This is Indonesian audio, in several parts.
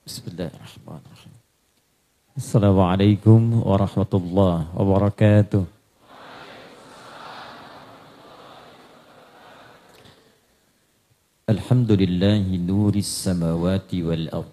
Bismillahirrahmanirrahim. Assalamualaikum warahmatullahi wabarakatuh. Alhamdulillahi nuris samawati wal ard,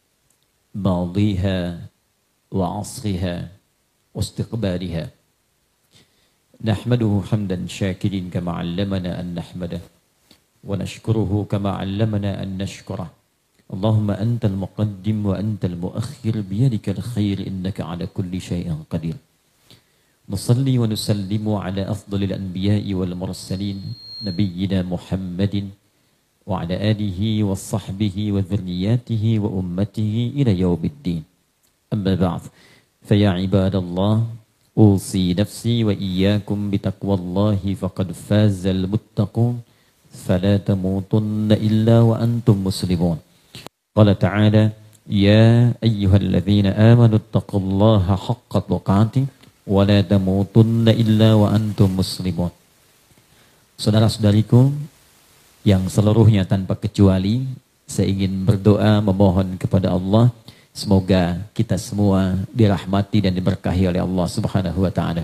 madiha wa asriha wa istiqbaliha. Nahmaduhu hamdan syakirin kama 'allamana an nahmadah wa nashkuruhu kama 'allamana an nashkurah. Allahumma antal muqaddim wa antal muakhir biyadikal khair innaka ala kulli syai'in qadir. Nusalli wa nusallimu ala afdalil anbiya'i wal mursalin nabiyyina Muhammadin wa ala alihi wa sahbihi wa dhurriyyatihi wa ummatihi ila yaumiddin. Amma ba'd. Fa ya ibadallah, usi nafsi wa iyyakum bitaqwallahi faqad fazal muttaqun fala tamutunna illa wa antum muslimun. Qala ta'ala, ya ayyuhalladzina amanu taqullaha haqqa tuqatih wa la tamutunna illa wa antum muslimun. Saudara-saudariku yang seluruhnya tanpa kecuali, saya ingin berdoa memohon kepada Allah semoga kita semua dirahmati dan diberkahi oleh Allah Subhanahu wa taala.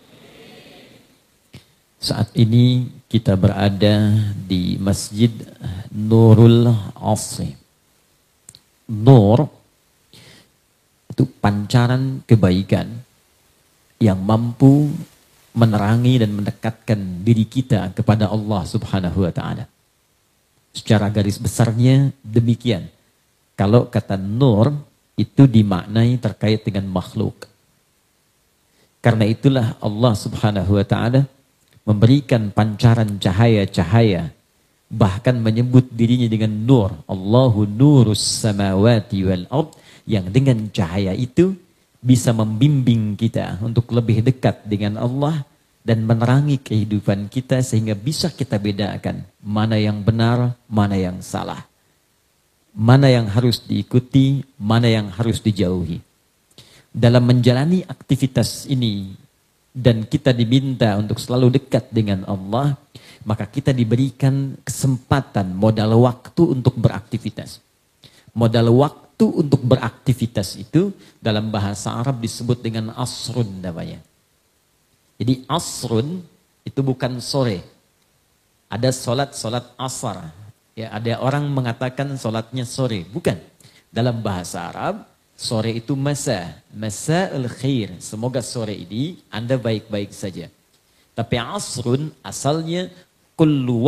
Saat ini kita berada di Masjid Nurul Asri. Nur itu pancaran kebaikan yang mampu menerangi dan mendekatkan diri kita kepada Allah Subhanahu wa taala. Secara garis besarnya demikian. Kalau kata nur itu dimaknai terkait dengan makhluk. Karena itulah Allah Subhanahu wa taala memberikan pancaran cahaya-cahaya, bahkan menyebut dirinya dengan nur. Allahu nurus samawati wal ard, yang dengan cahaya itu bisa membimbing kita untuk lebih dekat dengan Allah dan menerangi kehidupan kita sehingga bisa kita bedakan mana yang benar, mana yang salah. Mana yang harus diikuti, mana yang harus dijauhi. Dalam menjalani aktivitas ini dan kita diminta untuk selalu dekat dengan Allah, maka kita diberikan kesempatan, modal waktu untuk beraktivitas. Modal waktu untuk beraktivitas itu dalam bahasa Arab disebut dengan asrun namanya. Jadi asrun itu bukan sore. Ada solat asar. Ya, ada orang mengatakan solatnya sore. Bukan. Dalam bahasa Arab, sore itu masa. Masa'ul khair. Semoga sore ini Anda baik-baik saja. Tapi asrun asalnya kullu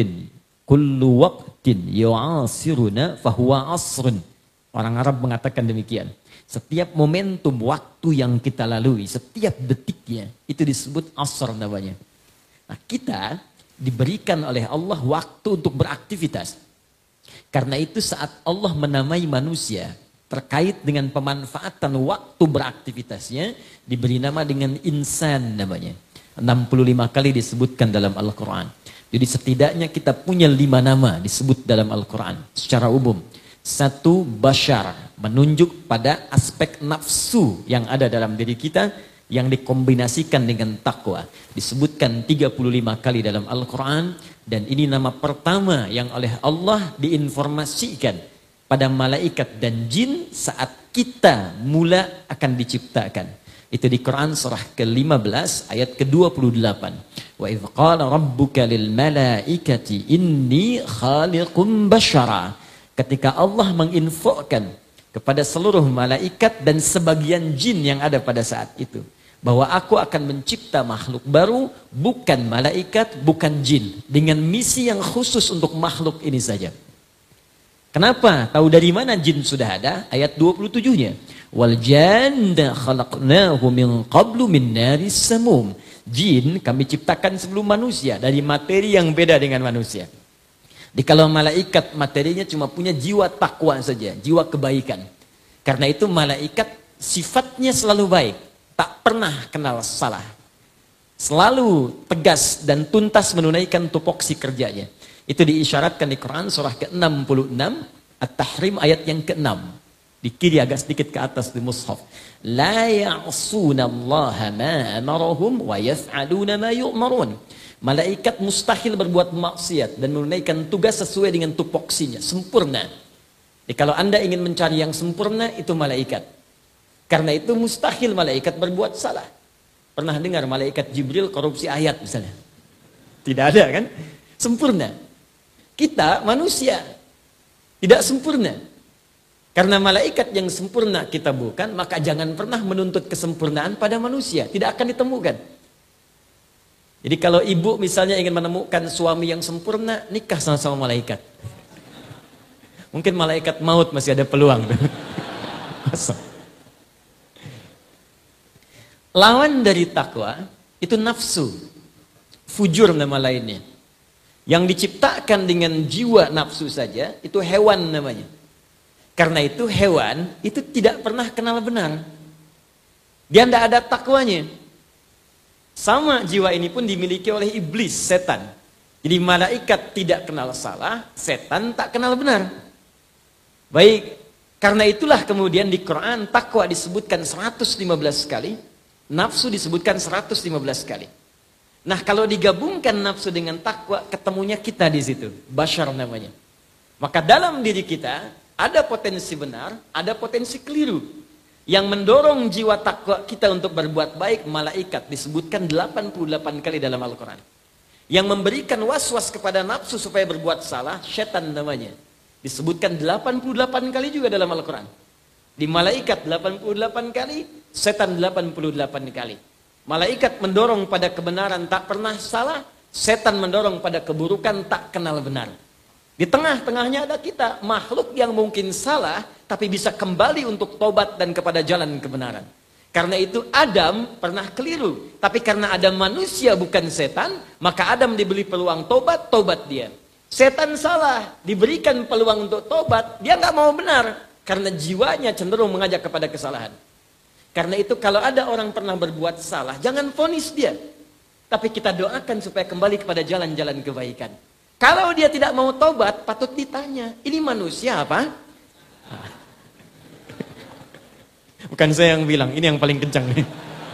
waqtin yu'asiruna fahuwa asrun. Orang Arab mengatakan demikian. Setiap momentum waktu yang kita lalui, setiap detiknya, itu disebut asr namanya. Nah, kita diberikan oleh Allah waktu untuk beraktivitas. Karena itu saat Allah menamai manusia terkait dengan pemanfaatan waktu beraktivitasnya, diberi nama dengan insan namanya. 65 kali disebutkan dalam Al-Quran. Jadi setidaknya kita punya 5 nama disebut dalam Al-Quran secara umum. 1, bashar, menunjuk pada aspek nafsu yang ada dalam diri kita yang dikombinasikan dengan takwa. Disebutkan 35 kali dalam Al-Quran, dan ini nama pertama yang oleh Allah diinformasikan pada malaikat dan jin saat kita mula akan diciptakan. Itu di Quran surah ke-15 ayat ke-28. Wa idh qala rabbuka lil malaikati inni khaliqum basyara. Ketika Allah menginfokan kepada seluruh malaikat dan sebagian jin yang ada pada saat itu, bahwa aku akan mencipta makhluk baru, bukan malaikat, bukan jin, dengan misi yang khusus untuk makhluk ini saja. Kenapa? Tahu dari mana jin sudah ada? Ayat 27-nya. Wal janna khalaqnahu min qablu min naris samum. Jin kami ciptakan sebelum manusia dari materi yang beda dengan manusia. Di kalau malaikat materinya cuma punya jiwa takwa saja, jiwa kebaikan. Karena itu malaikat sifatnya selalu baik, tak pernah kenal salah. Selalu tegas dan tuntas menunaikan tupoksi kerjanya. Itu diisyaratkan di Quran surah ke-66 At-Tahrim ayat yang ke-6. Di kiri agak sedikit ke atas di mushaf. La ya'sunallaha ma amarahum wa yaf'aluna ma yu'marun. Malaikat mustahil berbuat maksiat dan menunaikan tugas sesuai dengan tupoksinya, sempurna. Jadi kalau Anda ingin mencari yang sempurna, itu malaikat. Karena itu mustahil malaikat berbuat salah. Pernah dengar malaikat Jibril korupsi ayat misalnya? Tidak ada kan? Sempurna. Kita manusia tidak sempurna. Karena malaikat yang sempurna kita bukan, maka jangan pernah menuntut kesempurnaan pada manusia. Tidak akan ditemukan. Jadi kalau ibu misalnya ingin menemukan suami yang sempurna, nikah sama malaikat. Mungkin malaikat maut masih ada peluang. Lawan dari takwa itu nafsu, fujur nama lainnya. Yang diciptakan dengan jiwa nafsu saja itu hewan namanya. Karena itu hewan itu tidak pernah kenal benar. Dia tidak ada takwanya. Sama jiwa ini pun dimiliki oleh iblis, setan. Jadi malaikat tidak kenal salah, setan tak kenal benar. Baik, karena itulah kemudian di Quran takwa disebutkan 115 kali, nafsu disebutkan 115 kali. Nah, kalau digabungkan nafsu dengan takwa, ketemunya kita di situ, bashar namanya. Maka dalam diri kita ada potensi benar, ada potensi keliru. Yang mendorong jiwa takwa kita untuk berbuat baik, malaikat disebutkan 88 kali dalam Al-Quran. Yang memberikan was-was kepada nafsu supaya berbuat salah, setan namanya. Disebutkan 88 kali juga dalam Al-Quran. Di malaikat 88 kali, setan 88 kali. Malaikat mendorong pada kebenaran tak pernah salah, setan mendorong pada keburukan tak kenal benar. Di tengah-tengahnya ada kita, makhluk yang mungkin salah, tapi bisa kembali untuk tobat dan kepada jalan kebenaran. Karena itu Adam pernah keliru, tapi karena Adam manusia bukan setan, maka Adam diberi peluang tobat, tobat dia. Setan salah, diberikan peluang untuk tobat, dia nggak mau benar. Karena jiwanya cenderung mengajak kepada kesalahan. Karena itu kalau ada orang pernah berbuat salah, jangan vonis dia. Tapi kita doakan supaya kembali kepada jalan-jalan kebaikan. Kalau dia tidak mau tobat, patut ditanya, ini manusia apa? Bukan saya yang bilang, ini yang paling kencang nih.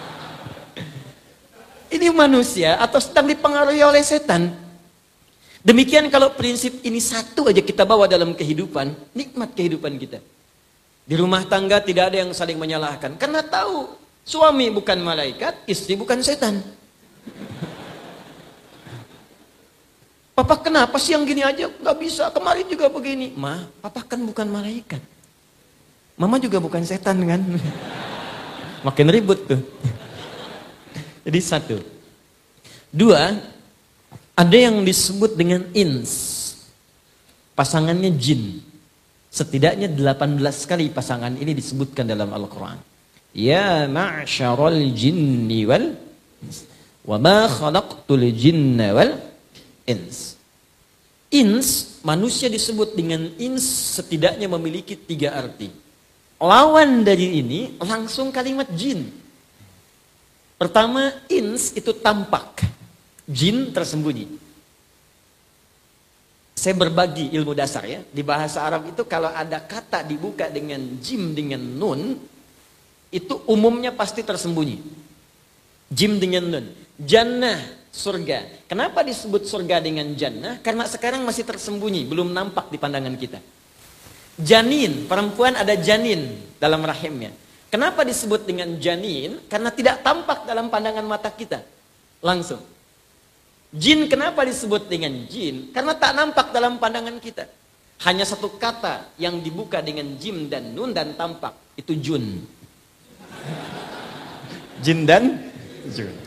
Ini manusia atau sedang dipengaruhi oleh setan? Demikian kalau prinsip ini satu aja kita bawa dalam kehidupan, nikmat kehidupan kita. Di rumah tangga tidak ada yang saling menyalahkan. Karena tahu, suami bukan malaikat, istri bukan setan. Papa kenapa sih yang gini aja? Gak bisa, kemarin juga begini. Ma, papa kan bukan malaikat. Mama juga bukan setan kan? Makin ribut tuh. Jadi satu. Dua, ada yang disebut dengan ins. Pasangannya jin. Setidaknya 18 kali pasangan ini disebutkan dalam Al-Quran. Ya ma'syarul jinni wal wa ma khalaqtul jinna wal ins. Ins, manusia disebut dengan ins setidaknya memiliki 3 arti. Lawan dari ini langsung kalimat jin. Pertama, ins itu tampak. Jin tersembunyi. Saya berbagi ilmu dasar ya. Di bahasa Arab itu kalau ada kata dibuka dengan jim dengan nun, itu umumnya pasti tersembunyi. Jim dengan nun. Jannah, surga. Kenapa disebut surga dengan jannah? Karena sekarang masih tersembunyi, belum nampak di pandangan kita. Janin, perempuan ada janin dalam rahimnya. Kenapa disebut dengan janin? Karena tidak tampak dalam pandangan mata kita. Langsung. Jin kenapa disebut dengan jin? Karena tak nampak dalam pandangan kita. Hanya satu kata yang dibuka dengan jim dan nun dan tampak. Itu jun. Jin dan jun.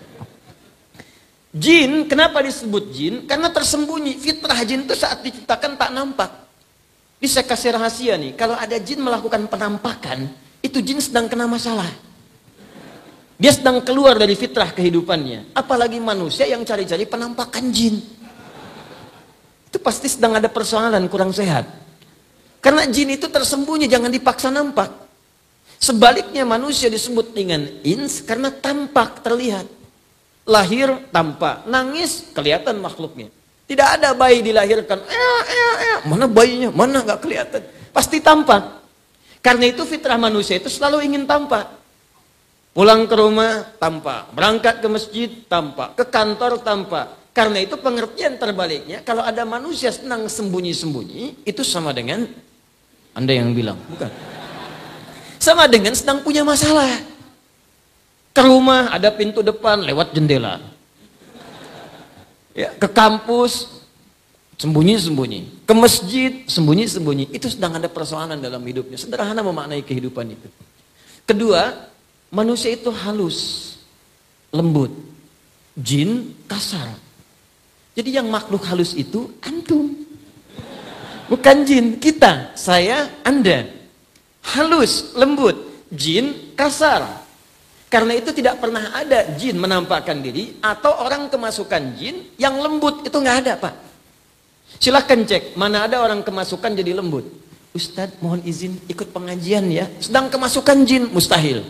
Jin kenapa disebut jin? Karena tersembunyi. Fitrah jin itu saat diciptakan tak nampak. Ini saya kasih rahasia nih. Kalau ada jin melakukan penampakan, itu jin sedang kena masalah. Dia sedang keluar dari fitrah kehidupannya. Apalagi manusia yang cari-cari penampakan jin. Itu pasti sedang ada persoalan kurang sehat. Karena jin itu tersembunyi, jangan dipaksa nampak. Sebaliknya manusia disebut dengan ins karena tampak, terlihat. Lahir tampak, nangis kelihatan makhluknya. Tidak ada bayi dilahirkan, mana bayinya, mana nggak kelihatan. Pasti tampak. Karena itu fitrah manusia itu selalu ingin tampak. Pulang ke rumah, tampak. Berangkat ke masjid, tampak. Ke kantor, tampak. Karena itu pengertian terbaliknya, kalau ada manusia senang sembunyi-sembunyi, itu sama dengan Anda yang bilang, bukan. Sama dengan sedang punya masalah. Ke rumah ada pintu depan lewat jendela. Ya, ke kampus sembunyi-sembunyi. Ke masjid sembunyi-sembunyi. Itu sedang ada persoalan dalam hidupnya. Sederhana memaknai kehidupan itu. Kedua, manusia itu halus, lembut. Jin kasar. Jadi yang makhluk halus itu antum. Bukan jin, kita, saya, Anda. Halus, lembut. Jin kasar. Karena itu tidak pernah ada jin menampakkan diri atau orang kemasukan jin yang lembut, itu nggak ada, Pak. Silahkan cek mana ada orang kemasukan jadi lembut. Ustadz mohon izin ikut pengajian ya, sedang kemasukan jin, mustahil.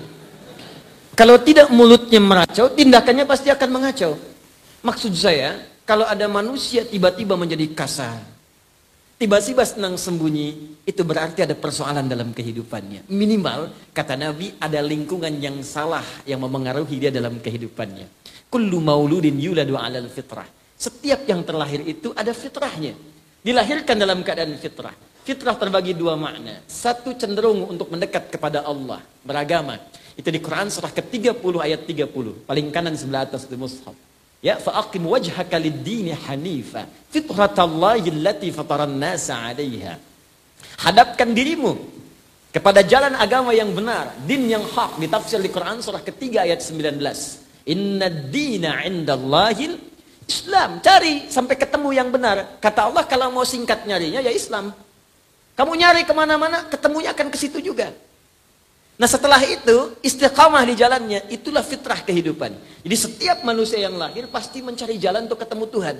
Kalau tidak mulutnya meracau, tindakannya pasti akan mengacau. Maksud saya, kalau ada manusia tiba-tiba menjadi kasar, tiba-tiba senang sembunyi, itu berarti ada persoalan dalam kehidupannya. Minimal, kata Nabi, ada lingkungan yang salah yang memengaruhi dia dalam kehidupannya. Kullu mauludin yuladu 'alal fitrah. Setiap yang terlahir itu ada fitrahnya. Dilahirkan dalam keadaan fitrah. Fitrah terbagi dua makna. Satu cenderung untuk mendekat kepada Allah, beragama. Itu di Quran surah ke-30 ayat 30. Paling kanan sebelah atas di mushaf. Ya, fa'aqim wajhaka lid-dini hanifa fitratallahi allati fataran nasa 'alaiha. Hadapkan dirimu kepada jalan agama yang benar, din yang hak, ditafsir di Quran surah ketiga ayat 19. Innad dina 'indallahil Islam. Cari sampai ketemu yang benar. Kata Allah kalau mau singkat nyarinya ya Islam. Kamu nyari kemana-mana, ketemunya akan ke situ juga. Nah setelah itu, istiqamah di jalannya, itulah fitrah kehidupan. Jadi setiap manusia yang lahir pasti mencari jalan untuk ketemu Tuhan.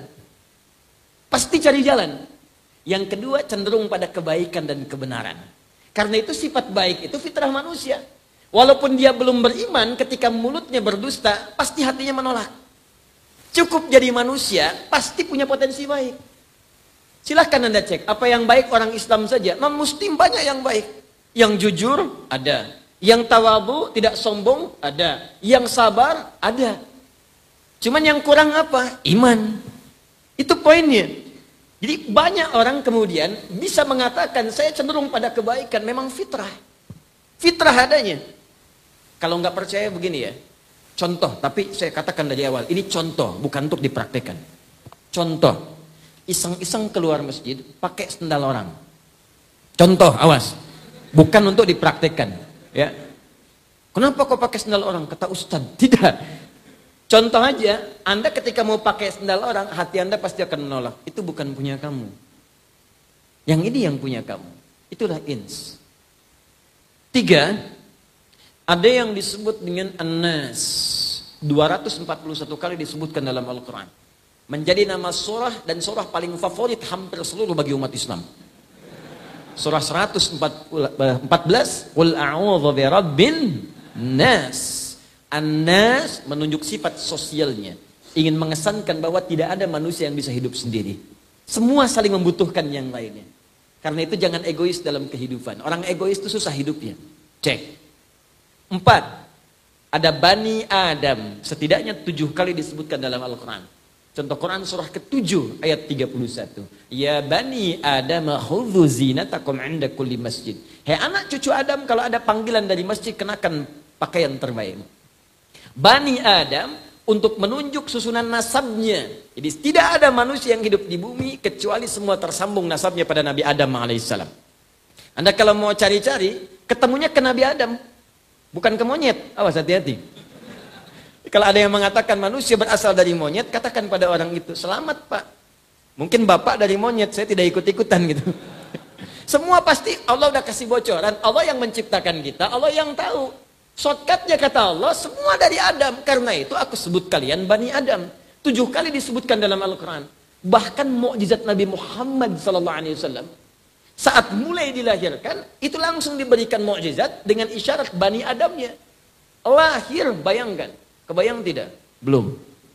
Pasti cari jalan. Yang kedua, cenderung pada kebaikan dan kebenaran. Karena itu sifat baik itu fitrah manusia. Walaupun dia belum beriman, ketika mulutnya berdusta, pasti hatinya menolak. Cukup jadi manusia, pasti punya potensi baik. Silahkan Anda cek, apa yang baik orang Islam saja. Non-Muslim banyak yang baik. Yang jujur, ada. Yang tawadhu, tidak sombong, ada. Yang sabar, ada. Cuman yang kurang apa? Iman. Itu poinnya. Jadi banyak orang kemudian bisa mengatakan, saya cenderung pada kebaikan, memang fitrah. Fitrah adanya. Kalau nggak percaya begini ya. Contoh, tapi saya katakan dari awal, ini contoh, bukan untuk dipraktekkan. Contoh, iseng-iseng keluar masjid, pakai sendal orang. Contoh, awas. Bukan untuk dipraktekkan. Ya. Kenapa kau pakai sendal orang? Kata Ustadz, tidak. Contoh aja, Anda ketika mau pakai sendal orang, hati Anda pasti akan menolak. Itu bukan punya kamu. Yang ini yang punya kamu. Itulah ins. 3, ada yang disebut dengan An-Nas. 241 kali disebutkan dalam Al-Quran. Menjadi nama surah dan surah paling favorit hampir seluruh bagi umat Islam. Surah 114, Qul a'udzu birabbin nas. An-nas menunjuk sifat sosialnya. Ingin mengesankan bahwa tidak ada manusia yang bisa hidup sendiri. Semua saling membutuhkan yang lainnya. Karena itu jangan egois dalam kehidupan. Orang egois itu susah hidupnya. Cek. 4. Ada Bani Adam. Setidaknya 7 kali disebutkan dalam Al-Quran. Contoh Quran surah ke-7 ayat 31. Ya Bani Adam khudhu zinatakum 'inda kulli masjid. Hei anak cucu Adam, kalau ada panggilan dari masjid kenakan pakaian terbaik. Bani Adam untuk menunjuk susunan nasabnya. Jadi tidak ada manusia yang hidup di bumi kecuali semua tersambung nasabnya pada Nabi Adam alaihissalam. Anda kalau mau cari-cari, ketemunya ke Nabi Adam, bukan ke monyet. Awas hati-hati. Kalau ada yang mengatakan manusia berasal dari monyet, katakan pada orang itu, selamat Pak. Mungkin Bapak dari monyet, saya tidak ikut-ikutan gitu. Semua pasti Allah udah kasih bocoran. Allah yang menciptakan kita, Allah yang tahu. Shortcutnya kata Allah, semua dari Adam. Karena itu aku sebut kalian Bani Adam. 7 kali disebutkan dalam Al-Quran. Bahkan mukjizat Nabi Muhammad SAW. Saat mulai dilahirkan, itu langsung diberikan mukjizat dengan isyarat Bani Adamnya. Lahir, bayangkan. Kebayang tidak? Belum.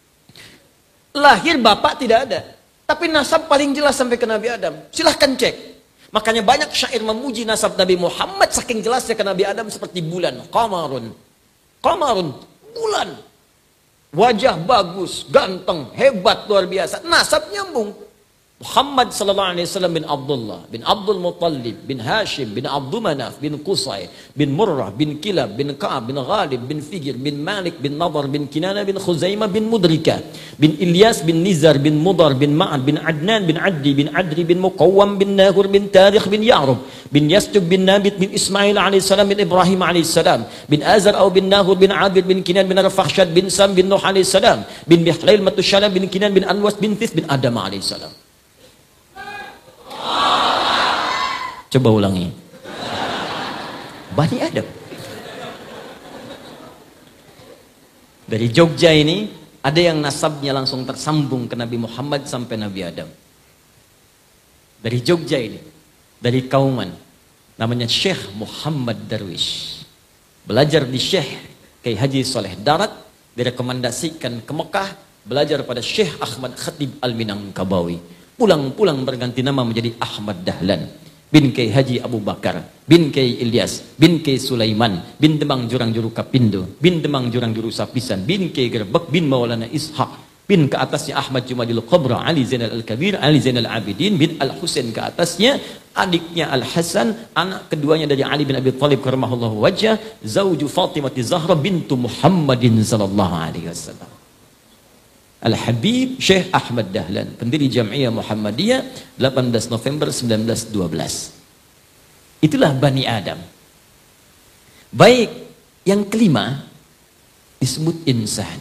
Lahir bapak tidak ada. Tapi nasab paling jelas sampai ke Nabi Adam. Silahkan cek. Makanya banyak syair memuji nasab Nabi Muhammad saking jelasnya ke Nabi Adam seperti bulan. Qamarun. Qamarun. Bulan. Wajah bagus, ganteng, hebat, luar biasa. Nasab nyambung. Muhammad sallallahu alaihi wasallam bin Abdullah, bin Abdul Muttalib, bin Hashim, bin Abdul Manaf, bin Qusay, bin Murrah, bin Kilab, bin Ka'ab, bin Ghalib, bin Fijr, bin Malik, bin Nadar, bin Kinana, bin Khuzaimah, bin Mudrika, bin Ilyas, bin Nizar, bin Mudar, bin Ma'ad, bin Adnan, bin Addi, bin Adri, bin Muqawwam, bin Nahur, bin Tarikh, bin Ya'rub, bin Yasjub, bin Nabit, bin Ismail alaihi salam, bin Ibrahim alaihi salam, bin Azar au bin Nahur, bin Abid, bin Kinan, bin Arfakhshad, bin Sam, bin Nuh alaihi salam, bin Mihlail, Matushalam, bin Kinan, bin Anwas, bin Thith, bin Adam alaihi salam. Coba ulangi. Bani Adam. Dari Jogja ini ada yang nasabnya langsung tersambung ke Nabi Muhammad sampai Nabi Adam. Dari Jogja ini, dari Kauman, namanya Syekh Muhammad Darwish. Belajar di Syekh Kiai Haji Soleh Darat, direkomendasikan ke Mekah, belajar pada Syekh Ahmad Khatib Al-Minangkabawi. Pulang-pulang berganti nama menjadi Ahmad Dahlan. Bin Kiai Haji Abu Bakar, bin Kiai Ilyas, bin Kiai Sulaiman, bin Demang Jurang Juru Kapindo, bin Demang Jurang Juru Sapisan, bin Kiai Gerbek, bin Maulana Ishaq, bin ke atasnya Ahmad Jumadil Kubra, Ali Zainal Al-Kabir, Ali Zainal Abidin, bin Al-Husain ke atasnya, adiknya Al-Hasan, anak keduanya dari Ali bin Abi Thalib karamahullahu wajah, zauju Fatimah Zahra bintu Muhammadin sallallahu alaihi wasallam. Al-Habib Syekh Ahmad Dahlan, pendiri Jam'iyah Muhammadiyah, 18 November 1912. Itulah Bani Adam. Baik, yang kelima disebut insan.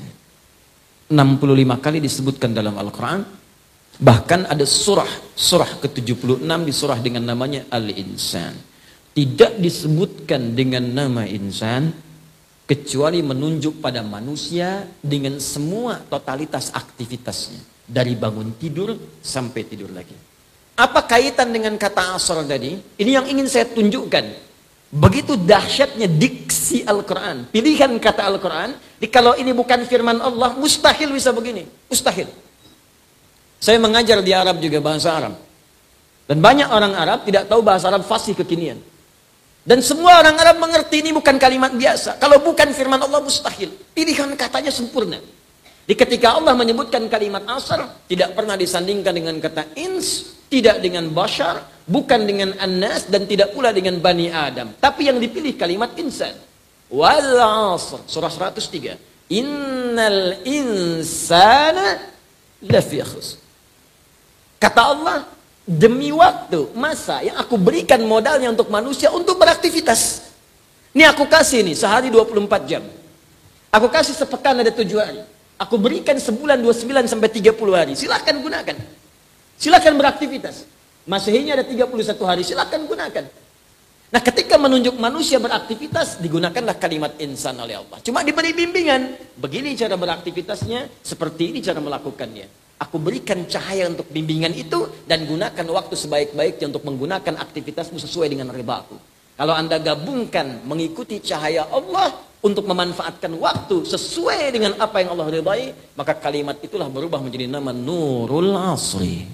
65 kali disebutkan dalam Al-Quran. Bahkan ada surah ke-76 di surah dengan namanya Al-Insan. Tidak disebutkan dengan nama insan kecuali menunjuk pada manusia dengan semua totalitas aktivitasnya, dari bangun tidur sampai tidur lagi. Apa kaitan dengan kata asr tadi? Ini yang ingin saya tunjukkan. Begitu dahsyatnya diksi Al-Quran, pilihan kata Al-Quran. Kalau ini bukan firman Allah, mustahil bisa begini, mustahil. Saya mengajar di Arab juga, bahasa Arab, dan banyak orang Arab tidak tahu bahasa Arab fasih kekinian. Dan semua orang Arab mengerti ini bukan kalimat biasa. Kalau bukan firman Allah, mustahil. Pilihan katanya sempurna. Di ketika Allah menyebutkan kalimat asar, tidak pernah disandingkan dengan kata ins, tidak dengan bashar, bukan dengan annas, dan tidak pula dengan Bani Adam. Tapi yang dipilih kalimat insan. Wal asr, surah 103. Innal insana lafi khusr. Kata Allah, demi waktu, masa yang aku berikan modalnya untuk manusia untuk beraktivitas. Ini aku kasih nih, sehari 24 jam. Aku kasih sepekan ada 7 hari. Aku berikan sebulan 29 sampai 30 hari. Silahkan gunakan. Silahkan beraktivitas. Masehinya ada 31 hari, silahkan gunakan. Nah, ketika menunjuk manusia beraktivitas, digunakanlah kalimat insan oleh Allah. Cuma diberi bimbingan. Begini cara beraktivitasnya, seperti ini cara melakukannya. Aku berikan cahaya untuk bimbingan itu, dan gunakan waktu sebaik-baiknya untuk menggunakan aktivitasmu sesuai dengan ridhaku. Kalau Anda gabungkan mengikuti cahaya Allah untuk memanfaatkan waktu sesuai dengan apa yang Allah ridhai, maka kalimat itulah berubah menjadi nama Nurul Asri.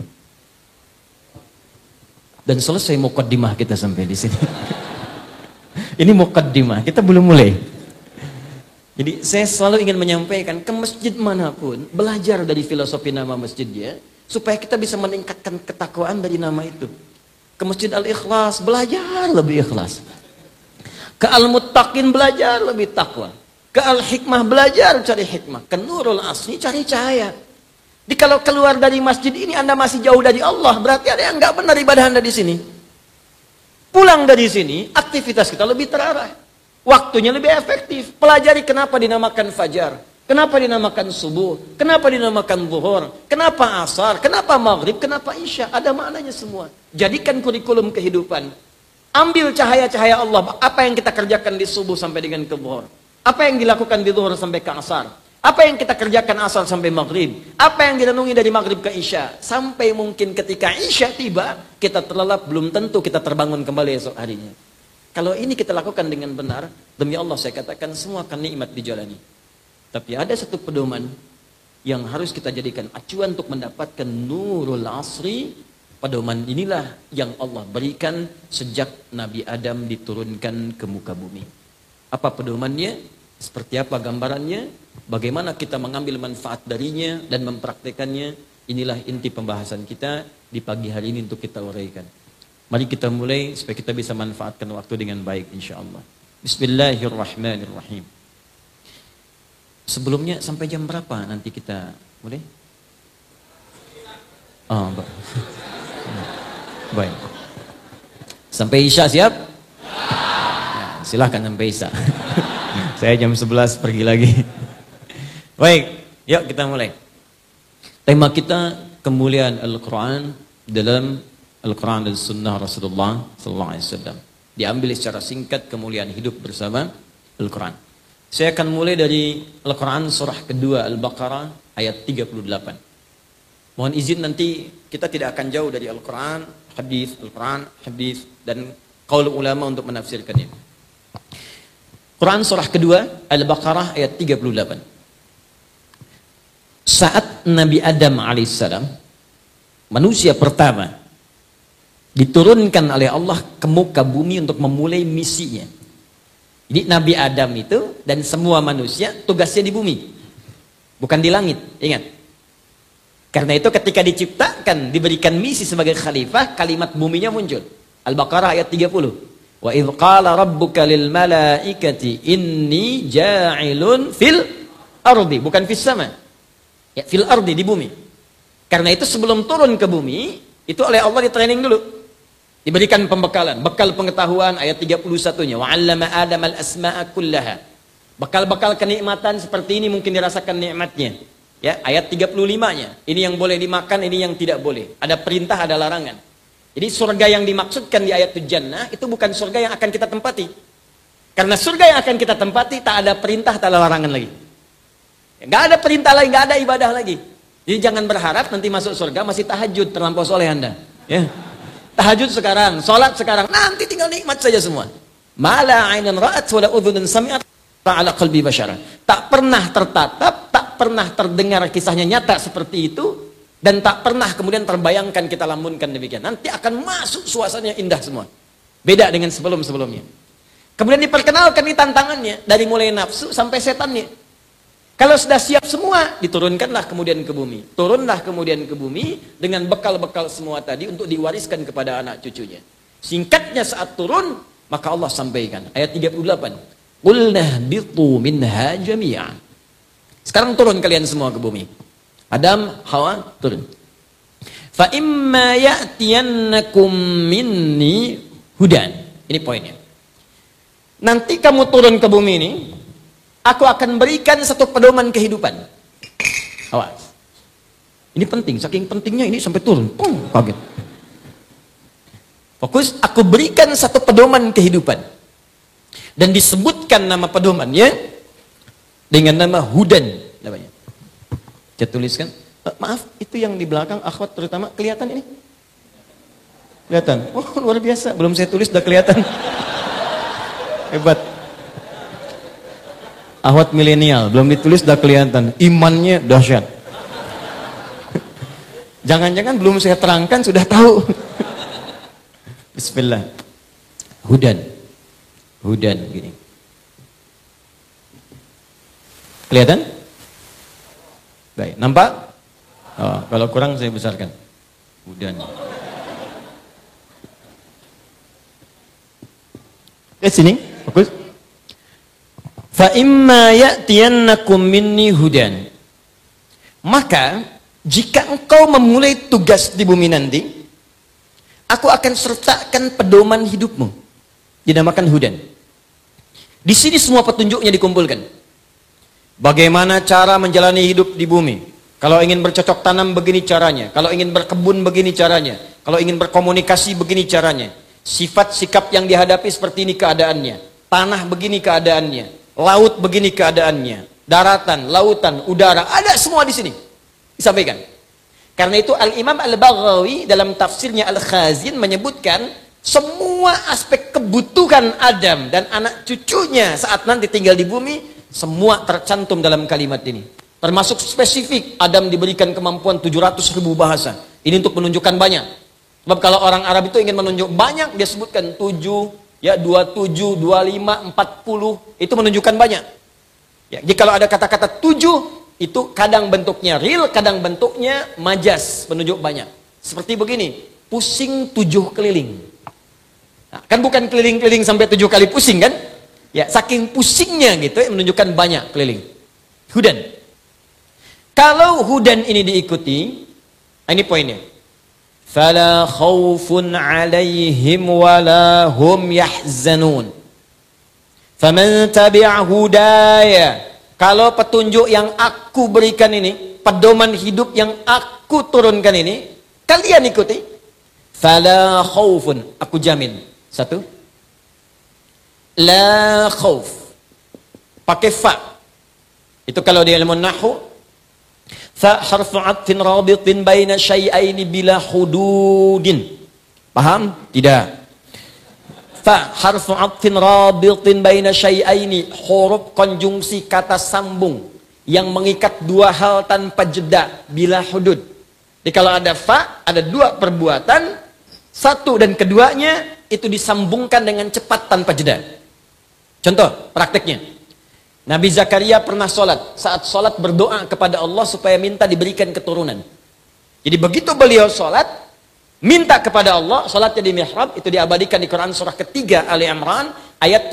Dan selesai muqaddimah kita sampai di sini. Ini muqaddimah, kita belum mulai. Jadi saya selalu ingin menyampaikan ke masjid manapun, belajar dari filosofi nama masjidnya, supaya kita bisa meningkatkan ketakwaan dari nama itu. Ke Masjid Al-Ikhlas, belajar lebih ikhlas. Ke Al-Muttaqin, belajar lebih takwa. Ke Al-Hikmah, belajar cari hikmah. Ke Nurul Asri, cari cahaya. Jadi kalau keluar dari masjid ini Anda masih jauh dari Allah, berarti ada yang nggak benar ibadah Anda di sini. Pulang dari sini, aktivitas kita lebih terarah. Waktunya lebih efektif. Pelajari kenapa dinamakan fajar, kenapa dinamakan subuh, kenapa dinamakan zuhur, kenapa asar, kenapa maghrib, kenapa isya. Ada maknanya semua. Jadikan kurikulum kehidupan. Ambil cahaya-cahaya Allah. Apa yang kita kerjakan di subuh sampai dengan ke zuhur, apa yang dilakukan di zuhur sampai ke asar, apa yang kita kerjakan asar sampai maghrib, apa yang direnungi dari maghrib ke isya, sampai mungkin ketika isya tiba kita terlelap, belum tentu kita terbangun kembali esok harinya. Kalau ini kita lakukan dengan benar, demi Allah saya katakan semua akan nikmat dijalani. Tapi ada satu pedoman yang harus kita jadikan acuan untuk mendapatkan Nurul Asri. Pedoman inilah yang Allah berikan sejak Nabi Adam diturunkan ke muka bumi. Apa pedomannya? Seperti apa gambarannya? Bagaimana kita mengambil manfaat darinya dan mempraktekannya? inilah inti pembahasan kita di pagi hari ini untuk kita uraikan. Mari kita mulai supaya kita bisa manfaatkan waktu dengan baik insyaallah. Bismillahirrahmanirrahim. Sebelumnya sampai jam berapa nanti kita mulai? Baik. Sampai Isya siap? Ya, silahkan sampai Isya. Saya jam 11 pergi lagi. Baik, yuk kita mulai. Tema kita kemuliaan Al-Quran dalam Al-Quran dan Sunnah Rasulullah Sallallahu Alaihi Wasallam. Diambil secara singkat kemuliaan hidup bersama Al-Quran. Saya akan mulai dari Al-Quran surah kedua Al-Baqarah ayat 38. Mohon izin nanti kita tidak akan jauh dari Al-Quran, hadis dan qaul ulama untuk menafsirkannya. Quran surah kedua Al-Baqarah ayat 38. Saat Nabi Adam alaihissalam, manusia pertama, diturunkan oleh Allah ke muka bumi untuk memulai misinya. Jadi Nabi Adam itu dan semua manusia tugasnya di bumi, bukan di langit. Ingat. Karena itu ketika diciptakan, diberikan misi sebagai khalifah, kalimat buminya muncul. Al-Baqarah ayat 30. Wa idh qala rabbuka lil malaikati inni ja'ilun fil ardi, bukan fis sama. Ya, fil ardi, di bumi. Karena itu sebelum turun ke bumi, itu oleh Allah di training dulu. Diberikan pembekalan, bekal pengetahuan ayat 31-nya. Wa 'allama Adam al-asma'a kullaha. Bekal-bekal kenikmatan seperti ini mungkin dirasakan nikmatnya. Ya, ayat 35-nya. Ini yang boleh dimakan, ini yang tidak boleh. Ada perintah, ada larangan. Jadi surga yang dimaksudkan di ayat Jannah itu bukan surga yang akan kita tempati. Karena surga yang akan kita tempati tak ada perintah, tak ada larangan lagi. Enggak ada perintah lagi, enggak ada ibadah lagi. Jadi jangan berharap nanti masuk surga masih tahajud terlampau soleh Anda. Ya. Tahajud sekarang, sholat sekarang, nanti tinggal nikmat saja semua. Mala ainun ra'at wala udhunun sami'at ala qalbi basyara. Tak pernah tertatap, tak pernah terdengar kisahnya nyata seperti itu, dan tak pernah kemudian terbayangkan kita lamunkan demikian. Nanti akan masuk suasananya indah semua. Beda dengan sebelum-sebelumnya. Kemudian diperkenalkan di tantangannya dari mulai nafsu sampai setannya. Kalau sudah siap semua, diturunkanlah kemudian ke bumi. Turunlah kemudian ke bumi dengan bekal-bekal semua tadi untuk diwariskan kepada anak cucunya. Singkatnya saat turun, maka Allah sampaikan. Ayat 38. Qulna bitu minha jami'an. Sekarang turun kalian semua ke bumi. Adam, Hawa, turun. Fa imma ya'tiyannakum minni hudan. Ini poinnya. Nanti kamu turun ke bumi ini, aku akan berikan satu pedoman kehidupan. Awas. Ini penting, saking pentingnya ini sampai turun. Kaget. Fokus, aku berikan satu pedoman kehidupan. Dan disebutkan nama pedomannya dengan nama hudan namanya. Saya tuliskan. Maaf, itu yang di belakang akhwat terutama kelihatan ini? Kelihatan. Oh, luar biasa. Belum saya tulis sudah kelihatan. Hebat. Ahwat milenial, belum ditulis sudah kelihatan. Imannya dahsyat. Jangan-jangan belum saya terangkan sudah tahu. Bismillah. Hudan. Hudan gini. Kelihatan? Baik, nampak? Oh, kalau kurang saya besarkan. Hudan. Ke sini, fokus. Fa imma ya'tiyannakum minni hudan. Maka jika engkau memulai tugas di bumi nanti, aku akan sertakan pedoman hidupmu. Dinamakan hudan. Di sini semua petunjuknya dikumpulkan. Bagaimana cara menjalani hidup di bumi? Kalau ingin bercocok tanam begini caranya, kalau ingin berkebun begini caranya, kalau ingin berkomunikasi begini caranya. Sifat sikap yang dihadapi seperti ini keadaannya. Tanah begini keadaannya. Laut begini keadaannya, daratan, lautan, udara, ada semua di sini disampaikan. Karena itu Al-Imam Al-Baghawi dalam tafsirnya Al-Khazin menyebutkan semua aspek kebutuhan Adam dan anak cucunya saat nanti tinggal di bumi semua tercantum dalam kalimat ini. Termasuk spesifik Adam diberikan kemampuan 700.000 bahasa. Ini untuk menunjukkan banyak. Sebab kalau orang Arab itu ingin menunjuk banyak, dia sebutkan 7, ya 27, 25, 40, itu menunjukkan banyak. Ya, jadi kalau ada kata-kata 7, itu kadang bentuknya real, kadang bentuknya majas, penunjuk banyak. Seperti begini, pusing 7 keliling. Nah, kan bukan keliling-keliling sampai 7 kali pusing kan? Ya, saking pusingnya gitu ya, menunjukkan banyak keliling. Hudan. Kalau hudan ini diikuti, ini poinnya. Fala khaufun 'alaihim wala hum yahzanun. Faman tabi'a hudaya. Kalau petunjuk yang aku berikan ini, pedoman hidup yang aku turunkan ini, kalian ikuti. Fala khaufun, aku jamin. 1. La khauf. Pakai fa. Itu kalau di ilmu nahwu, fa harfu 'atfin rabitin baina syai'aini bila hududin. Paham? Tidak. Fa harfu 'atfin rabitin baina syai'aini, huruf konjungsi kata sambung yang mengikat dua hal tanpa jeda bila hudud. Jadi kalau ada fa, ada dua perbuatan, satu dan keduanya itu disambungkan dengan cepat tanpa jeda. Contoh prakteknya. Nabi Zakaria pernah sholat. Saat sholat berdoa kepada Allah supaya minta diberikan keturunan. Jadi begitu beliau sholat, minta kepada Allah, sholatnya di mihrab, itu diabadikan di Quran surah ketiga Ali Imran, ayat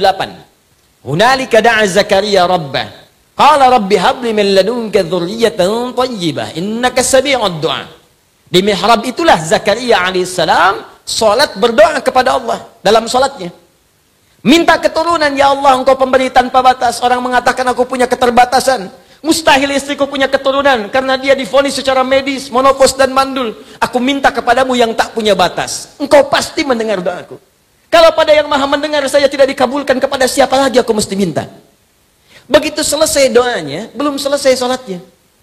38. Hunalika da'a Zakaria rabbah. Qala rabbi habli min ladunka dzurriyyatan thayyibah, innaka sami'ud du'a. Di mihrab itulah Zakaria alaihissalam sholat berdoa kepada Allah dalam sholatnya. Minta keturunan, ya Allah engkau pemberi tanpa batas. Orang mengatakan aku punya keterbatasan. Mustahil istriku punya keturunan karena dia divonis secara medis, monopos dan mandul. Aku minta kepadamu yang tak punya batas. Engkau pasti mendengar doaku. Kalau pada yang maha mendengar saya tidak dikabulkan, kepada siapa lagi aku mesti minta? Begitu selesai doanya, belum selesai sholatnya.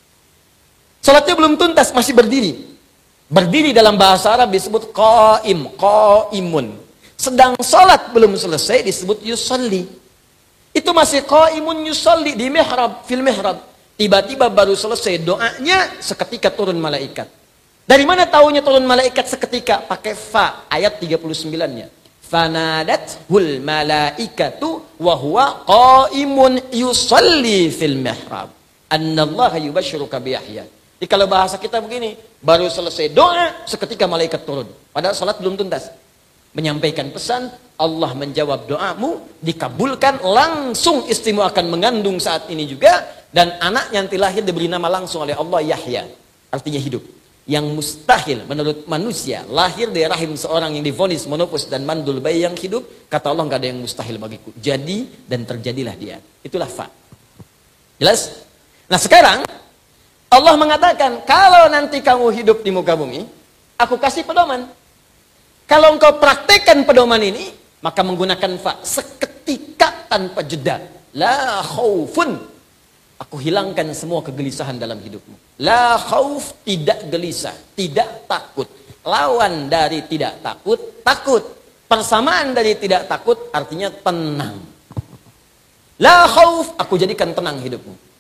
Sholatnya belum tuntas, masih berdiri. Berdiri dalam bahasa Arab disebut qaim, qaimun. Sedang sholat belum selesai disebut yusalli. Itu masih qaimun yusalli di mihrab, fil mihrab. Tiba-tiba baru selesai doanya, seketika turun malaikat. Dari mana taunya turun malaikat seketika? Pakai fa, ayat 39-nya. Fanadathul malaikatu wa huwa qaimun yusalli fil mihrab. Annallaha yubashshiruka bi Yahya. Jadi kalau bahasa kita begini, baru selesai doa, seketika malaikat turun. Padahal salat belum tuntas. Menyampaikan pesan, Allah menjawab doamu, dikabulkan, langsung istrimu akan mengandung saat ini juga, dan anak yang lahir diberi nama langsung oleh Allah Yahya, artinya hidup. Yang mustahil menurut manusia, lahir dari rahim seorang yang divonis monopos dan mandul bayi yang hidup, kata Allah nggak ada yang mustahil bagiku. Jadi dan terjadilah dia. Itulah fa. Jelas? Nah sekarang Allah mengatakan, kalau nanti kamu hidup di muka bumi, aku kasih pedoman. Kalau engkau praktekkan pedoman ini, maka menggunakan fa, seketika tanpa jeda. La khaufun. Aku hilangkan semua kegelisahan dalam hidupmu. La khauf, tidak gelisah, tidak takut. Lawan dari tidak takut, takut. Persamaan dari tidak takut artinya tenang. La khauf, aku jadikan tenang hidupmu.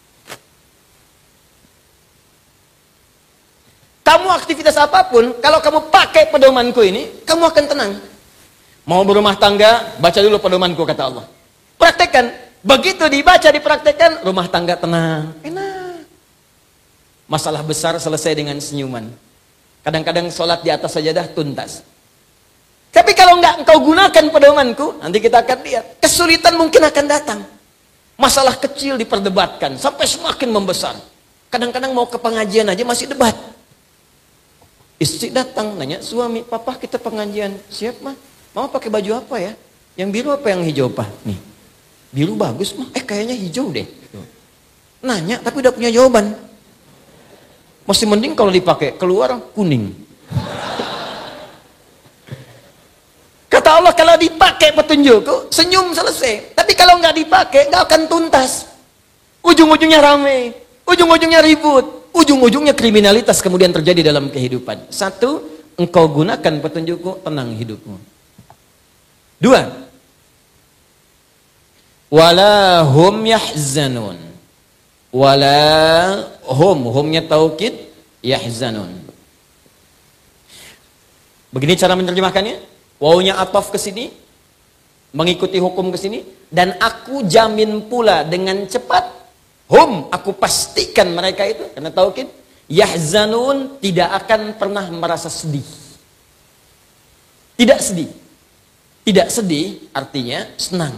Kamu aktivitas apapun, kalau kamu pakai pedomanku ini, kamu akan tenang. Mau berumah tangga, baca dulu pedomanku, kata Allah. Praktekkan. Begitu dibaca, dipraktekkan, rumah tangga tenang. Enak. Masalah besar selesai dengan senyuman. Kadang-kadang sholat di atas sajadah tuntas. Tapi kalau enggak engkau gunakan pedomanku, nanti kita akan lihat. Kesulitan mungkin akan datang. Masalah kecil diperdebatkan, sampai semakin membesar. Kadang-kadang mau ke pengajian aja masih debat. Istri datang nanya suami, papa kita pengajian, siap mah? Mama pakai baju apa ya? Yang biru apa yang hijau pak? Nih, biru bagus mah. Kayaknya hijau deh. Nanya tapi udah punya jawaban. Masih mending kalau dipakai keluar kuning. Kata Allah kalau dipakai petunjukku, senyum selesai. Tapi kalau nggak dipakai, nggak akan tuntas. Ujung-ujungnya rame, ujung-ujungnya ribut. Ujung-ujungnya kriminalitas kemudian terjadi dalam kehidupan. 1, engkau gunakan petunjukku, tenang hidupmu. 2, wala hum yahzanun. Wala humnya taukid, yahzanun. Begini cara menerjemahkannya. Wawunya ataf ke sini, mengikuti hukum ke sini, dan aku jamin pula dengan cepat aku pastikan mereka itu, karena taukid, yahzanun, tidak akan pernah merasa sedih. Tidak sedih. Tidak sedih artinya senang.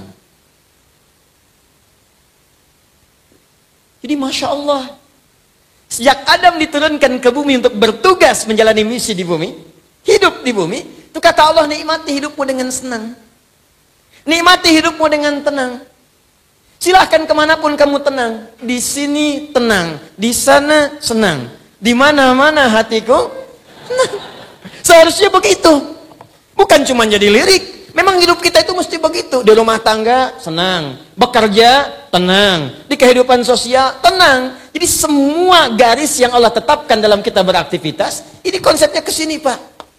Jadi Masya Allah, sejak Adam diturunkan ke bumi untuk bertugas menjalani misi di bumi, hidup di bumi, itu kata Allah, nikmati hidupmu dengan senang. Nikmati hidupmu dengan tenang. Silahkan kemanapun kamu tenang. Di sini tenang, di sana senang, di mana-mana hatiku tenang. Seharusnya begitu. Bukan cuma jadi lirik. Memang hidup kita itu mesti begitu. Di rumah tangga senang, bekerja tenang, di kehidupan sosial tenang. Jadi semua garis yang Allah tetapkan dalam kita beraktivitas, ini konsepnya ke sini, Pak.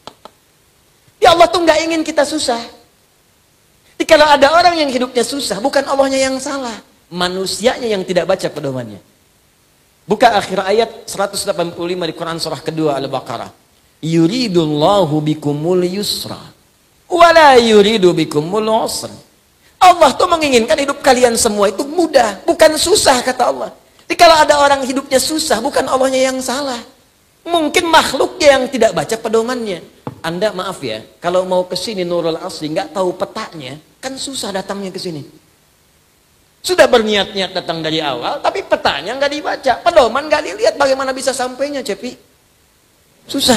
Ya Allah tuh nggak ingin kita susah. Jadi kalau ada orang yang hidupnya susah, bukan Allahnya yang salah, manusianya yang tidak baca pedomannya. Buka akhir ayat 185 di Quran surah kedua Al-Baqarah. Yuridullahu bikumul yusra wala yuridu bikumul usra. Allah tuh menginginkan hidup kalian semua itu mudah, bukan susah, kata Allah. Jadi kalau ada orang hidupnya susah, bukan Allahnya yang salah. Mungkin makhluknya yang tidak baca pedomannya. Anda maaf ya, kalau mau ke sini Nurul Asri nggak tahu petanya, kan susah datangnya ke sini. Sudah berniat-niat datang dari awal, tapi petanya nggak dibaca, pedoman nggak dilihat, bagaimana bisa sampainya, Cepi? Susah.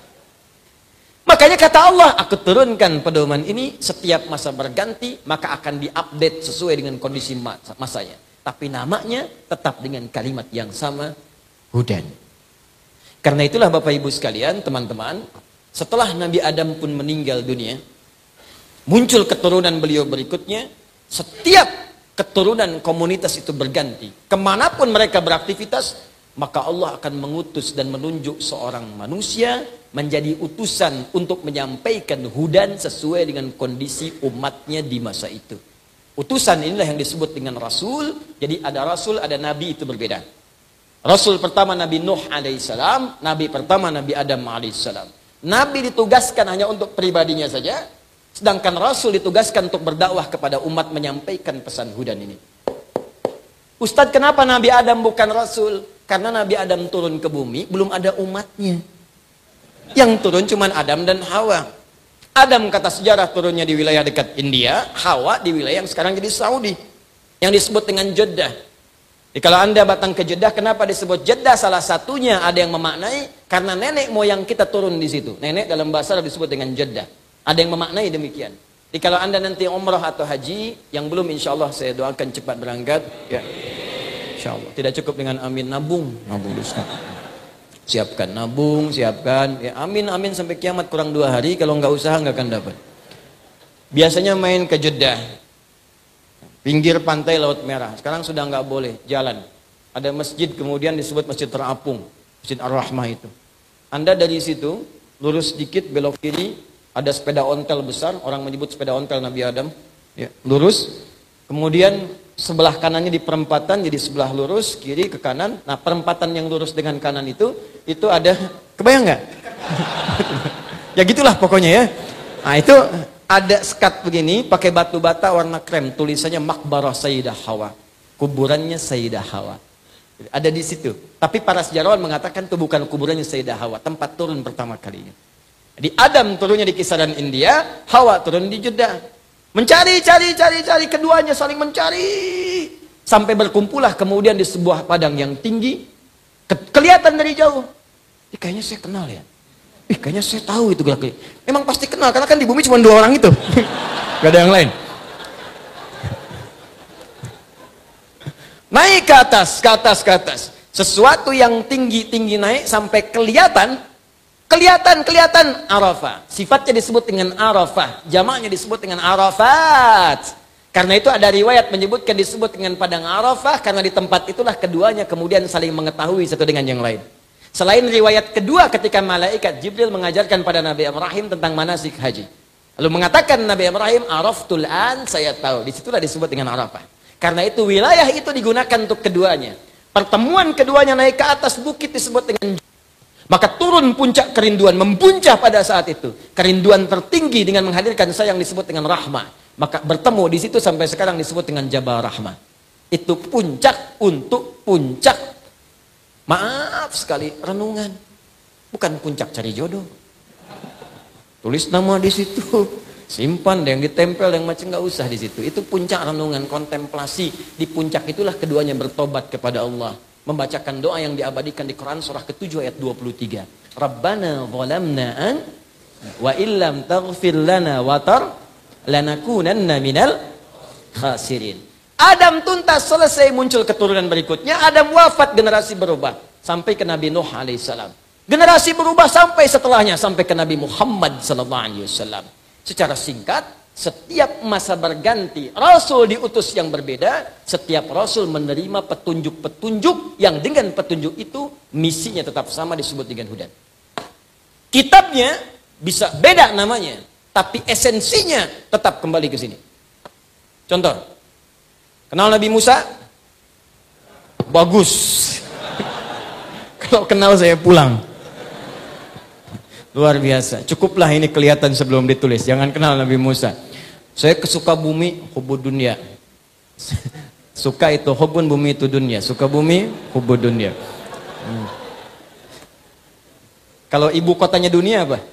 Makanya kata Allah, aku turunkan pedoman ini setiap masa berganti, maka akan diupdate sesuai dengan kondisi masanya. Tapi namanya tetap dengan kalimat yang sama, hudan. Karena itulah Bapak Ibu sekalian, teman-teman, setelah Nabi Adam pun meninggal dunia, muncul keturunan beliau berikutnya, setiap keturunan komunitas itu berganti. Kemanapun mereka beraktivitas, maka Allah akan mengutus dan menunjuk seorang manusia menjadi utusan untuk menyampaikan hudan sesuai dengan kondisi umatnya di masa itu. Utusan inilah yang disebut dengan Rasul. Jadi ada Rasul, ada Nabi, itu berbeda. Rasul pertama Nabi Nuh alaihissalam, Nabi pertama Nabi Adam alaihissalam. Nabi ditugaskan hanya untuk pribadinya saja, sedangkan Rasul ditugaskan untuk berdakwah kepada umat menyampaikan pesan hudan ini. Ustadz, kenapa Nabi Adam bukan Rasul? Karena Nabi Adam turun ke bumi, belum ada umatnya. Yang turun cuma Adam dan Hawa. Adam kata sejarah turunnya di wilayah dekat India, Hawa di wilayah yang sekarang jadi Saudi, yang disebut dengan Jeddah. Jadi kalau Anda datang ke Jeddah, kenapa disebut Jeddah? Salah satunya ada yang memaknai karena nenek moyang kita turun di situ. Nenek dalam bahasa Arab disebut dengan Jeddah. Ada yang memaknai demikian. Jadi kalau Anda nanti umrah atau haji, yang belum insya Allah saya doakan cepat berangkat. Ya, insya Allah. Tidak cukup dengan amin, nabung dulu. Siapkan nabung, siapkan. Ya, amin sampai kiamat kurang 2 hari. Kalau nggak usaha nggak akan dapat. Biasanya main ke Jeddah. Pinggir pantai Laut Merah, sekarang sudah nggak boleh jalan. Ada masjid kemudian disebut Masjid Terapung, Masjid Ar-Rahmah itu. Anda dari situ lurus sedikit belok kiri, ada sepeda ontel besar, orang menyebut sepeda ontel Nabi Adam. Ya, lurus, kemudian sebelah kanannya di perempatan, jadi sebelah lurus, kiri ke kanan. Nah perempatan yang lurus dengan kanan itu ada, kebayang nggak? Ya gitulah pokoknya ya. Nah itu ada sekat begini, pakai batu bata warna krem, tulisannya Makbarah Sayyidah Hawa, kuburannya Sayyidah Hawa. Ada di situ. Tapi para sejarawan mengatakan itu bukan kuburannya Sayyidah Hawa, tempat turun pertama kalinya. Jadi Adam turunnya di kisaran India, Hawa turun di Jeddah. Mencari, cari, keduanya saling mencari. Sampai berkumpullah kemudian di sebuah padang yang tinggi, kelihatan dari jauh. Kayaknya saya kenal ya. Kayaknya saya tahu itu gerak-gerik. Memang pasti kenal, karena kan di bumi cuma 2 orang itu. Gak ada yang lain. Naik ke atas. Sesuatu yang tinggi naik sampai kelihatan Arafah. Sifatnya disebut dengan Arafah. Jamaknya disebut dengan Arafat. Karena itu ada riwayat menyebutkan disebut dengan padang Arafah, karena di tempat itulah keduanya kemudian saling mengetahui satu dengan yang lain. Selain riwayat kedua ketika malaikat Jibril mengajarkan pada Nabi Ibrahim tentang manasik haji. Lalu mengatakan Nabi Ibrahim, Araftul an, saya tahu. Disitulah disebut dengan Arafah. Karena itu wilayah itu digunakan untuk keduanya. Pertemuan keduanya naik ke atas bukit disebut dengan, maka turun puncak kerinduan, mempuncak pada saat itu. Kerinduan tertinggi dengan menghadirkan sayang disebut dengan rahmah. Maka bertemu di situ sampai sekarang disebut dengan Jabal Rahmah. Itu puncak untuk puncak. Maaf sekali, renungan. Bukan puncak cari jodoh. Tulis nama di situ. Simpan yang ditempel yang macam nggak usah di situ. Itu puncak renungan kontemplasi. Di puncak itulah keduanya bertobat kepada Allah, membacakan doa yang diabadikan di Quran surah ke-7 ayat 23. Rabbana zalamna an wa illam taghfir lana wa tar lanakunanna minal khasirin. Adam tuntas, selesai, muncul keturunan berikutnya. Adam wafat, generasi berubah sampai ke Nabi Nuh alaihissalam. Generasi berubah sampai setelahnya, sampai ke Nabi Muhammad sallallahu alaihi wasallam. Secara singkat, setiap masa berganti, Rasul diutus yang berbeda. Setiap Rasul menerima petunjuk-petunjuk yang dengan petunjuk itu misinya tetap sama, disebut dengan hudan. Kitabnya bisa beda namanya, tapi esensinya tetap kembali ke sini. Contoh, kenal Nabi Musa? Bagus. Kalau kenal saya pulang. Luar biasa. Cukuplah ini kelihatan sebelum ditulis. Jangan kenal Nabi Musa. Saya kesuka bumi, hubud dunia. Suka itu hubun, bumi itu dunia. Suka bumi, hubud dunia. Kalau ibu kotanya dunia apa?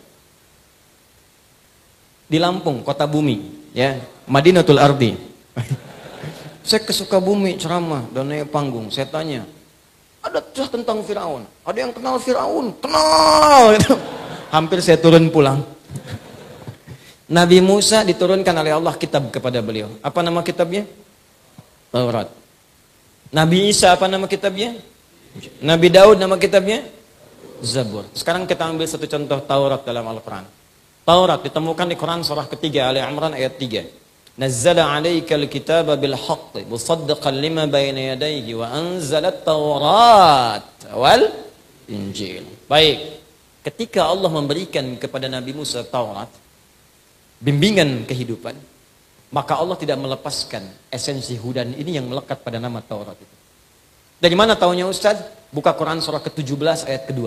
Di Lampung, kota bumi. Ya, Madinatul Ardi. Saya kesuka bumi, ceramah, dan naik panggung. Saya tanya, ada cerah tentang Firaun. Ada yang kenal Firaun? Kenal. Gitu. Hampir saya turun pulang. Nabi Musa diturunkan oleh Allah kitab kepada beliau. Apa nama kitabnya? Taurat. Nabi Isa apa nama kitabnya? Nabi Daud nama kitabnya? Zabur. Sekarang kita ambil satu contoh Taurat dalam Al-Quran. Taurat ditemukan di Quran surah ketiga Ali Imran ayat 3. Nazzala 'alaikal kitaba bil haqqi musaddiqan lima bayna yadayhi wa anzalat Taurat wal Injil. Baik. Ketika Allah memberikan kepada Nabi Musa Taurat, bimbingan kehidupan, maka Allah tidak melepaskan esensi hudan ini yang melekat pada nama Taurat itu. Dari mana taunya Ustaz? Buka Quran surah ke-17 ayat kedua.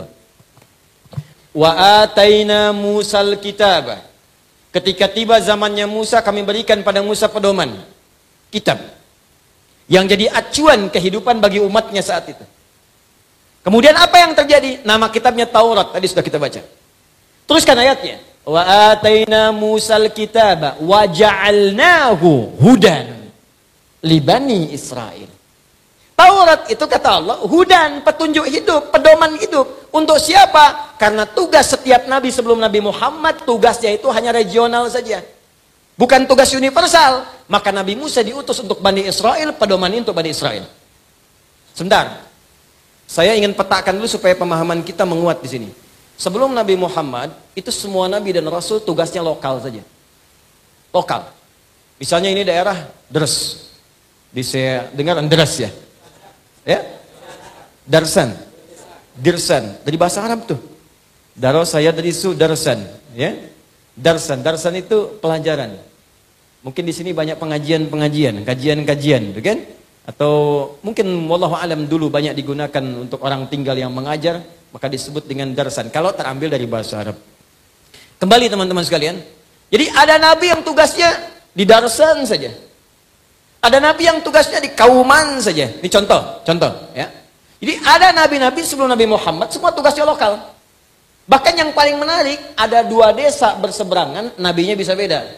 Wa ataina Musal kitaba. Ketika tiba zamannya Musa, kami berikan pada Musa pedoman, kitab, yang jadi acuan kehidupan bagi umatnya saat itu. Kemudian apa yang terjadi? Nama kitabnya Taurat, tadi sudah kita baca. Teruskan ayatnya. Wa ataina Musal kitaba wa ja'alnahu hudan li bani Israil. Taurat itu kata Allah, hudan, petunjuk hidup, pedoman hidup. Untuk siapa? Karena tugas setiap nabi sebelum Nabi Muhammad, tugasnya itu hanya regional saja. Bukan tugas universal. Maka Nabi Musa diutus untuk Bani Israel, pedoman untuk Bani Israel. Sebentar. Saya ingin petakan dulu supaya pemahaman kita menguat di sini. Sebelum Nabi Muhammad, itu semua nabi dan rasul tugasnya lokal saja. Lokal. Misalnya ini daerah Deres. Saya dengar Deres ya. Ya? Darsan. Dirsan. Dari bahasa Arab tuh. Daro saya dari Darsan. Ya? Darsan. Darsan itu pelajaran. Mungkin di sini banyak pengajian-pengajian, kajian-kajian, kan? Atau mungkin wallahu alam dulu banyak digunakan untuk orang tinggal yang mengajar, maka disebut dengan darsan. Kalau terambil dari bahasa Arab. Kembali teman-teman sekalian. Jadi ada nabi yang tugasnya di darsan saja. Ada nabi yang tugasnya di kauman saja. Ini contoh ya. Jadi ada nabi-nabi sebelum Nabi Muhammad semua tugasnya lokal. Bahkan yang paling menarik, ada 2 desa berseberangan, nabinya bisa beda.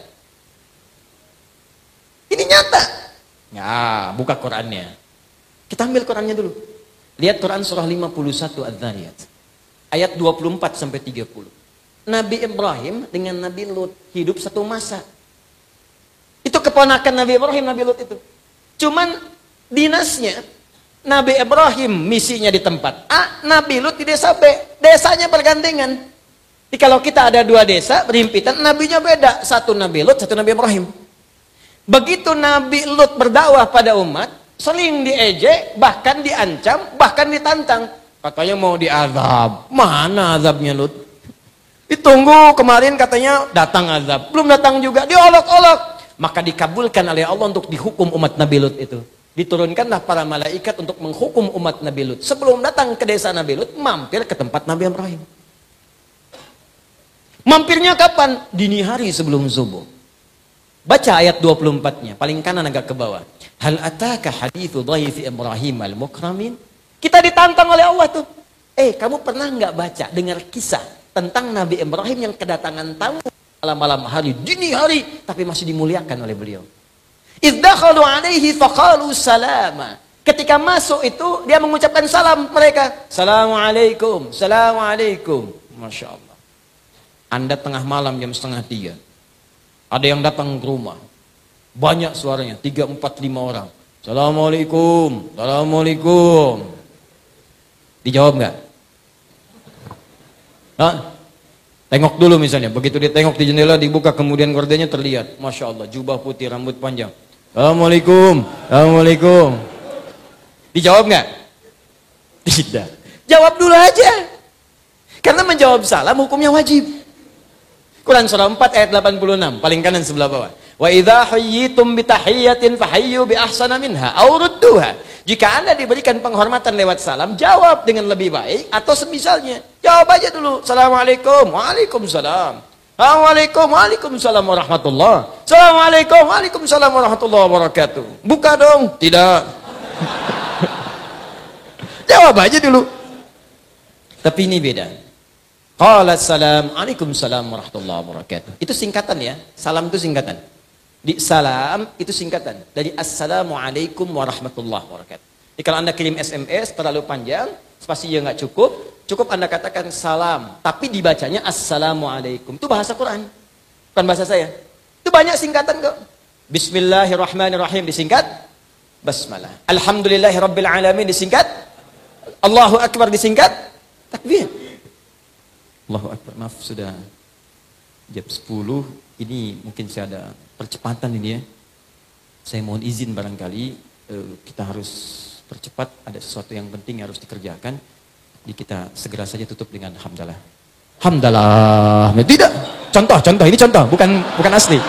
Ini nyata. Ya, buka Qurannya. Kita ambil Qurannya dulu. Lihat Quran surah 51 Adz-Dzariyat. Ayat 24 sampai 30. Nabi Ibrahim dengan Nabi Lut hidup satu masa. Itu keponakan Nabi Ibrahim, Nabi Lut itu. Cuman dinasnya Nabi Ibrahim misinya di tempat A, Nabi Lut di desa B. Desanya bergandengan. Jadi kalau kita ada 2 desa berhimpitan, nabinya beda. Satu Nabi Lut, satu Nabi Ibrahim. Begitu Nabi Lut berdakwah pada umat, sering diejek, bahkan diancam, bahkan ditantang. Katanya mau diazab. Mana azabnya Lut? Ditunggu, kemarin katanya datang azab. Belum datang juga, diolok-olok. Maka dikabulkan oleh Allah untuk dihukum umat Nabi Lut itu. Diturunkanlah para malaikat untuk menghukum umat Nabi Lut. Sebelum datang ke desa Nabi Lut, mampir ke tempat Nabi Ibrahim. Mampirnya kapan? Dini hari sebelum subuh. Baca ayat 24-nya, paling kanan agak ke bawah. Hal ataka hadithu dhaifi Ibrahim al-mukramin? Kita ditantang oleh Allah tuh. Kamu pernah nggak baca, dengar kisah tentang Nabi Ibrahim yang kedatangan tamu malam-malam hari, dini hari, tapi masih dimuliakan oleh beliau. Idh dakhalu alaihi faqalu salama. Ketika masuk itu, dia mengucapkan salam mereka. Assalamualaikum, assalamualaikum. Masya Allah. Anda tengah malam jam 2:30. Ada yang datang ke rumah. Banyak suaranya, 3, 4, 5 orang. Assalamualaikum, assalamualaikum. Dijawab nggak? Hah? Tengok dulu misalnya. Begitu dia tengok di jendela, dibuka, kemudian gordennya terlihat. Masya Allah, jubah putih, rambut panjang. Assalamualaikum, assalamualaikum. Dijawab nggak? Tidak. Jawab dulu aja. Karena menjawab salam hukumnya wajib. Quran surah 4 ayat 86, paling kanan sebelah bawah. Wa idza hayyitum bi tahiyyatin fahayyu bi ahsana minha aw rudduha. Jika Anda diberikan penghormatan lewat salam, jawab dengan lebih baik atau semisalnya. Jawab aja dulu. Assalamualaikum. Waalaikumsalam. Assalamualaikum. Waalaikumsalam warahmatullahi. Assalamualaikum. Waalaikumsalam warahmatullahi wabarakatuh. Buka dong. Tidak. Jawab aja dulu. Tapi ini beda. Qala salam. Waalaikumsalam warahmatullahi wabarakatuh. Itu singkatan ya. Salam itu singkatan. Di salam itu singkatan dari assalamualaikum warahmatullahi wabarakatuh. Jadi kalau Anda kirim SMS terlalu panjang, spasinya nggak cukup Anda katakan salam, tapi dibacanya assalamualaikum. Itu bahasa Quran, bukan bahasa saya. Itu banyak singkatan kok. Bismillahirrahmanirrahim disingkat basmalah. Alhamdulillahirabbil alamin disingkat Allahu akbar disingkat takbir. Allahu akbar. Maaf sudah jam 10. Ini mungkin saya ada percepatan ini ya. Saya mohon izin barangkali kita harus percepat. Ada sesuatu yang penting yang harus dikerjakan. Jadi kita segera saja tutup dengan hamdalah. Hamdalah. Tidak. Contoh. Ini contoh. Bukan asli.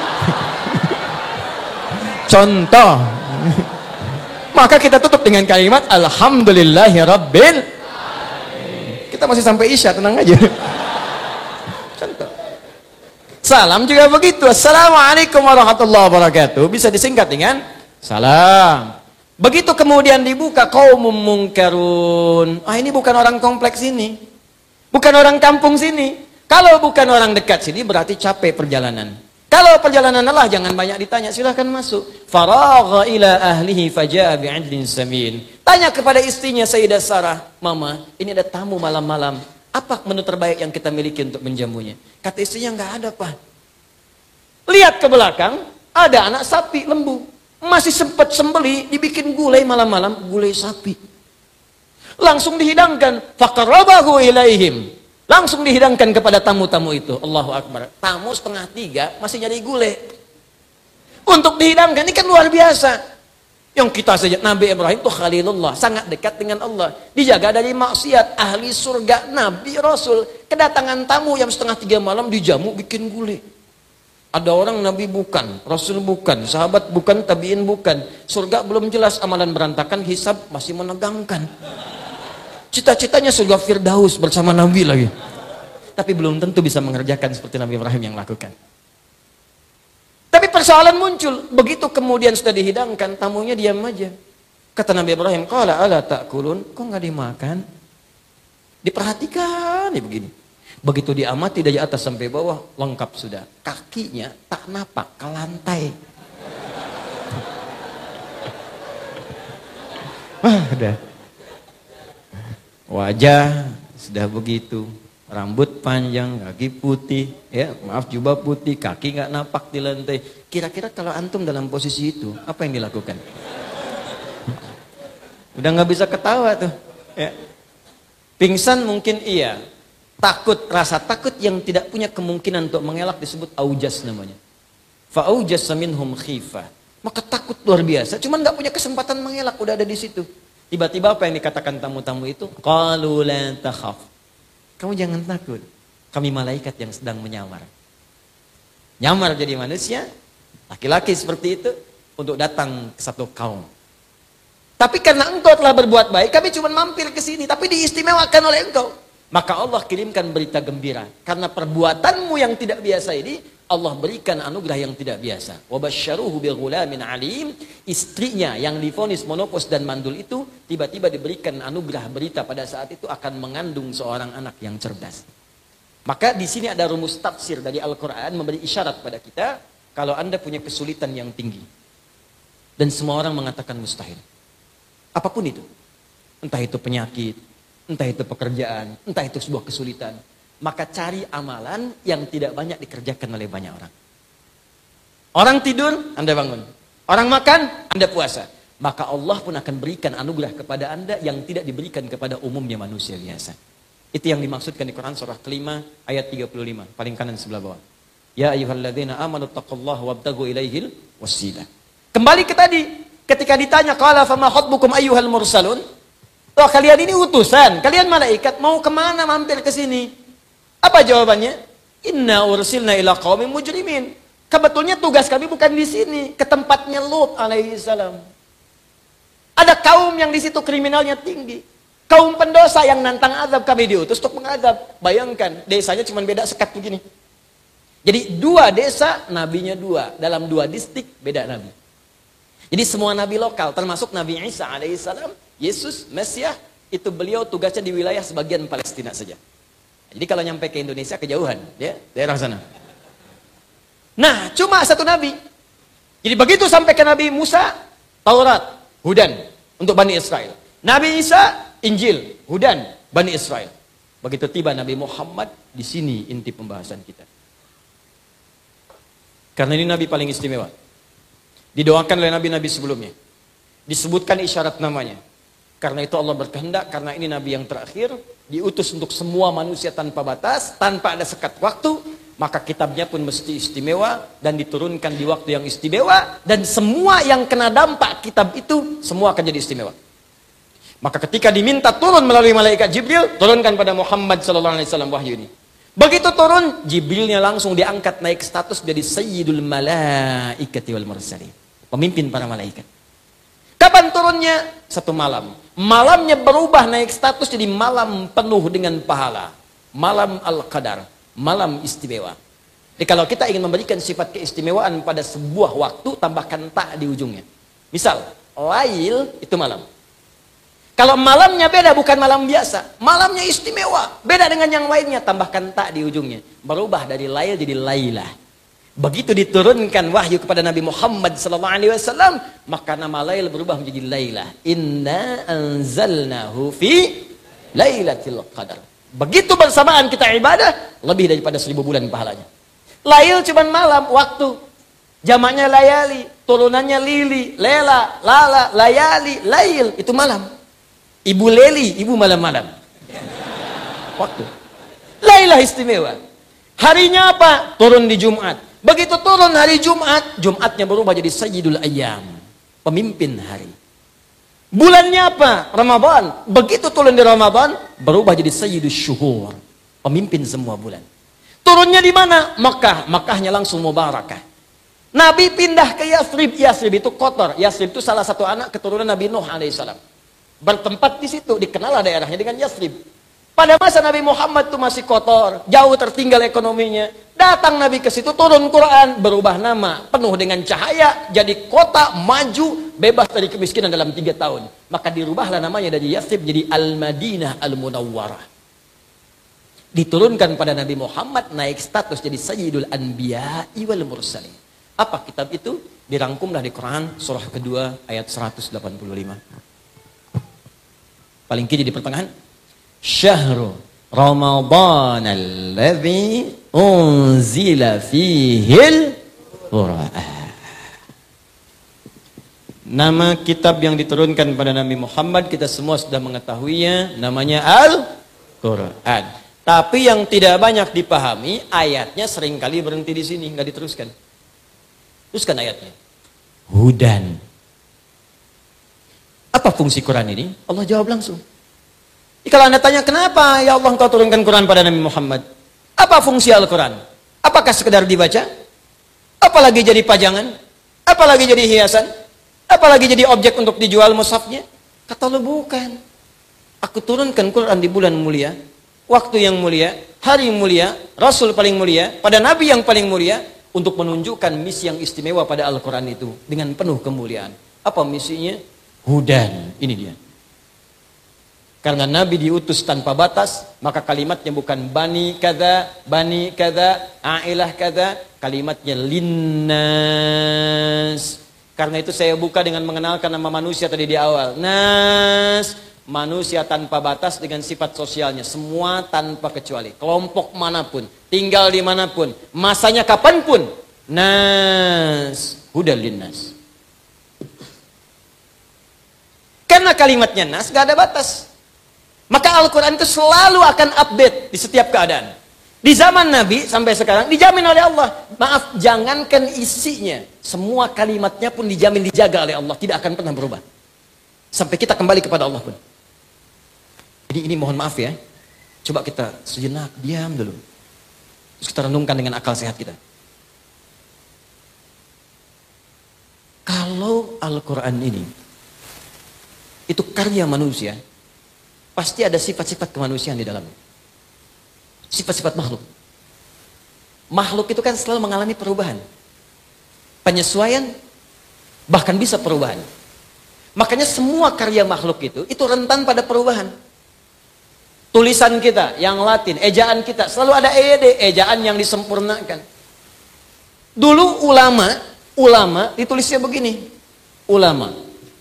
Contoh. Maka kita tutup dengan kalimat Alhamdulillahirabbil. Kita masih sampai Isya, tenang aja. Contoh. Salam juga begitu. Assalamualaikum warahmatullahi wabarakatuh. Bisa disingkat dengan salam. Begitu kemudian dibuka qaumum munkarun. Ini bukan orang kompleks ini. Bukan orang kampung sini. Kalau bukan orang dekat sini berarti capek perjalanan. Kalau perjalanan Allah jangan banyak ditanya, silahkan masuk. Faragha ila ahlihi faja'a bi'adlin samin. Tanya kepada istrinya Sayyidah Sarah, "Mama, ini ada tamu malam-malam. Apa menu terbaik yang kita miliki untuk menjamunya?" Kata istrinya, "Enggak ada, Pak." Lihat ke belakang, ada anak sapi lembu. Masih sempat sembeli, dibikin gulai malam-malam, gulai sapi. Langsung dihidangkan, faqarrabahu ilaihim. Langsung dihidangkan kepada tamu-tamu itu. Allahu Akbar. Tamu 2:30 masih nyari gulai. Untuk dihidangkan, ini kan luar biasa. Yang kita saja, Nabi Ibrahim itu Khalilullah, sangat dekat dengan Allah. Dijaga dari maksiat, ahli surga, Nabi, Rasul. Kedatangan tamu yang 2:30 malam dijamu bikin gulai. Ada orang Nabi bukan, Rasul bukan, sahabat bukan, tabiin bukan. Surga belum jelas, amalan berantakan, hisab masih menegangkan. Cita-citanya surga Firdaus bersama Nabi lagi. Tapi belum tentu bisa mengerjakan seperti Nabi Ibrahim yang lakukan. Tapi persoalan muncul. Begitu kemudian sudah dihidangkan, tamunya diam aja. Kata Nabi Ibrahim, "Qala ala ta'kulun?" Kok nggak dimakan? Diperhatikan ya begini. Begitu diamati dari atas sampai bawah, lengkap sudah. Kakinya tak napak ke lantai. Udah. Wajah sudah begitu, rambut panjang, kaki putih, ya maaf jubah putih, kaki nggak napak di lantai. Kira-kira kalau antum dalam posisi itu, apa yang dilakukan? Udah nggak bisa ketawa tuh. Ya. Pingsan mungkin iya, takut, rasa takut yang tidak punya kemungkinan untuk mengelak disebut aujas namanya. Fa'aujas minhum khifah. Maka takut luar biasa, cuman nggak punya kesempatan mengelak, udah ada di situ. Tiba-tiba apa yang dikatakan tamu-tamu itu? Qalu la takhaf. Kamu jangan takut. Kami malaikat yang sedang menyamar. Nyamar jadi manusia, laki-laki seperti itu, untuk datang ke satu kaum. Tapi karena engkau telah berbuat baik, kami cuma mampir ke sini, tapi diistimewakan oleh engkau. Maka Allah kirimkan berita gembira. Karena perbuatanmu yang tidak biasa ini, Allah berikan anugerah yang tidak biasa. Wa basyaruhu bighulamin alim. Istrinya yang divonis monopos dan mandul itu tiba-tiba diberikan anugerah berita pada saat itu akan mengandung seorang anak yang cerdas. Maka di sini ada rumus tafsir dari Al-Qur'an memberi isyarat pada kita kalau Anda punya kesulitan yang tinggi dan semua orang mengatakan mustahil. Apapun itu. Entah itu penyakit, entah itu pekerjaan, entah itu sebuah kesulitan. Maka cari amalan yang tidak banyak dikerjakan oleh banyak orang. Orang tidur, Anda bangun. Orang makan, Anda puasa. Maka Allah pun akan berikan anugerah kepada Anda yang tidak diberikan kepada umumnya manusia biasa. Itu yang dimaksudkan di Quran surah kelima ayat 35. Paling kanan sebelah bawah. Ya ayyuhalladzina amanu taqullaha wabtagu ilaihil wasilah. Kembali ke tadi. Ketika ditanya, qala fama khatbukum ayyuhal mursalun. Oh, kalian ini utusan. Kalian malaikat mau kemana mampir ke sini? Apa jawabannya? Inna ursilna ila qaumin mujrimin. Sebetulnya tugas kami bukan di sini, ke tempatnya Lut alaihi salam. Ada kaum yang di situ kriminalnya tinggi. Kaum pendosa yang nantang azab, kami diutus untuk mengadab. Bayangkan, desanya cuma beda sekat begini. Jadi 2 desa, nabinya 2. Dalam 2 distrik, beda nabi. Jadi semua nabi lokal, termasuk Nabi Isa alaihi salam, Yesus, Mesias, itu beliau tugasnya di wilayah sebagian Palestina saja. Jadi kalau nyampe ke Indonesia kejauhan, ya, daerah sana. Nah, cuma 1 nabi. Jadi begitu sampai ke Nabi Musa, Taurat, Hudan untuk Bani Israel. Nabi Isa, Injil, Hudan, Bani Israel. Begitu tiba Nabi Muhammad, di sini inti pembahasan kita. Karena ini nabi paling istimewa. Didoakan oleh nabi-nabi sebelumnya. Disebutkan isyarat namanya. Karena itu Allah berkehendak, karena ini nabi yang terakhir, diutus untuk semua manusia tanpa batas, tanpa ada sekat waktu, maka kitabnya pun mesti istimewa, dan diturunkan di waktu yang istimewa, dan semua yang kena dampak kitab itu, semua akan jadi istimewa. Maka ketika diminta turun melalui malaikat Jibril, turunkan pada Muhammad SAW wahyu ini. Begitu turun, Jibrilnya langsung diangkat naik status jadi Sayyidul Malaikati wal Mursalin. Pemimpin para malaikat. Kapan turunnya? 1 malam. Malamnya berubah naik status jadi malam penuh dengan pahala. Malam Al-Qadar. Malam istimewa. Jadi kalau kita ingin memberikan sifat keistimewaan pada sebuah waktu, tambahkan tak di ujungnya. Misal, Lail itu malam. Kalau malamnya beda, bukan malam biasa. Malamnya istimewa. Beda dengan yang lainnya, tambahkan tak di ujungnya. Berubah dari Lail jadi Lailah. Begitu diturunkan wahyu kepada Nabi Muhammad SAW, maka nama Lail berubah menjadi Lailah. Inna anzalnahu fi Lailatul Qadar. Begitu bersamaan kita ibadah, lebih daripada 1000 bulan pahalanya. Lail cuma malam, waktu. Jamaknya layali, turunannya lili, lela, lala, layali, lail, itu malam. Ibu leli, ibu malam-malam. Waktu. Lailah istimewa. Harinya apa? Turun di Jumat. Begitu turun hari Jumat, Jumatnya berubah jadi Sayyidul Ayyam, pemimpin hari. Bulannya apa? Ramadan. Begitu turun di Ramadan, berubah jadi Sayyidul Syuhur, pemimpin semua bulan. Turunnya di mana? Makkah. Makkahnya langsung mubarakah. Nabi pindah ke Yathrib. Yathrib itu kotor. Yathrib itu salah satu anak keturunan Nabi Nuh alaihissalam. Bertempat di situ, dikenal daerahnya dengan Yathrib. Pada masa Nabi Muhammad itu masih kotor, jauh tertinggal ekonominya. Datang Nabi ke situ, turun Quran, berubah nama, penuh dengan cahaya, jadi kota maju, bebas dari kemiskinan dalam 3 tahun. Maka dirubahlah namanya dari Yathrib jadi Al-Madinah Al-Munawwarah. Diturunkan pada Nabi Muhammad, naik status jadi Sayyidul Anbiya wal Mursalin. Apa kitab itu? Dirangkumlah di Quran surah kedua ayat 185. Paling kiri di pertengahan. Syahrul Ramadan alladzi unzila fihil Qur'an. Nama kitab yang diturunkan pada Nabi Muhammad kita semua sudah mengetahuinya, namanya Al-Qur'an. Tapi yang tidak banyak dipahami, ayatnya seringkali berhenti di sini, nggak diteruskan. Teruskan ayatnya. Hudan. Apa fungsi Quran ini? Allah jawab langsung. Kalau Anda tanya, kenapa ya Allah engkau turunkan Quran pada Nabi Muhammad? Apa fungsi Al-Quran? Apakah sekedar dibaca? Apalagi jadi pajangan? Apalagi jadi hiasan? Apalagi jadi objek untuk dijual mushafnya? Kata Allah, bukan. Aku turunkan Quran di bulan mulia, waktu yang mulia, hari mulia, Rasul paling mulia, pada Nabi yang paling mulia, untuk menunjukkan misi yang istimewa pada Al-Quran itu dengan penuh kemuliaan. Apa misinya? Hudan. Ini dia. Karena Nabi diutus tanpa batas, maka kalimatnya bukan bani kada, ailah kada, kalimatnya linnas. Karena itu saya buka dengan mengenalkan nama manusia tadi di awal. Nas, manusia tanpa batas dengan sifat sosialnya. Semua tanpa kecuali. Kelompok manapun, tinggal di manapun, masanya kapanpun. Nas, hudan linnas. Karena kalimatnya nas, gak ada batas. Maka Al-Quran itu selalu akan update di setiap keadaan. Di zaman Nabi sampai sekarang dijamin oleh Allah. Maaf, jangankan isinya, semua kalimatnya pun dijamin dijaga oleh Allah, tidak akan pernah berubah. Sampai kita kembali kepada Allah pun. Ini mohon maaf ya. Coba kita sejenak diam dulu. Terus kita renungkan dengan akal sehat kita. Kalau Al-Quran ini itu karya manusia, pasti ada sifat-sifat kemanusiaan di dalamnya. Sifat-sifat makhluk. Makhluk itu kan selalu mengalami perubahan. Penyesuaian, bahkan bisa perubahan. Makanya semua karya makhluk itu rentan pada perubahan. Tulisan kita yang Latin, ejaan kita, selalu ada EYD, ejaan yang disempurnakan. Dulu ulama ditulisnya begini. Ulama.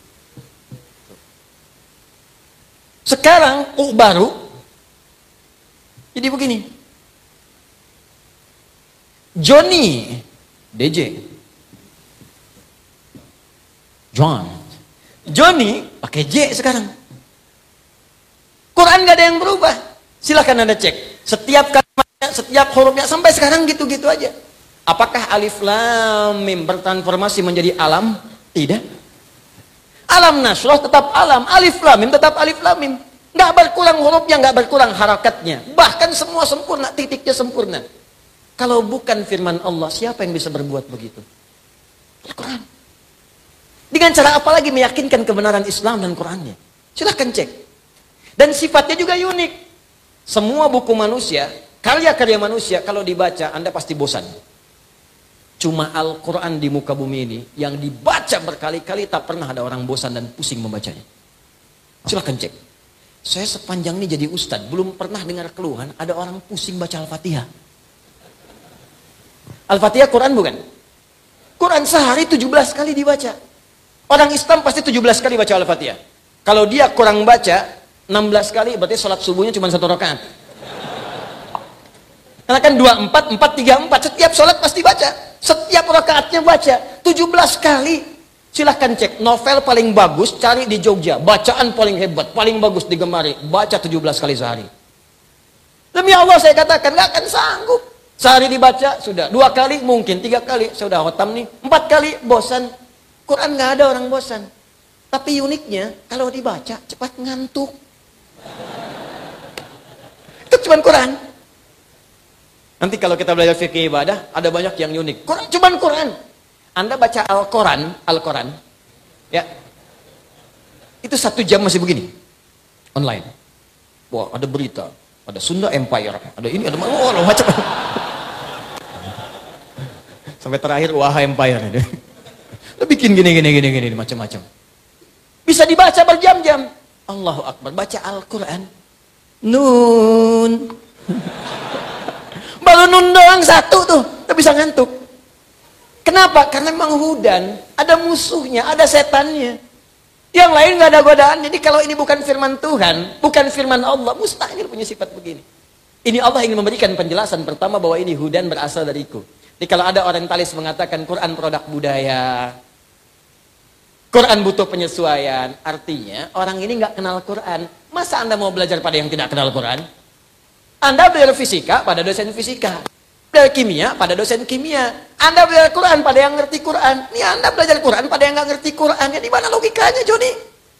Sekarang baru jadi begini. Johnny DJ John Johnny pakai J sekarang. Quran gak ada yang berubah. Silahkan Anda cek. Setiap kalimatnya, setiap hurufnya sampai sekarang gitu-gitu aja. Apakah alif lam mim bertransformasi menjadi alam? Tidak. Alam nasroh tetap alam, alif lam mim tetap alif lam mim. Nggak berkurang hurufnya, nggak berkurang harakatnya. Bahkan semua sempurna, titiknya sempurna. Kalau bukan firman Allah, siapa yang bisa berbuat begitu? Al-Quran. Dengan cara apa lagi meyakinkan kebenaran Islam dan Qurannya? Silahkan cek. Dan sifatnya juga unik. Semua buku manusia, karya-karya manusia, kalau dibaca, Anda pasti bosan. Cuma Al-Quran di muka bumi ini yang dibaca berkali-kali tak pernah ada orang bosan dan pusing membacanya. Silahkan cek. Saya sepanjang ini jadi ustadz belum pernah dengar keluhan ada orang pusing baca Al-Fatihah. Al-Fatihah Quran bukan? Quran sehari 17 kali dibaca. Orang Islam pasti 17 kali baca Al-Fatihah. Kalau dia kurang baca 16 kali berarti sholat subuhnya cuma 1 rakaat. Karena kan 24, 4, 3, 4 setiap sholat pasti baca. Setiap rakaatnya baca 17 kali. Silahkan cek novel paling bagus cari di Jogja, bacaan paling hebat, paling bagus digemari, baca 17 kali sehari. Demi Allah saya katakan gak akan sanggup. Sehari dibaca sudah 2 kali mungkin 3 kali sudah khotam nih, 4 kali bosan. Quran gak ada orang bosan. Tapi uniknya kalau dibaca cepat ngantuk. Itu cuma Quran. Nanti kalau kita belajar fikih ibadah, ada banyak yang unik. Quran, cuman Quran. Anda baca Al-Quran, ya, itu 1 jam masih begini, online. Wah, ada berita, ada Sunda Empire, ada ini, ada macam. Sampai terakhir Wah Empire. Bikin gini, macam-macam. Bisa dibaca berjam-jam. Allahu Akbar, baca Al-Quran. Nun. Baru nun doang 1 tuh, tak bisa ngantuk. Kenapa? Karena memang hudan, ada musuhnya, ada setannya. Yang lain nggak ada godaan. Jadi kalau ini bukan firman Tuhan, bukan firman Allah, mustahil punya sifat begini. Ini Allah ingin memberikan penjelasan pertama bahwa ini hudan berasal dariku. Jadi kalau ada orientalis mengatakan Quran produk budaya, Quran butuh penyesuaian, artinya orang ini nggak kenal Quran. Masa Anda mau belajar pada yang tidak kenal Quran? Anda belajar fisika pada dosen fisika. Belajar kimia pada dosen kimia. Anda belajar Quran pada yang ngerti Quran. Nih Anda belajar Quran pada yang nggak ngerti Quran. Ya di mana logikanya, Joni?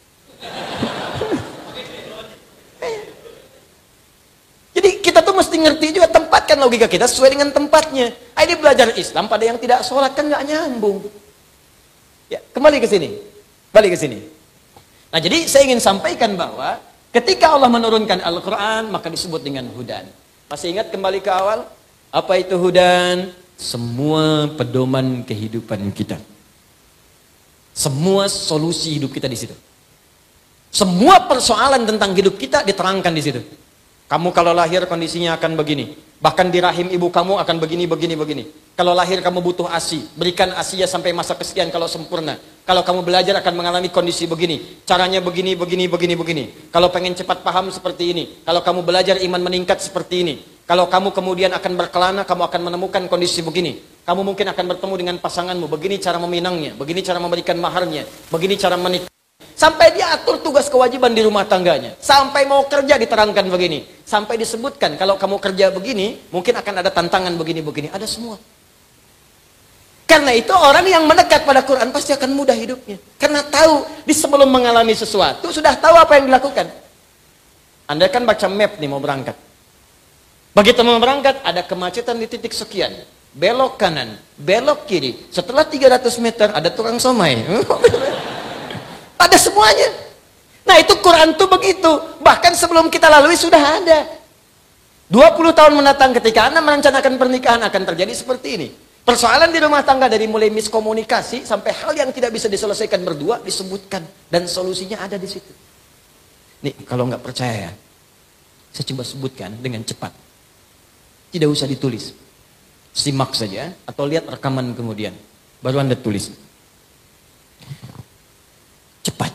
Jadi kita tuh mesti ngerti juga, tempatkan logika kita sesuai dengan tempatnya. Ini belajar Islam pada yang tidak sholat kan nggak nyambung. Ya, kembali ke sini. Balik ke sini. Nah, jadi saya ingin sampaikan bahwa ketika Allah menurunkan Al-Quran maka disebut dengan hudan. Masih ingat kembali ke awal? Apa itu hudan? semua pedoman kehidupan kita. Semua solusi hidup kita di situ. Semua persoalan tentang hidup kita diterangkan di situ. Kamu kalau lahir kondisinya akan begini. Bahkan di rahim ibu kamu akan begini, begini, begini. Kalau lahir kamu butuh ASI. Berikan ASI ya sampai masa kesekian kalau sempurna. Kalau kamu belajar akan mengalami kondisi begini. Caranya begini, begini, begini, begini. Kalau pengen cepat paham seperti ini. Kalau kamu belajar iman meningkat seperti ini. Kalau kamu kemudian akan berkelana, kamu akan menemukan kondisi begini. Kamu mungkin akan bertemu dengan pasanganmu. Begini cara meminangnya. Begini cara memberikan maharnya. Begini cara menikah. Sampai dia atur tugas kewajiban di rumah tangganya. Sampai mau kerja diterangkan begini. Sampai disebutkan kalau kamu kerja begini, mungkin akan ada tantangan begini-begini. Ada semua. Karena itu orang yang mendekat pada Quran pasti akan mudah hidupnya. Karena tahu di sebelum mengalami sesuatu, sudah tahu apa yang dilakukan. Anda kan baca map nih mau berangkat. Begitu mau berangkat, ada kemacetan di titik sekian. Belok kanan, belok kiri. Setelah 300 meter, ada tukang somai. Ada semuanya. Nah itu Quran tuh begitu. Bahkan sebelum kita lalui sudah ada. 20 tahun mendatang ketika Anda merencanakan pernikahan akan terjadi seperti ini. Persoalan di rumah tangga dari mulai miskomunikasi sampai hal yang tidak bisa diselesaikan berdua disebutkan. Dan solusinya ada di situ. Nih kalau nggak percaya ya, saya coba sebutkan dengan cepat. Tidak usah ditulis. Simak saja atau lihat rekaman kemudian. Baru Anda tulis. Cepat.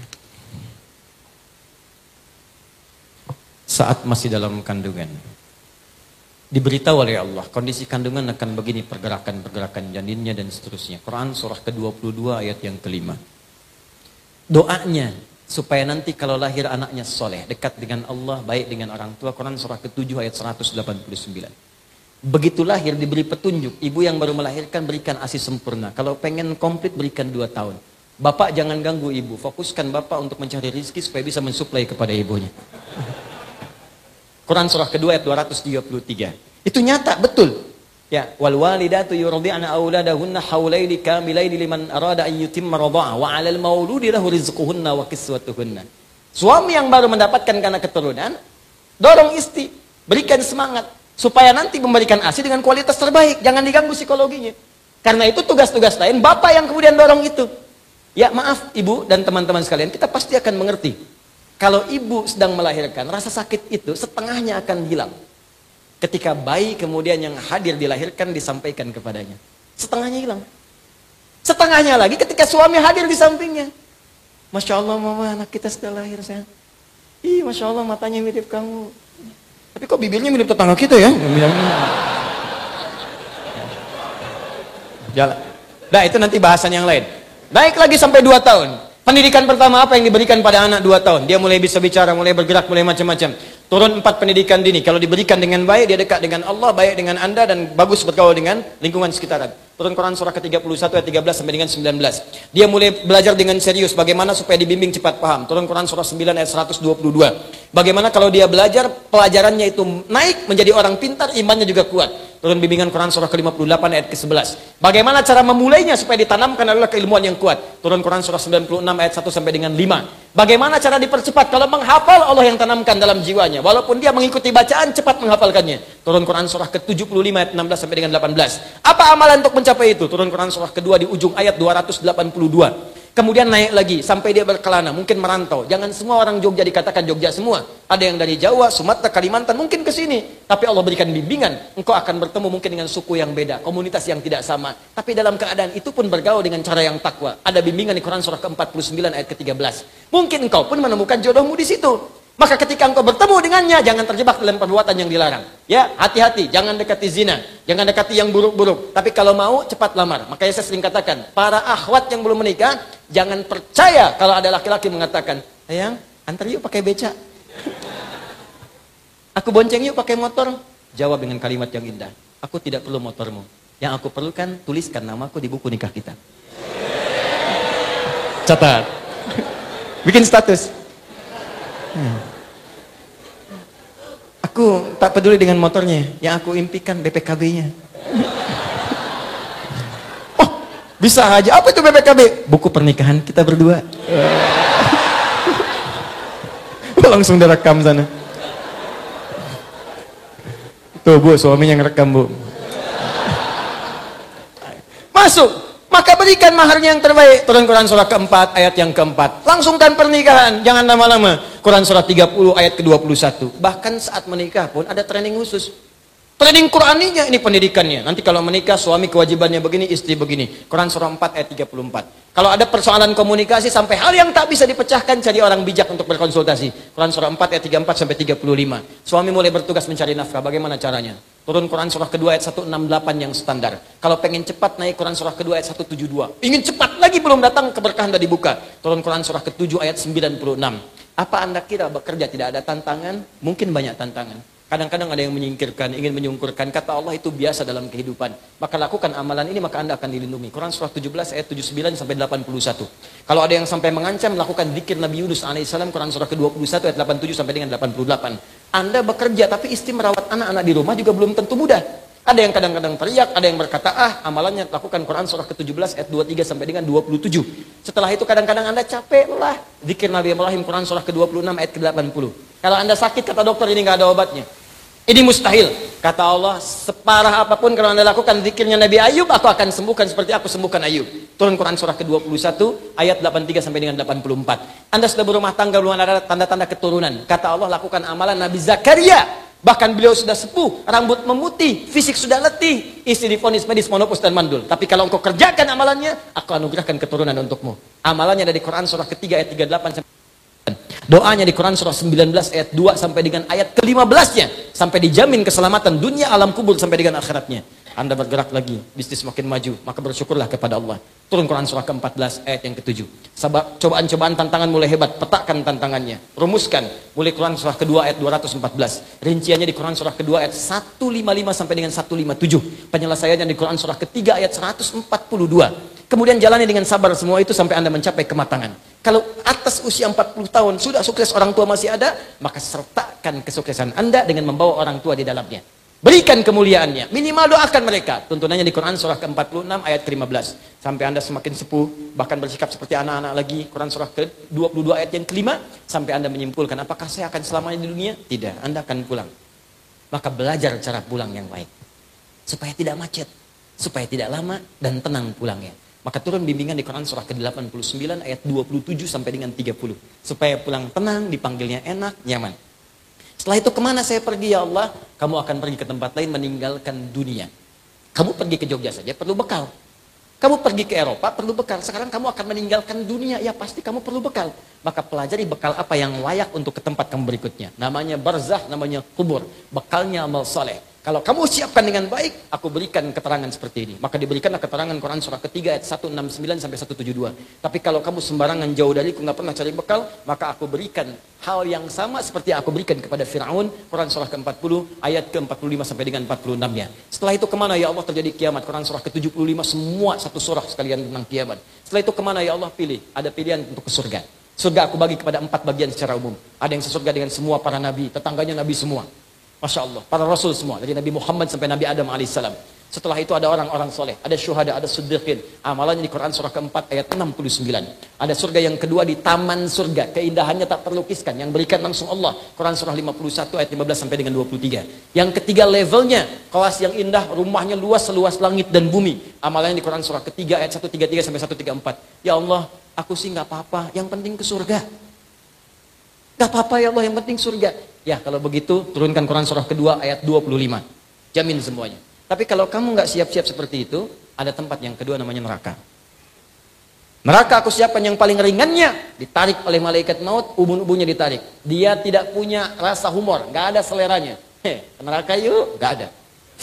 Saat masih dalam kandungan, diberitahu oleh Allah kondisi kandungan akan begini, pergerakan-pergerakan janinnya dan seterusnya. Quran surah ke-22 ayat yang kelima. Doanya supaya nanti kalau lahir anaknya soleh, dekat dengan Allah, baik dengan orang tua. Quran surah ke-7 ayat 189. Begitu lahir diberi petunjuk. Ibu yang baru melahirkan berikan ASI sempurna. Kalau pengen komplit berikan 2 tahun. Bapak jangan ganggu ibu, fokuskan bapak untuk mencari rezeki supaya bisa mensuplai kepada ibunya. Quran surah kedua ayat 233. Itu nyata, betul. Ya, wal walidatu yurdi'na auladahunna haulaini kamilaini liman arada an yutimma radha'a wa 'alal mauludi lahu rizquhunna wa kiswatuhunna. Suami yang baru mendapatkan anak keturunan, dorong istri, berikan semangat supaya nanti memberikan ASI dengan kualitas terbaik, jangan diganggu psikologinya. Karena itu tugas-tugas lain bapak yang kemudian dorong itu. Ya maaf ibu dan teman-teman sekalian, kita pasti akan mengerti. Kalau ibu sedang melahirkan, rasa sakit itu setengahnya akan hilang. Ketika bayi kemudian yang hadir dilahirkan disampaikan kepadanya. Setengahnya hilang. Setengahnya lagi ketika suami hadir di sampingnya. Masya Allah mama, anak kita sudah lahir sayang. Ih Masya Allah matanya mirip kamu. Tapi kok bibirnya mirip tetangga kita ya? Jalan. Nah itu nanti bahasan yang lain. Naik lagi sampai 2 tahun. Pendidikan pertama apa yang diberikan pada anak 2 tahun? Dia mulai bisa bicara, mulai bergerak, mulai macam-macam. Turun 4 pendidikan dini. Kalau diberikan dengan baik, dia dekat dengan Allah, baik dengan Anda, dan bagus bergaul dengan lingkungan sekitaran. Turun Quran surah ke-31 ayat 13 sampai dengan 19. Dia mulai belajar dengan serius bagaimana supaya dibimbing cepat paham. Turun Quran surah 9 ayat 122. Bagaimana kalau dia belajar, pelajarannya itu naik menjadi orang pintar, imannya juga kuat. Turun bimbingan Quran surah ke-58 ayat ke-11. Bagaimana cara memulainya supaya ditanamkan adalah keilmuan yang kuat. Turun Quran surah 96 ayat 1 sampai dengan 5. Bagaimana cara dipercepat? Kalau menghafal, Allah yang tanamkan dalam jiwanya. Walaupun dia mengikuti bacaan, cepat menghafalkannya. Turun Quran surah ke-75 ayat 16 sampai dengan 18. Apa amalan untuk mencapai itu? Turun Quran surah kedua di ujung ayat 282. Kemudian naik lagi sampai dia berkelana, mungkin merantau. Jangan semua orang Jogja dikatakan Jogja semua. Ada yang dari Jawa, Sumatera, Kalimantan, mungkin ke sini. Tapi Allah berikan bimbingan. Engkau akan bertemu mungkin dengan suku yang beda, komunitas yang tidak sama. Tapi dalam keadaan itu pun bergaul dengan cara yang takwa. Ada bimbingan di Quran surah ke-49 ayat ke-13. Mungkin engkau pun menemukan jodohmu di situ. Maka ketika engkau bertemu dengannya, jangan terjebak dalam perbuatan yang dilarang. Ya, hati-hati, jangan dekati zina, jangan dekati yang buruk-buruk. Tapi kalau mau, cepat lamar. Makanya saya sering katakan, para akhwat yang belum menikah, jangan percaya kalau ada laki-laki mengatakan, sayang, antar yuk pakai beca. Aku bonceng yuk pakai motor. Jawab dengan kalimat yang indah, aku tidak perlu motormu. Yang aku perlukan, tuliskan namaku di buku nikah kita. Catat. Bikin status. Aku tak peduli dengan motornya, yang aku impikan BPKB-nya. Oh, bisa aja. Apa itu BPKB? Buku pernikahan kita berdua. Langsung direkam sana. Tuh bu, suaminya ngerekam bu. masuk. Maka berikan maharnya yang terbaik. Turun Quran surah keempat, ayat yang keempat. Langsungkan pernikahan, jangan lama-lama. Quran surah 30, ayat ke-21. Bahkan saat menikah pun ada training khusus. Training Quraninya, ini pendidikannya. Nanti kalau menikah, suami kewajibannya begini, istri begini. Quran surah 4, ayat 34. Kalau ada persoalan komunikasi sampai hal yang tak bisa dipecahkan, cari orang bijak untuk berkonsultasi. Quran surah 4, ayat 34 sampai 35. Suami mulai bertugas mencari nafkah, bagaimana caranya? Turun Quran surah kedua ayat 168 yang standar. Kalau pengen cepat naik Quran surah kedua ayat 172. Ingin cepat lagi belum datang, keberkahan sudah dibuka. Turun Quran surah ke-7 ayat 96. Apa Anda kira bekerja tidak ada tantangan? Mungkin banyak tantangan. Kadang-kadang ada yang menyingkirkan, ingin menyungkurkan. Kata Allah itu biasa dalam kehidupan. Maka lakukan amalan ini, maka Anda akan dilindungi. Quran surah 17 ayat 79 sampai 81. Kalau ada yang sampai mengancam, lakukan zikir Nabi Yunus alaihissalam. Quran surah ke-21 ayat 87 sampai dengan 88. Anda bekerja tapi istri merawat anak-anak di rumah juga belum tentu mudah. Ada yang kadang-kadang teriak, ada yang berkata, amalannya lakukan Quran surah ke-17 ayat 23 sampai dengan 27. Setelah itu kadang-kadang Anda capek, lelah. Zikir Nabi Ibrahim Quran surah ke-26 ayat ke-80. Kalau Anda sakit, kata dokter, ini nggak ada obatnya. Ini mustahil. Kata Allah, separah apapun kalau Anda lakukan zikirnya Nabi Ayub, aku akan sembuhkan seperti aku sembuhkan Ayub. Turun Quran surah ke-21 ayat 83 sampai dengan 84. Anda sudah berumah tangga, belum ada tanda-tanda keturunan. Kata Allah, lakukan amalan Nabi Zakaria. Bahkan beliau sudah sepuh, rambut memutih, fisik sudah letih, istri divonis medis monopus dan mandul. Tapi kalau engkau kerjakan amalannya, aku anugerahkan keturunan untukmu. Amalannya dari Quran surah ketiga ayat 38 sampai doanya di Quran surah 19 ayat 2 sampai dengan ayat ke-15-nya, sampai dijamin keselamatan dunia, alam kubur sampai dengan akhiratnya. Anda bergerak lagi, bisnis makin maju, maka bersyukurlah kepada Allah. Turun Quran surah ke-14 ayat yang ke-7. Sabab cobaan-cobaan tantangan mulai hebat, petakan tantangannya, rumuskan. Mulai Quran surah kedua ayat 214. Rinciannya di Quran surah kedua ayat 155 sampai dengan 157. Penyelesaiannya di Quran surah ketiga ayat 142. Kemudian jalani dengan sabar semua itu sampai Anda mencapai kematangan. Kalau atas usia 40 tahun sudah sukses, orang tua masih ada, maka sertakan kesuksesan Anda dengan membawa orang tua di dalamnya. Berikan kemuliaannya, minimal doakan mereka. Tuntunannya di Quran surah ke-46 ayat ke-15. Sampai Anda semakin sepuh, bahkan bersikap seperti anak-anak lagi. Quran surah ke-22 ayat yang kelima, sampai Anda menyimpulkan, apakah saya akan selamanya di dunia? Tidak, Anda akan pulang. Maka belajar cara pulang yang baik. Supaya tidak macet, supaya tidak lama dan tenang pulangnya. Maka turun bimbingan di Quran surah ke-89 ayat 27 sampai dengan 30. Supaya pulang tenang, dipanggilnya enak, nyaman. Setelah itu kemana saya pergi ya Allah? Kamu akan pergi ke tempat lain meninggalkan dunia. Kamu pergi ke Jogja saja perlu bekal. Kamu pergi ke Eropa perlu bekal. Sekarang kamu akan meninggalkan dunia, ya pasti kamu perlu bekal. Maka pelajari bekal apa yang layak untuk ke tempat kamu berikutnya. Namanya barzah, namanya kubur. Bekalnya amal soleh. Kalau kamu siapkan dengan baik, aku berikan keterangan seperti ini. Maka diberikanlah keterangan Quran surah ketiga ayat 169 sampai 172. Tapi kalau kamu sembarangan jauh dariku, nggak pernah cari bekal, maka aku berikan hal yang sama seperti yang aku berikan kepada Fir'aun. Quran surah ke-40 ayat ke-45 sampai dengan 46-nya. Setelah itu kemana ya Allah terjadi kiamat? Quran surah ke-75 semua satu surah sekalian tentang kiamat. Setelah itu kemana ya Allah pilih? Ada pilihan untuk ke surga. Surga aku bagi kepada 4 bagian secara umum. Ada yang sesurga dengan semua para nabi, tetangganya nabi semua. Masya Allah, para rasul semua, dari Nabi Muhammad sampai Nabi Adam alaihissalam. Setelah itu ada orang-orang soleh, ada syuhada, ada siddiqin. Amalannya di Quran surah ke-4 ayat 69. Ada surga yang kedua di taman surga, keindahannya tak terlukiskan, yang berikan langsung Allah. Quran surah 51 ayat 15 sampai dengan 23. Yang ketiga levelnya, kelas yang indah, rumahnya luas seluas langit dan bumi. Amalannya di Quran surah ketiga ayat 133 sampai 134. Ya Allah, aku sih nggak apa-apa, yang penting ke surga. Gak apa-apa ya Allah, yang penting surga. Ya kalau begitu turunkan Quran surah kedua ayat 25. Jamin semuanya. Tapi kalau kamu gak siap-siap seperti itu, ada tempat yang kedua namanya neraka. Neraka aku siapkan yang paling ringannya, ditarik oleh malaikat maut, ubun-ubunnya ditarik. Dia tidak punya rasa humor, gak ada seleranya. Neraka yuk, gak ada.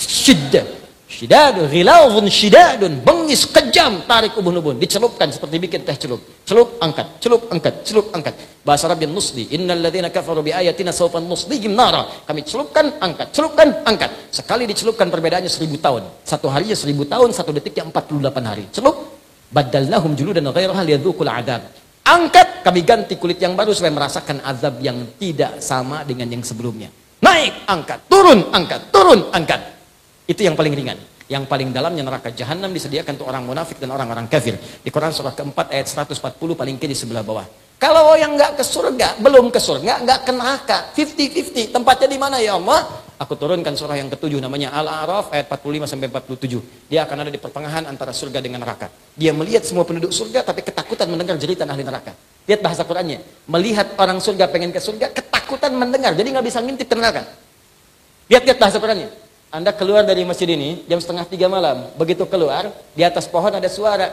Syidadun, ghilawun syidadun, bengis, kejam, tarik ubun-ubun, dicelupkan seperti bikin teh celup. Celup, angkat, celup, angkat, celup, angkat. Bahasa Arab yang nusli, innal ladzina kafaru bi ayatina sawfan nuslihim nara. Kami celupkan, angkat, celupkan, angkat. Sekali dicelupkan perbedaannya 1000 tahun. Satu harinya 1000 tahun, satu detiknya 48 hari. Celup, badalnahum juludan ghairaha liyadzuqul adzab. Angkat, kami ganti kulit yang baru supaya merasakan azab yang tidak sama dengan yang sebelumnya. Naik, angkat, turun, angkat, turun, angkat. Itu yang paling ringan. Yang paling dalamnya neraka jahanam disediakan untuk orang munafik dan orang-orang kafir. Di Quran surah keempat ayat 140 paling kiri sebelah bawah. Kalau yang nggak ke surga, belum ke surga, nggak ke neraka, 50-50. Tempatnya di mana ya Allah? Aku turunkan surah yang ke-7 namanya Al-A'raf ayat 45 sampai 47. Dia akan ada di pertengahan antara surga dengan neraka. Dia melihat semua penduduk surga tapi ketakutan mendengar jeritan ahli neraka. Lihat bahasa Qur'annya. Melihat orang surga pengen ke surga, ketakutan mendengar. Jadi nggak bisa ngintip ke neraka. Lihat bahasa Qur'annya. Anda keluar dari masjid ini jam 2:30 malam. Begitu keluar, di atas pohon ada suara.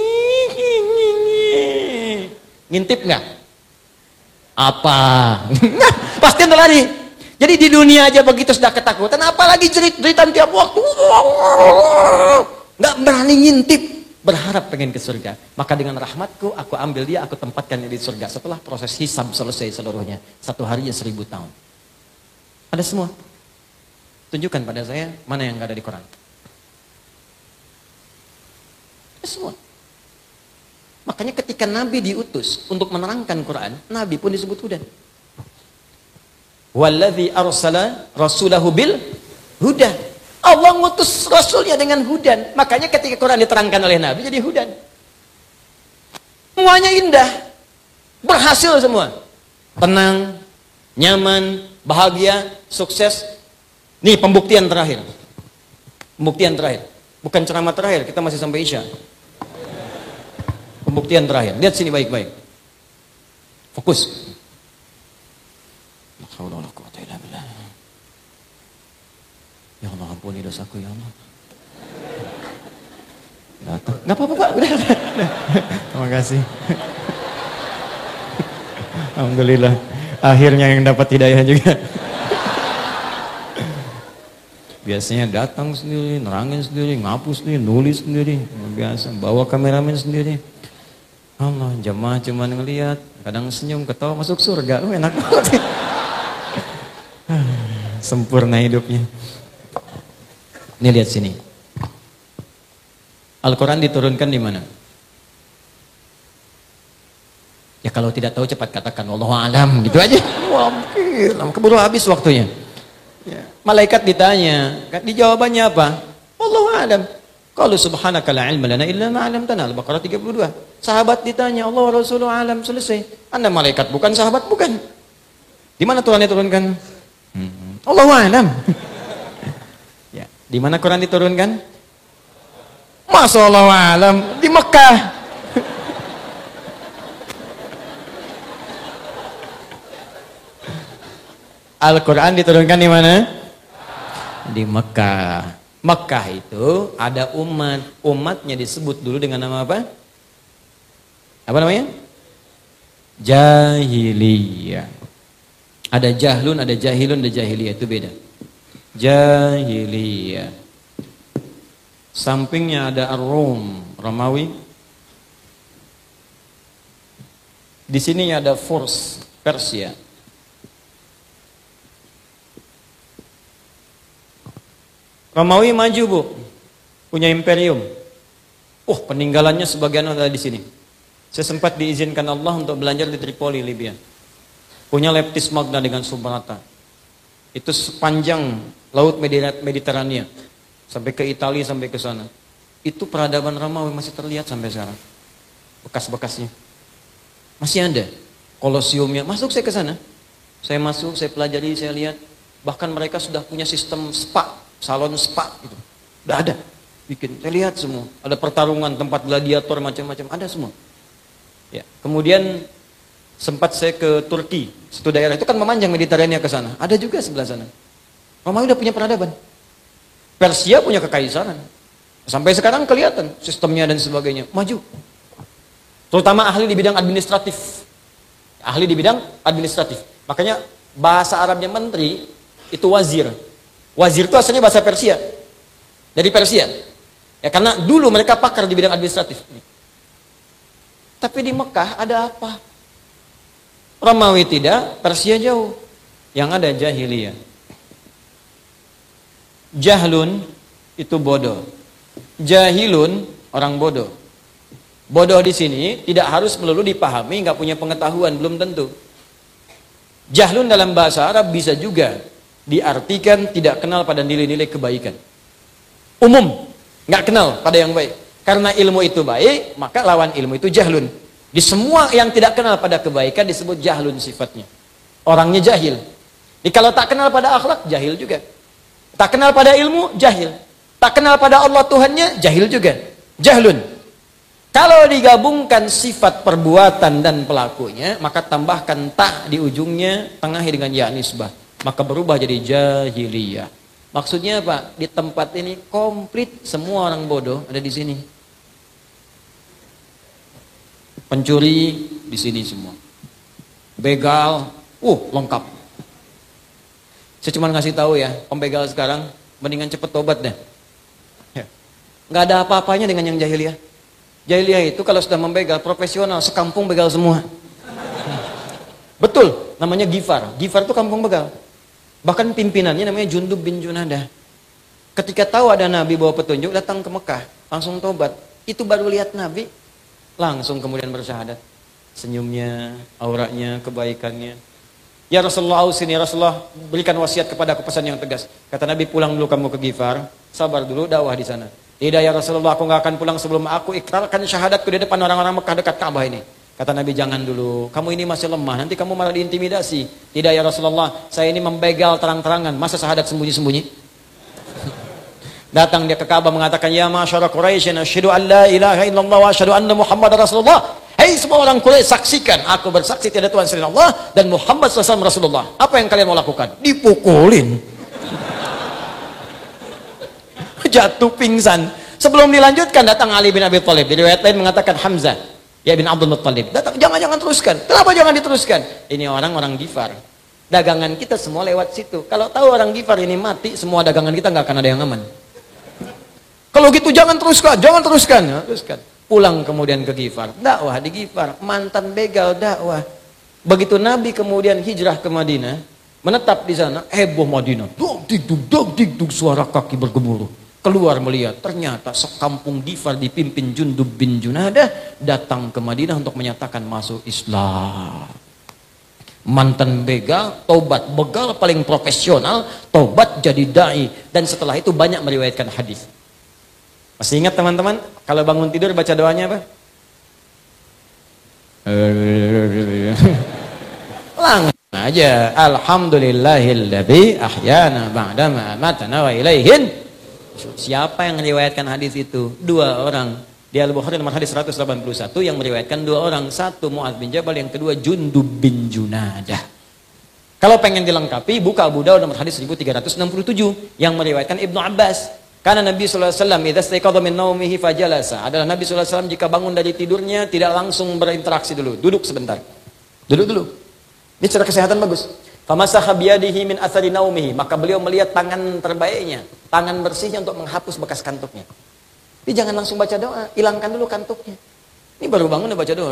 Ngintip nggak? Apa? Pasti Anda lari. Jadi di dunia aja begitu sudah ketakutan, apalagi jeritan tiap waktu. Nggak berani ngintip, berharap pengen ke surga. Maka dengan rahmatku, aku ambil dia, aku tempatkannya di surga. Setelah proses hisab selesai seluruhnya, 1 harinya 1000 tahun. Ada semua. Tunjukkan pada saya mana yang nggak ada di Quran. Ada semua. Makanya ketika Nabi diutus untuk menerangkan Quran, Nabi pun disebut hudan. Walladzi arsala rasulahu bil huda. Allah ngutus rasulnya dengan hudan. Makanya ketika Quran diterangkan oleh Nabi jadi hudan. Semuanya indah. Berhasil semua. Tenang, nyaman, bahagia, sukses. Nih pembuktian terakhir. Pembuktian terakhir. Bukan ceramah terakhir, kita masih sampai Isya. Pembuktian terakhir. Lihat sini baik-baik. Fokus. Ya Allah, ampuni dosaku ya Allah. Datang. Enggak apa-apa, Pak. Udah. Terima kasih. Alhamdulillah. Akhirnya yang dapat hidayah juga. Biasanya datang sendiri, nerangin sendiri, ngapus sendiri, nulis sendiri. Biasa, bawa kameramen sendiri. Allah, jemaah cuman ngelihat, kadang senyum, ketawa, masuk surga. Enak banget. Sempurna hidupnya. Ini lihat sini. Al-Quran diturunkan di mana? Ya kalau tidak tahu cepat katakan wallahu alam, gitu aja. Wah, mungkin keburu habis waktunya. Ya. Malaikat ditanya, di jawabannya apa? Wallahu alam. Qalu subhanaka la ilma lana illa ma 'allamtana. Al-Baqarah 32. Sahabat ditanya, Allah wa rasuluhu alam, selesai. Anda malaikat bukan, sahabat bukan. Di mana Quran diturunkan? Allahu alam. Ya, di mana Quran diturunkan? Masa Allahu alam di Mekah. Al-Quran diturunkan di mana? Di Mekah. Mekah itu ada umatnya disebut dulu dengan nama apa? Apa namanya? Jahiliyah. Ada jahlun, ada jahilun, ada jahiliyah, itu beda. Jahiliyah. Sampingnya ada Ar-Rum, Romawi. Di sini ada Furs, Persia. Romawi maju, Bu. Punya imperium. Peninggalannya sebagian ada di sini. Saya sempat diizinkan Allah untuk belajar di Tripoli, Libya. Punya Leptis Magna dengan Subrata. Itu sepanjang laut Mediterania. Sampai ke Italia, sampai ke sana. Itu peradaban Romawi masih terlihat sampai sekarang. Bekas-bekasnya. Masih ada. Kolosiumnya. Masuk saya ke sana. Saya masuk, saya pelajari, saya lihat. Bahkan mereka sudah punya sistem spa. Salon spa gitu. Udah ada. Bikin. Saya lihat semua. Ada pertarungan, tempat gladiator, macam-macam. Ada semua. Ya. Kemudian sempat saya ke Turki. Satu daerah itu kan memanjang Mediterania ke sana. Ada juga sebelah sana. Romawi udah punya peradaban. Persia punya kekaisaran. Sampai sekarang kelihatan sistemnya dan sebagainya. Maju. Terutama ahli di bidang administratif. Ahli di bidang administratif. Makanya bahasa Arabnya menteri itu wazir. Wazir itu asalnya bahasa Persia. Dari Persia. Ya karena dulu mereka pakar di bidang administratif. Tapi di Mekah ada apa? Romawi tidak, Persia jauh. Yang ada jahiliyah. Jahlun itu bodoh. Jahilun orang bodoh. Bodoh di sini tidak harus melulu dipahami, nggak punya pengetahuan, belum tentu. Jahlun dalam bahasa Arab bisa juga diartikan tidak kenal pada nilai-nilai kebaikan. Umum, nggak kenal pada yang baik. Karena ilmu itu baik, maka lawan ilmu itu jahlun. Di semua yang tidak kenal pada kebaikan disebut jahlun sifatnya. Orangnya jahil. Jadi kalau tak kenal pada akhlak, jahil juga. Tak kenal pada ilmu, jahil. Tak kenal pada Allah Tuhannya, jahil juga. Jahlun. Kalau digabungkan sifat perbuatan dan pelakunya, maka tambahkan ta di ujungnya, tengahi dengan ya nisbah. Maka berubah jadi jahiliyah. Maksudnya apa? Di tempat ini komplit semua orang bodoh ada di sini. Pencuri di sini semua. Begal, lengkap. Saya cuma ngasih tahu ya, pembegal sekarang mendingan cepet tobat deh. Nggak ada apa-apanya dengan yang jahiliyah. Jahiliyah itu kalau sudah membegal profesional, sekampung begal semua. Betul, namanya Gifar. Gifar itu kampung begal. Bahkan pimpinannya namanya Jundub bin Junadah. Ketika tahu ada Nabi bawa petunjuk, datang ke Mekah, langsung tobat. Itu baru lihat Nabi, langsung kemudian bersyahadat. Senyumnya, auranya, kebaikannya. Ya Rasulullah, ausini Rasulullah, berikan wasiat kepadaku pesan yang tegas. Kata Nabi, pulang dulu kamu ke Gifar, sabar dulu dakwah di sana. Tidak ya Rasulullah, aku nggak akan pulang sebelum aku ikrarkan syahadatku di depan orang-orang Mekah dekat Ka'bah ini. Kata Nabi, jangan dulu, kamu ini masih lemah, nanti kamu malah diintimidasi. Tidak ya Rasulullah, saya ini membegal terang-terangan, masa syahadat sembunyi-sembunyi? Datang dia ke Ka'bah mengatakan, ya masyarakat Quraisy, asyhadu an la ilaha illallah wa asyhadu anna Muhammad Rasulullah. Hei semua orang Quraisy, saksikan, aku bersaksi tiada Tuhan selain Allah dan Muhammad SAW Rasulullah. Apa yang kalian mau lakukan? Dipukulin. Jatuh pingsan. Sebelum dilanjutkan datang Ali bin Abi Thalib. Di riwayat lain mengatakan Hamzah ya bin Abdul Muttalib. Datang, jangan teruskan. Kenapa jangan diteruskan? Ini orang-orang Gifar. Dagangan kita semua lewat situ. Kalau tahu orang Gifar ini mati, semua dagangan kita nggak akan ada yang aman. Kalau gitu jangan teruskan. Ya, teruskan. Pulang kemudian ke Gifar. Dakwah di Gifar. Mantan begal dakwah. Begitu Nabi kemudian hijrah ke Madinah, menetap di sana, heboh Madinah. Dog digdug, suara kaki bergemuruh. Keluar melihat, ternyata sekampung Gifar dipimpin Jundub bin Junadah datang ke Madinah untuk menyatakan masuk Islam. Mantan begal, tobat. Begal paling profesional, tobat jadi da'i. Dan setelah itu banyak meriwayatkan hadis. Masih ingat teman-teman? Kalau bangun tidur baca doanya apa? Langsung aja. Alhamdulillahilladzi ahyana ba'dama amatana wa ilaihin. Siapa yang meriwayatkan hadis itu? Dua orang. Di Al-Bukhari nomor hadis 181 yang meriwayatkan dua orang. Satu Mu'adz bin Jabal, yang kedua Jundub bin Junadah. Kalau pengen dilengkapi, buka Abu Dawud nomor hadis 1367 yang meriwayatkan Ibnu Abbas. Karena Nabi sallallahu alaihi wasallam idza istayqadha min naumihi fajalasa. Adalah Nabi sallallahu alaihi wasallam jika bangun dari tidurnya tidak langsung berinteraksi dulu, duduk sebentar. Duduk dulu. Ini secara kesehatan bagus. Famasaha biyadihi min athari naumihi, maka beliau melihat tangan terbaiknya, tangan bersihnya untuk menghapus bekas kantuknya. Jadi jangan langsung baca doa, hilangkan dulu kantuknya. Ini baru bangun udah baca doa.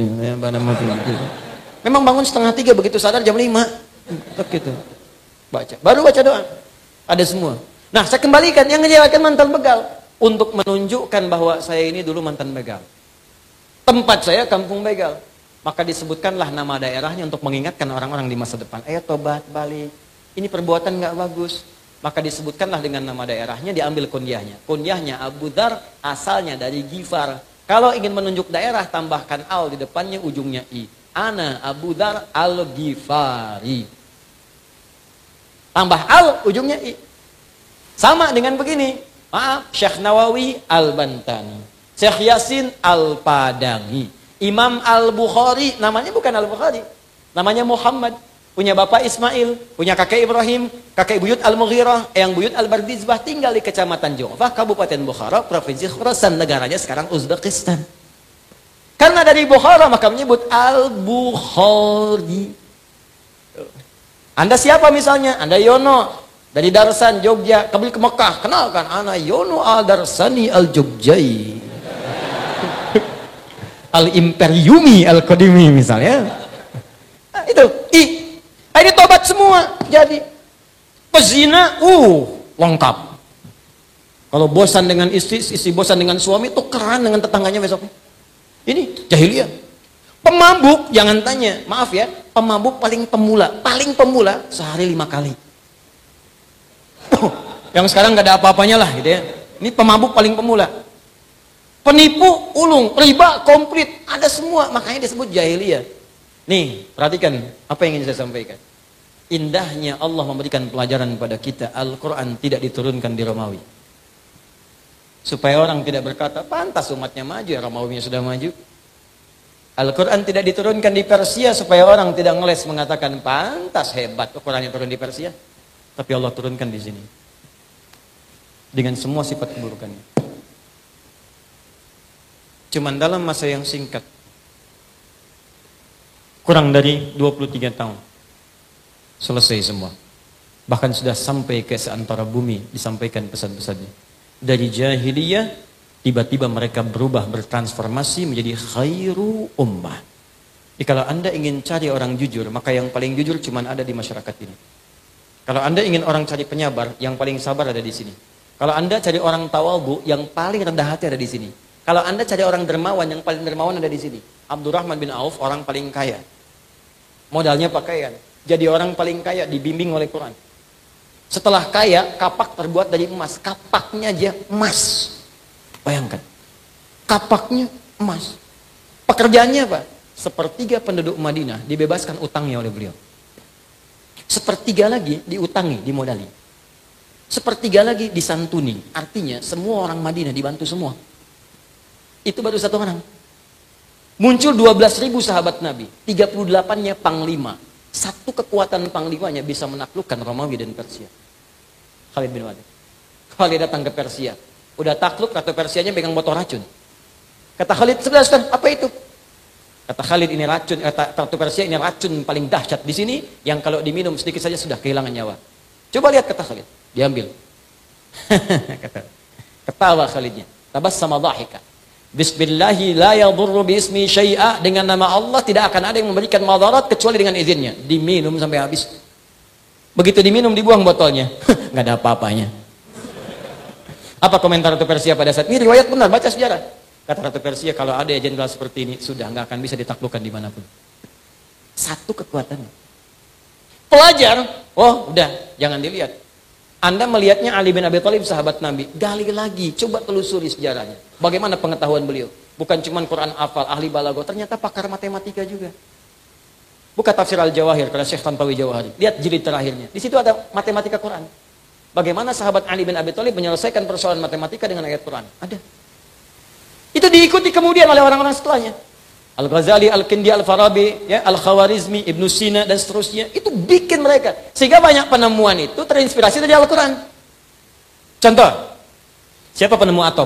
Memang bangun 2:30, begitu sadar jam 5. Gitu. Baca. Baru baca doa. Ada semua. Nah, saya kembalikan yang ngejawabkan mantan begal untuk menunjukkan bahwa saya ini dulu mantan begal. Tempat saya kampung begal. Maka disebutkanlah nama daerahnya untuk mengingatkan orang-orang di masa depan. Ayo tobat, balik. Ini perbuatan nggak bagus. Maka disebutkanlah dengan nama daerahnya, diambil kunyahnya. Kunyahnya Abu Dzar, asalnya dari Gifar. Kalau ingin menunjuk daerah, tambahkan al di depannya, ujungnya i. Ana Abu Dzar al-Ghifari. Tambah al, ujungnya i. Sama dengan begini. Maaf, Syekh Nawawi al-Bantani. Syekh Yasin al-Padangi. Imam Al-Bukhari, namanya bukan Al-Bukhari, namanya Muhammad. Punya bapak Ismail, punya kakek Ibrahim, kakek buyut Al-Mughirah, yang buyut Al-Bardizbah, tinggal di kecamatan Ju'fah, Kabupaten Bukhara, Provinsi Khurasan, negaranya sekarang Uzbekistan. Karena dari Bukhara, maka menyebut Al-Bukhari. Anda siapa misalnya? Anda Yono, dari Darsan, Jogja, kembali ke Mekah, kenalkan, ana Yono Al-Darsani Al-Jogjai. Al-Imperiumi Al-Qadimi misalnya. Nah, itu ini tobat semua. Jadi pezina lengkap. Kalau bosan dengan istri bosan dengan suami, tukeran dengan tetangganya besok. Ini jahiliyah. Pemabuk, jangan tanya, maaf ya, pemabuk paling pemula sehari 5 kali. Yang sekarang gak ada apa-apanya lah gitu ya. Ini pemabuk paling pemula. Penipu, ulung, riba, komplit, ada semua. Makanya disebut jahiliyah. Nih, perhatikan apa yang ingin saya sampaikan. indahnya Allah memberikan pelajaran kepada kita. Al-Quran tidak diturunkan di Romawi. Supaya orang tidak berkata, pantas umatnya maju, ya Romawinya sudah maju. Al-Quran tidak diturunkan di Persia supaya orang tidak ngeles mengatakan, pantas hebat Al-Quran yang turun di Persia. Tapi Allah turunkan di sini. Dengan semua sifat keburukannya. Cuman dalam masa yang singkat, kurang dari 23 tahun, selesai semua. Bahkan sudah sampai ke seantara bumi disampaikan pesan-pesannya. Dari jahiliyah, tiba-tiba mereka berubah, bertransformasi menjadi khairu ummah. Jadi kalau Anda ingin cari orang jujur, maka yang paling jujur cuman ada di masyarakat ini. Kalau Anda ingin orang cari penyabar, yang paling sabar ada di sini. Kalau Anda cari orang tawadhu, yang paling rendah hati ada di sini. Kalau Anda cari orang dermawan, yang paling dermawan ada di sini. Abdurrahman bin Auf, orang paling kaya. Modalnya pakaian. Jadi orang paling kaya, dibimbing oleh Quran. Setelah kaya, kapak terbuat dari emas. Kapaknya aja emas. Bayangkan. Kapaknya emas. Pekerjaannya apa? Sepertiga penduduk Madinah dibebaskan utangnya oleh beliau. Sepertiga lagi diutangi, dimodali. Sepertiga lagi disantuni. Artinya semua orang Madinah dibantu semua. Itu baru satu orang. Muncul 12.000 sahabat Nabi. 38-nya panglima. Satu kekuatan panglimanya bisa menaklukkan Romawi dan Persia. Khalid bin Walid. Khalid datang ke Persia. Udah takluk, Ratu Persianya pegang botol racun. Kata Khalid, sebentar, apa itu? Kata Khalid, ini racun. Kata Ratu Persia, ini racun paling dahsyat di sini. Yang kalau diminum sedikit saja sudah kehilangan nyawa. Coba lihat, kata Khalid. Diambil. Ketawa Khalidnya. Tabassama dhahika. Bismillahi la yadurru biismi syai'a. Dengan nama Allah tidak akan ada yang memberikan madarat kecuali dengan izinnya. Diminum sampai habis. Begitu diminum dibuang botolnya. Nggak ada apa-apanya. Apa komentar Ratu Persia pada saat ini? Riwayat benar, baca sejarah. Kata Ratu Persia, kalau ada jenderal seperti ini sudah nggak akan bisa ditaklukkan dimanapun. Satu kekuatan. Pelajar, oh udah jangan dilihat. Anda melihatnya Ali bin Abi Thalib sahabat Nabi. Gali lagi, coba telusuri sejarahnya. Bagaimana pengetahuan beliau? Bukan cuma Quran hafal, ahli balaghah, ternyata pakar matematika juga. Buka tafsir Al-Jawahir karena Syekh Tantawi Jawahari. Lihat jilid terakhirnya. Di situ ada matematika Quran. Bagaimana sahabat Ali bin Abi Thalib menyelesaikan persoalan matematika dengan ayat Quran? Ada. Itu diikuti kemudian oleh orang-orang setelahnya. Al-Ghazali, Al-Kindi, Al-Farabi, ya, Al-Khawarizmi, Ibnu Sina, dan seterusnya. Itu bikin mereka. Sehingga banyak penemuan itu terinspirasi dari Al-Quran. Contoh, siapa penemu atom?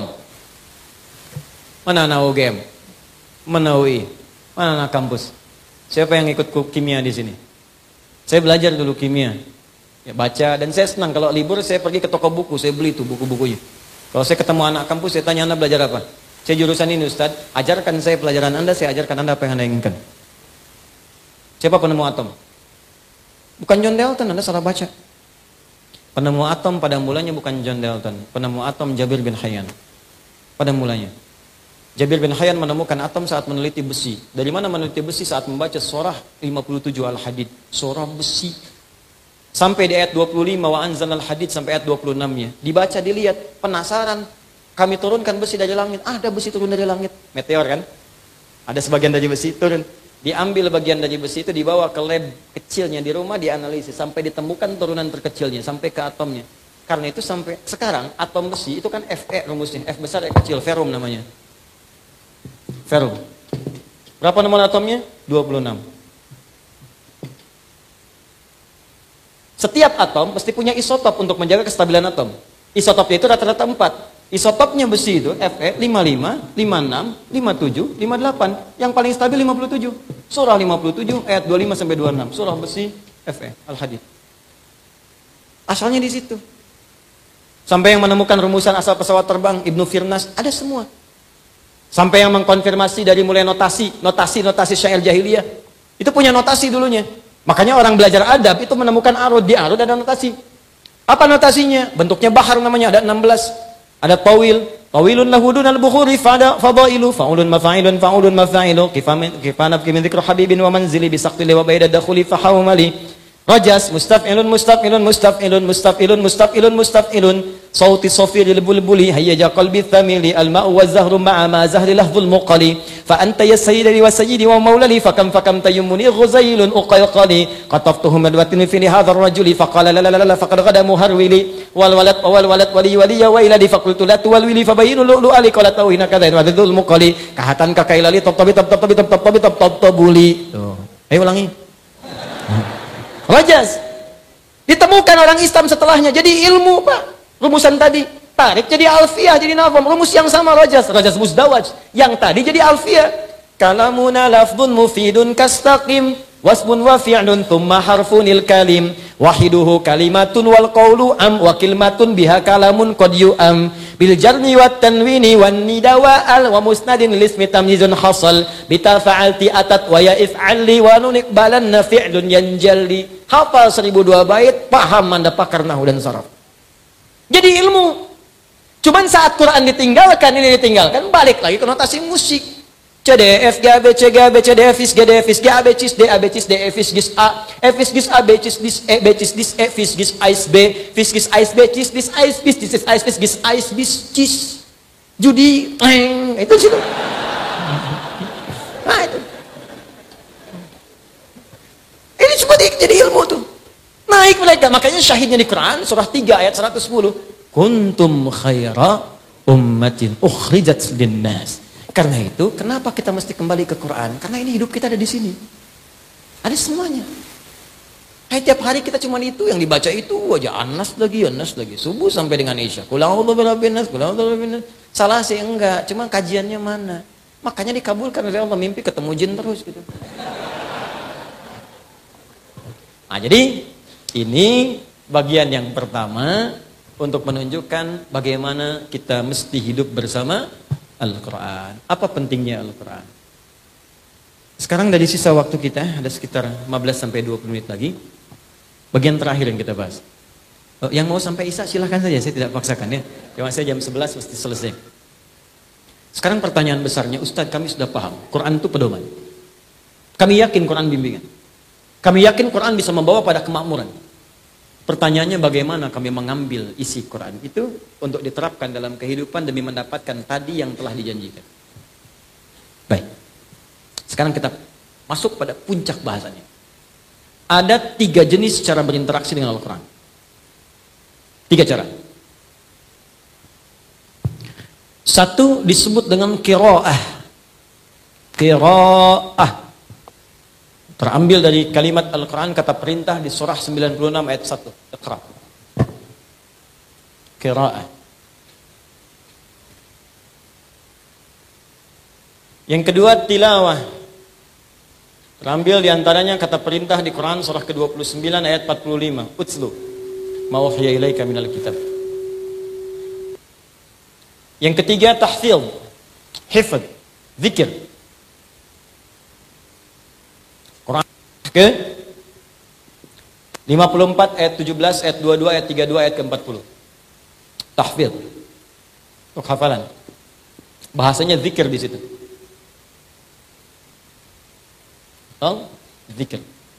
Mana anak UGM? Mana UI? Mana anak kampus? Siapa yang ikut kimia di sini? Saya belajar dulu kimia. Ya, baca, dan saya senang kalau libur saya pergi ke toko buku, saya beli tuh buku-bukunya. Kalau saya ketemu anak kampus, saya tanya, Anda belajar apa? Saya jurusan ini Ustaz, ajarkan saya pelajaran Anda, saya ajarkan Anda apa yang Anda inginkan. Siapa penemu atom? Bukan John Dalton, Anda salah baca. Penemu atom pada mulanya bukan John Dalton. Penemu atom Jabir bin Hayyan. Pada mulanya. Jabir bin Hayyan menemukan atom saat meneliti besi. Dari mana meneliti besi? Saat membaca surah 57 Al-Hadid. Surah besi. Sampai di ayat 25, wa anzalnal hadid sampai ayat 26-nya. Dibaca, dilihat, penasaran. Kami turunkan besi dari langit. Ada besi turun dari langit. Meteor kan? Ada sebagian dari besi turun. Diambil bagian dari besi itu, dibawa ke lab kecilnya di rumah, dianalisis. Sampai ditemukan turunan terkecilnya. Sampai ke atomnya. Karena itu sampai sekarang, atom besi itu kan Fe rumusnya. F besar, E kecil. Ferrum namanya. Ferrum. Berapa nomor atomnya? 26. Setiap atom mesti punya isotop untuk menjaga kestabilan atom. Isotopnya itu rata-rata 4. Isotopnya besi itu Fe 55, 56, 57, 58. Yang paling stabil 57. Surah 57 ayat 25 sampai 26. Surah besi Fe Al-Hadid. Asalnya di situ. Sampai yang menemukan rumusan asal pesawat terbang Ibnu Firnas, ada semua. Sampai yang mengkonfirmasi dari mulai notasi syair jahiliyah. Itu punya notasi dulunya. Makanya orang belajar adab itu menemukan arud, di arud ada notasi. Apa notasinya? Bentuknya bahar namanya, ada 16. Ada tawil, tawilun lahudun al-bukhuri fadailu, fa'ulun mafa'ilun, fa'ulun mafa'ilu, kifanab kimin dzikru habibin wa manzili bisaqtili wa baida dakhuli fahawmali. Rajas, mustaf'ilun, mustaf'ilun, mustaf'ilun, mustaf'ilun, mustaf'ilun, mustaf'ilun. صوت الصفير البلبلي هيج قلبي الثميل الماء والزهر مع ما زهر لهف المقلي فأنت يا سيدي وسيدي ومولى فكم تيمني غزيل أقيقلي قطفته من وتن في هذا الرجل فقال لا لا لا لا فقد غدا مهرولي والولد ولي ويلدي فقلت لا تولولي فبين اللؤلؤ لي قال توهنا كذا وذل المقلي kahatan kakailali tabuli. Ayo ulangi. Rajas. Ditemukan orang Islam setelahnya jadi ilmu, Pak. Rumusan tadi tarik jadi alfiyah, jadi nazam, rumus yang sama rajas musdawaj. Yang tadi jadi alfiyah. Kalamuna lafdun mufidun kastaqim wasbun wa fi'lun thumma harfunil kalim wahiduhu kalimatun wal qawlu am wa kalimatun biha kalamun qad yu'am bil jarni wat tanwini wan nida wa al wa musnadin lismi tamyizun hasal bita fa'alti atat wa ya if'ali wa nunik balanna fi'lun yanjalli. Hafal 1002 bait, paham Anda pakar nahwu dan saraf. Jadi ilmu. Cuman saat Quran ditinggalkan, ini ditinggalkan, balik lagi ke notasi musik. C, D, F, G, A, B, C, G, A, B, C, D, F, G, D, F, G, A, B, C, D, A, B, C, D, F, G, A, F, G, A, B, C, D, E, B, C, D, E, F, G, Ais, B, F, G, Ais, B, C, D, Ais, B, C, Ais, B, C, Ais, B, C, judi, itu sih. Nah itu. Ini cuma jadi ilmu tuh. Naik mereka, makanya syahidnya di Quran surah 3 ayat 110. Kuntum khaira ummatin ukhrijat linnas. Karena itu, kenapa kita mesti kembali ke Quran? Karena ini hidup kita ada di sini. Ada semuanya. Tiap hari kita cuma itu yang dibaca itu aja, Anas lagi, subuh sampai dengan Isya. Qul a'udzu birabbin nas, qul a'udzu birabbin nas. Salah sih enggak, cuma kajiannya mana? Makanya dikabulkan oleh Allah, mimpi ketemu jin terus gitu. Nah, jadi ini bagian yang pertama untuk menunjukkan bagaimana kita mesti hidup bersama Al-Quran. Apa pentingnya Al-Quran? Sekarang dari sisa waktu kita ada sekitar 15-20 menit lagi. Bagian terakhir yang kita bahas. Yang mau sampai Isya silahkan saja, saya tidak paksakan ya. Cuma saya jam 11 mesti selesai. Sekarang pertanyaan besarnya, Ustadz kami sudah paham, Quran itu pedoman. Kami yakin Quran bimbingan. Kami yakin Quran bisa membawa pada kemakmuran. Pertanyaannya bagaimana kami mengambil isi Quran itu untuk diterapkan dalam kehidupan demi mendapatkan tadi yang telah dijanjikan. Baik. Sekarang kita masuk pada puncak bahasanya. Ada 3 jenis cara berinteraksi dengan Al-Quran. 3 cara. 1 disebut dengan qiraah. Qiraah. Terambil dari kalimat Al-Quran, kata perintah di surah 96 ayat 1. Iqra. Qiraah. Yang kedua tilawah. Terambil diantaranya kata perintah di Quran surah ke-29 ayat 45. Utslu ma uhiya ilaika minal kitab. Yang ketiga tahfidz, hifdz, zikir. Quran ke 54 ayat 17, ayat 22, ayat 32, ayat ke-40. Tahfidz. Untuk hafalan. Bahasanya zikir di situ. Zikir.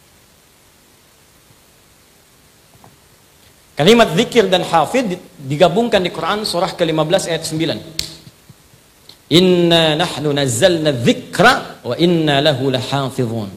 Kalimat zikir dan hafidz digabungkan di Quran surah ke-15 ayat 9. Inna nahnu nazzalna dzikra wa inna lahu lahafizun.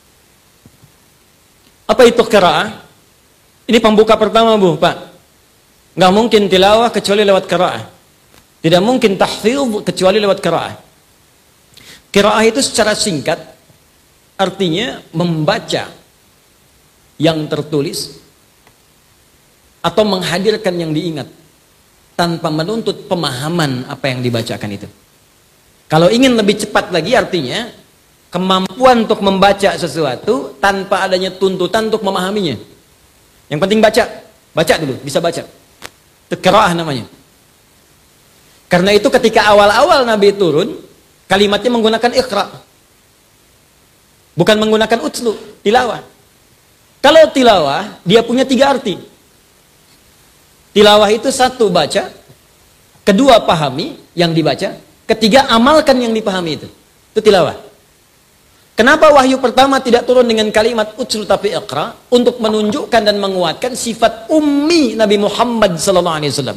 Apa itu qiraah? Ini pembuka pertama, Bu, Pak. Enggak mungkin tilawah kecuali lewat qiraah. Tidak mungkin tahfidz kecuali lewat qiraah. Qiraah itu secara singkat artinya membaca yang tertulis atau menghadirkan yang diingat tanpa menuntut pemahaman apa yang dibacakan itu. Kalau ingin lebih cepat lagi artinya kemampuan untuk membaca sesuatu tanpa adanya tuntutan untuk memahaminya. Yang penting baca, baca dulu, bisa baca. Itu qiraah namanya. Karena itu ketika awal-awal Nabi turun, kalimatnya menggunakan iqra. Bukan menggunakan utslu, tilawah. Kalau tilawah, dia punya 3 arti. Tilawah itu 1 baca, 2 pahami yang dibaca, 3 amalkan yang dipahami itu. Itu tilawah. Kenapa wahyu pertama tidak turun dengan kalimat utslu tapi iqra? Untuk menunjukkan dan menguatkan sifat ummi Nabi Muhammad SAW.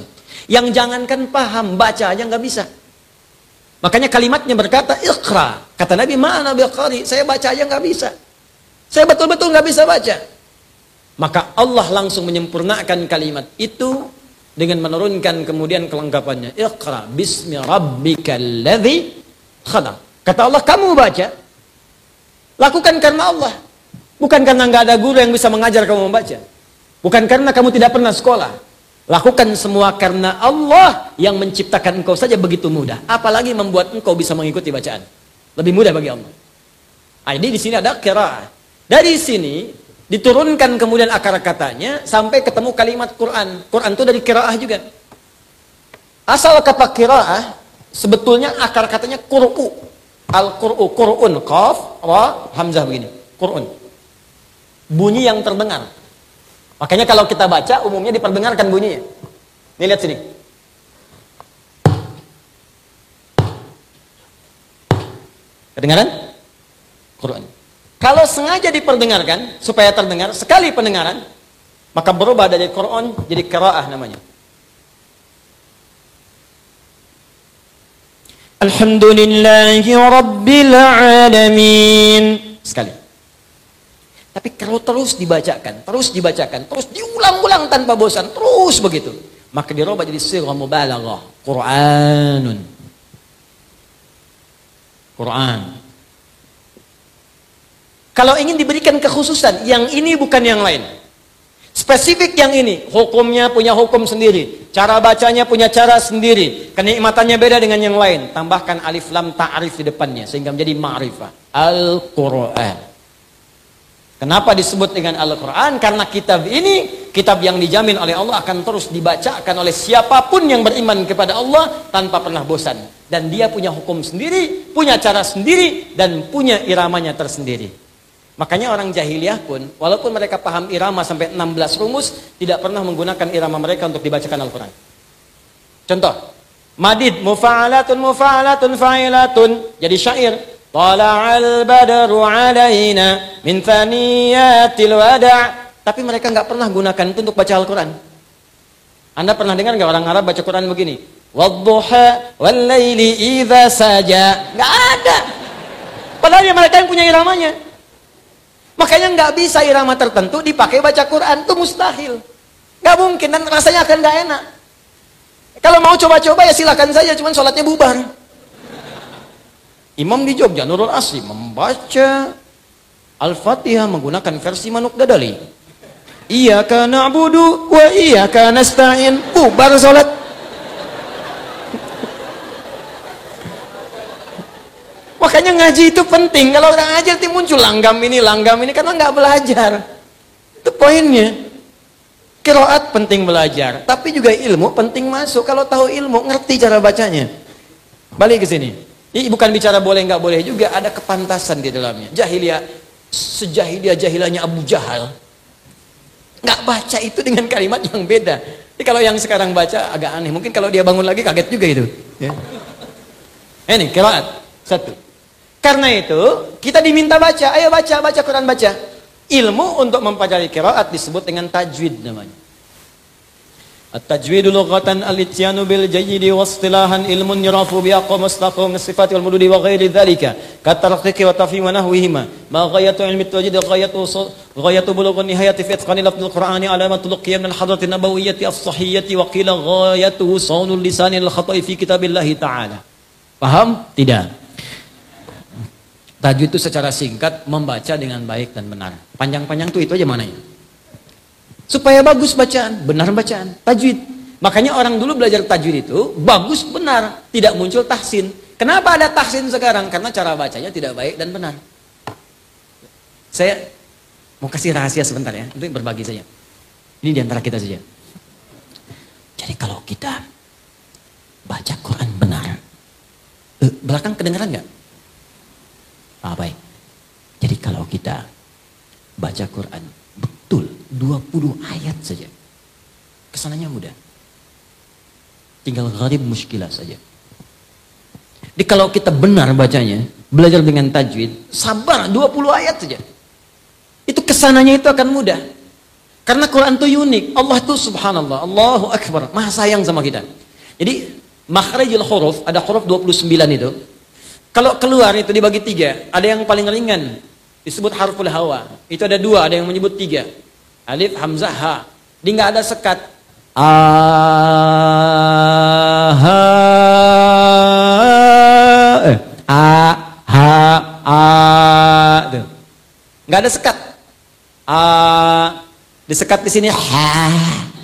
Yang jangankan paham, baca aja nggak bisa. Makanya kalimatnya berkata, Iqra. Kata Nabi, mana biqari? Saya baca aja nggak bisa. Saya betul-betul nggak bisa baca. Maka Allah langsung menyempurnakan kalimat itu dengan menurunkan kemudian kelengkapannya. Iqra bismi rabbikal ladzi khalaq. Kata Allah, kamu baca. Lakukan karena Allah. Bukan karena nggak ada guru yang bisa mengajar kamu membaca. Bukan karena kamu tidak pernah sekolah. Lakukan semua karena Allah yang menciptakan engkau saja begitu mudah. Apalagi membuat engkau bisa mengikuti bacaan. Lebih mudah bagi Allah. Jadi di sini ada qiraah. Dari sini diturunkan kemudian akar katanya sampai ketemu kalimat Quran. Quran itu dari qiraah juga. Asal kata qiraah sebetulnya akar katanya qur'u. Al-qur'u, qur'un, qaf, ra, hamzah begini. Qur'un. Bunyi yang terdengar. Makanya kalau kita baca umumnya diperdengarkan bunyinya. Nih lihat sini. Kedengaran? Quran. Kalau sengaja diperdengarkan supaya terdengar sekali pendengaran, maka berubah dari Quran jadi qiraah namanya. Alhamdulillahi Rabbil Alamin. Sekali. Tapi kalau terus dibacakan, terus diulang-ulang tanpa bosan, terus begitu, maka dirubah jadi sighah mubalaghah, Qur'anun. Quran. Kalau ingin diberikan kekhususan, yang ini bukan yang lain. Spesifik yang ini, hukumnya punya hukum sendiri, cara bacanya punya cara sendiri, kenikmatannya beda dengan yang lain. Tambahkan alif lam ta'rif di depannya sehingga menjadi ma'rifah. Al-Qur'an. Kenapa disebut dengan Al-Quran? Karena kitab ini, kitab yang dijamin oleh Allah akan terus dibacakan oleh siapapun yang beriman kepada Allah tanpa pernah bosan. Dan dia punya hukum sendiri, punya cara sendiri, dan punya iramanya tersendiri. Makanya orang jahiliyah pun, walaupun mereka paham irama sampai 16 rumus, tidak pernah menggunakan irama mereka untuk dibacakan Al-Quran. Contoh, madid, mufa'alatun, mufa'alatun, fa'ilatun, jadi syair. Tala'al badru alaina min thaniyatil wada'. Tapi mereka nggak pernah gunakan itu untuk baca Al-Quran. Anda pernah dengar nggak orang Arab baca Quran begini? Wadduha wal laili idza saja. Nggak ada. Padahal ya mereka yang punya iramanya. Makanya nggak bisa irama tertentu dipakai baca Quran, itu mustahil. Nggak mungkin dan rasanya akan nggak enak. Kalau mau coba-coba ya silakan saja, cuman sholatnya bubar. Imam di Jogja, Nurul Asri, membaca Al-Fatihah menggunakan versi Manuk Dadali. Iyyaka na'budu wa iyyaka nasta'in. Bubar salat. Makanya ngaji itu penting. Kalau orang ngaji nanti muncul langgam ini karena nggak belajar. Itu poinnya. Qiraat penting belajar, tapi juga ilmu penting masuk. Kalau tahu ilmu, ngerti cara bacanya. Balik ke sini. Ini bukan bicara boleh nggak boleh juga, ada kepantasan di dalamnya. Jahiliyah, sejahiliyah-jahilahnya Abu Jahal, nggak baca itu dengan kalimat yang beda. Jadi kalau yang sekarang baca agak aneh. Mungkin kalau dia bangun lagi kaget juga itu. Ya. Ini qiraat satu. Karena itu kita diminta baca. Ayo baca Quran baca. Ilmu untuk mempelajari qiraat disebut dengan tajwid namanya. At-tajwidu lughatan al-ityanu bil jayyidi wa istilahan ilmun yurafu bi aqwa mustaqim as-sifati wal mududi wa ghairi dhalika katarqiqi wa tafhim wa nahwihima ma ghayatu ilmi at-tajwid ghayatu bulughun nihayati fi itqani lafzul qur'ani alamatul qiyam min hadratin nabawiyyati as-sahiyyati wa qila ghayatuhu sawnul lisani al-khata'i fi kitabillahi ta'ala. Paham? Tidak. Tajwid itu secara singkat membaca dengan baik dan benar. Panjang-panjang itu aja mananya. Supaya bagus bacaan, benar bacaan, tajwid. Makanya orang dulu belajar tajwid itu bagus benar, tidak muncul tahsin. Kenapa ada tahsin sekarang? Karena cara bacanya tidak baik dan benar. Saya mau kasih rahasia sebentar ya, untuk berbagi saja. Ini diantara kita saja. Jadi kalau kita baca Quran benar, belakang kedengaran nggak? Baik. Jadi kalau kita baca Quran betul 20 ayat saja, kesananya mudah. Tinggal gharib muskilah saja. Jadi kalau kita benar bacanya, belajar dengan tajwid, sabar 20 ayat saja. Itu kesananya itu akan mudah. Karena Quran itu unik. Allah itu subhanallah, Allahu Akbar, maha sayang sama kita. Jadi makhrajul huruf, ada huruf 29 itu. Kalau keluar itu dibagi 3. Ada yang paling ringan, disebut harful hawa. Itu ada 2, ada yang menyebut 3. Alif, hamzah, ha. Dia nggak ada sekat. A, ha, tuh. Nggak ada sekat. A, disekat di sini. Ha.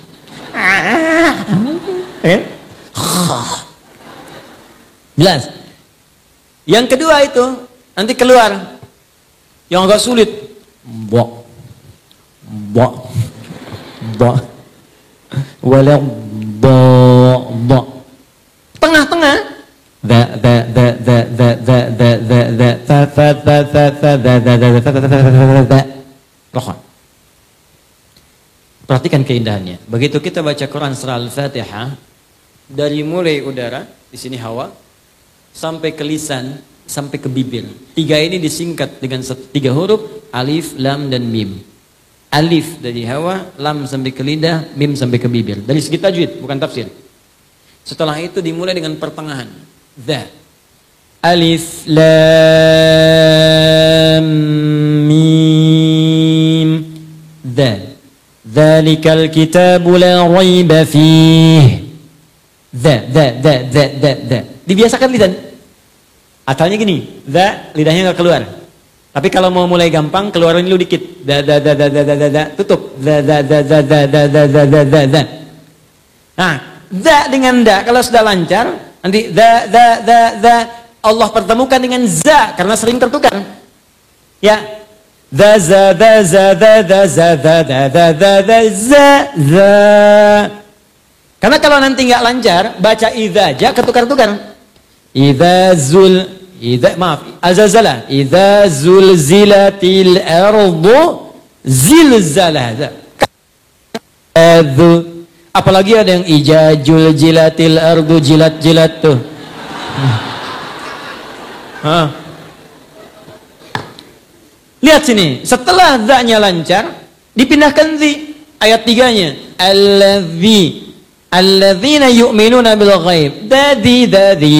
Jelas. Yang kedua itu nanti keluar yang agak sulit. Bo, bo, bo, wala bo, bo. Tengah-tengah. Perhatikan keindahannya. Begitu kita baca Quran surah Al-Fatihah, dari mulai udara, di sini hawa, sampai ke lisan, sampai ke bibir. 3 ini disingkat dengan 3 huruf, alif, lam, dan mim. Alif dari hawa, lam sampai ke lidah, mim sampai ke bibir. Dari segi tajwid, bukan tafsir. Setelah itu dimulai dengan pertengahan. Dha. Alif, lam, mim. Dha. Dzalikal kitabu la raiba fih. Dha. Dibiasakan lidah. Asalnya gini, dha, lidahnya nggak keluar. Tapi kalau mau mulai gampang, keluarin dulu dikit. Da, tutup. Da. Nah, dha dengan da, kalau sudah lancar, nanti da. Allah pertemukan dengan za, karena sering tertukar. Ya, da, za. Karena kalau nanti nggak lancar, baca idza aja ketukar-tukar. Azazala. Idza zulzilatil ardu zilzalaha. Apalagi ada yang ijajul jilatil ardu jilat-jilat tuh. Lihat sini, setelah dha-nya lancar, dipindahkan zi. Ayat 3-nya. Alladzina yu'minuna bil ghaib. Dadi.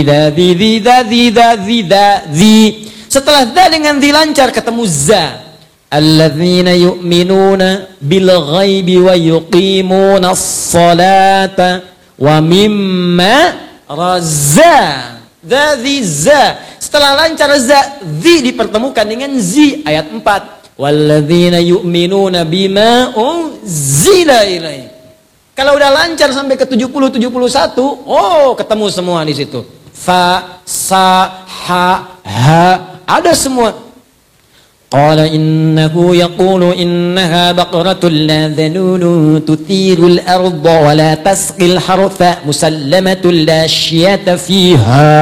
Setelah dha dengan dhi lancar ketemu za. Alladzina yu'minuna bil ghaibi wa yuqimuna as-salata wa mimma razza. Dadi za. Setelah lancar za, dhi dipertemukan dengan zi. Ayat 4. Walladzina yu'minuna bima unzila ilaih. Kalau udah lancar sampai ke 70, 71, oh ketemu semua di situ. Fa, sa, ha, ada semua. Qala innahu yaqulu innaha baqaratul la dhanunu tuthirul arda wa la tasqil hartha musallamatul la syiyata fiha.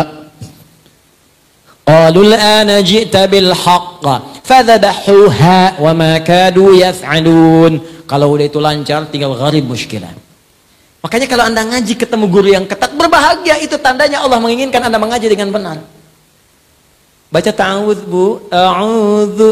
Qalu al-ana ji'ta bil haqq fadhabahuha wa ma kadu yaf'alun. Kalau udah itu lancar tinggal gharib muskilah. Makanya kalau Anda ngaji ketemu guru yang ketat, berbahagia, itu tandanya Allah menginginkan Anda mengaji dengan benar. Baca ta'awudz bu, a'udzu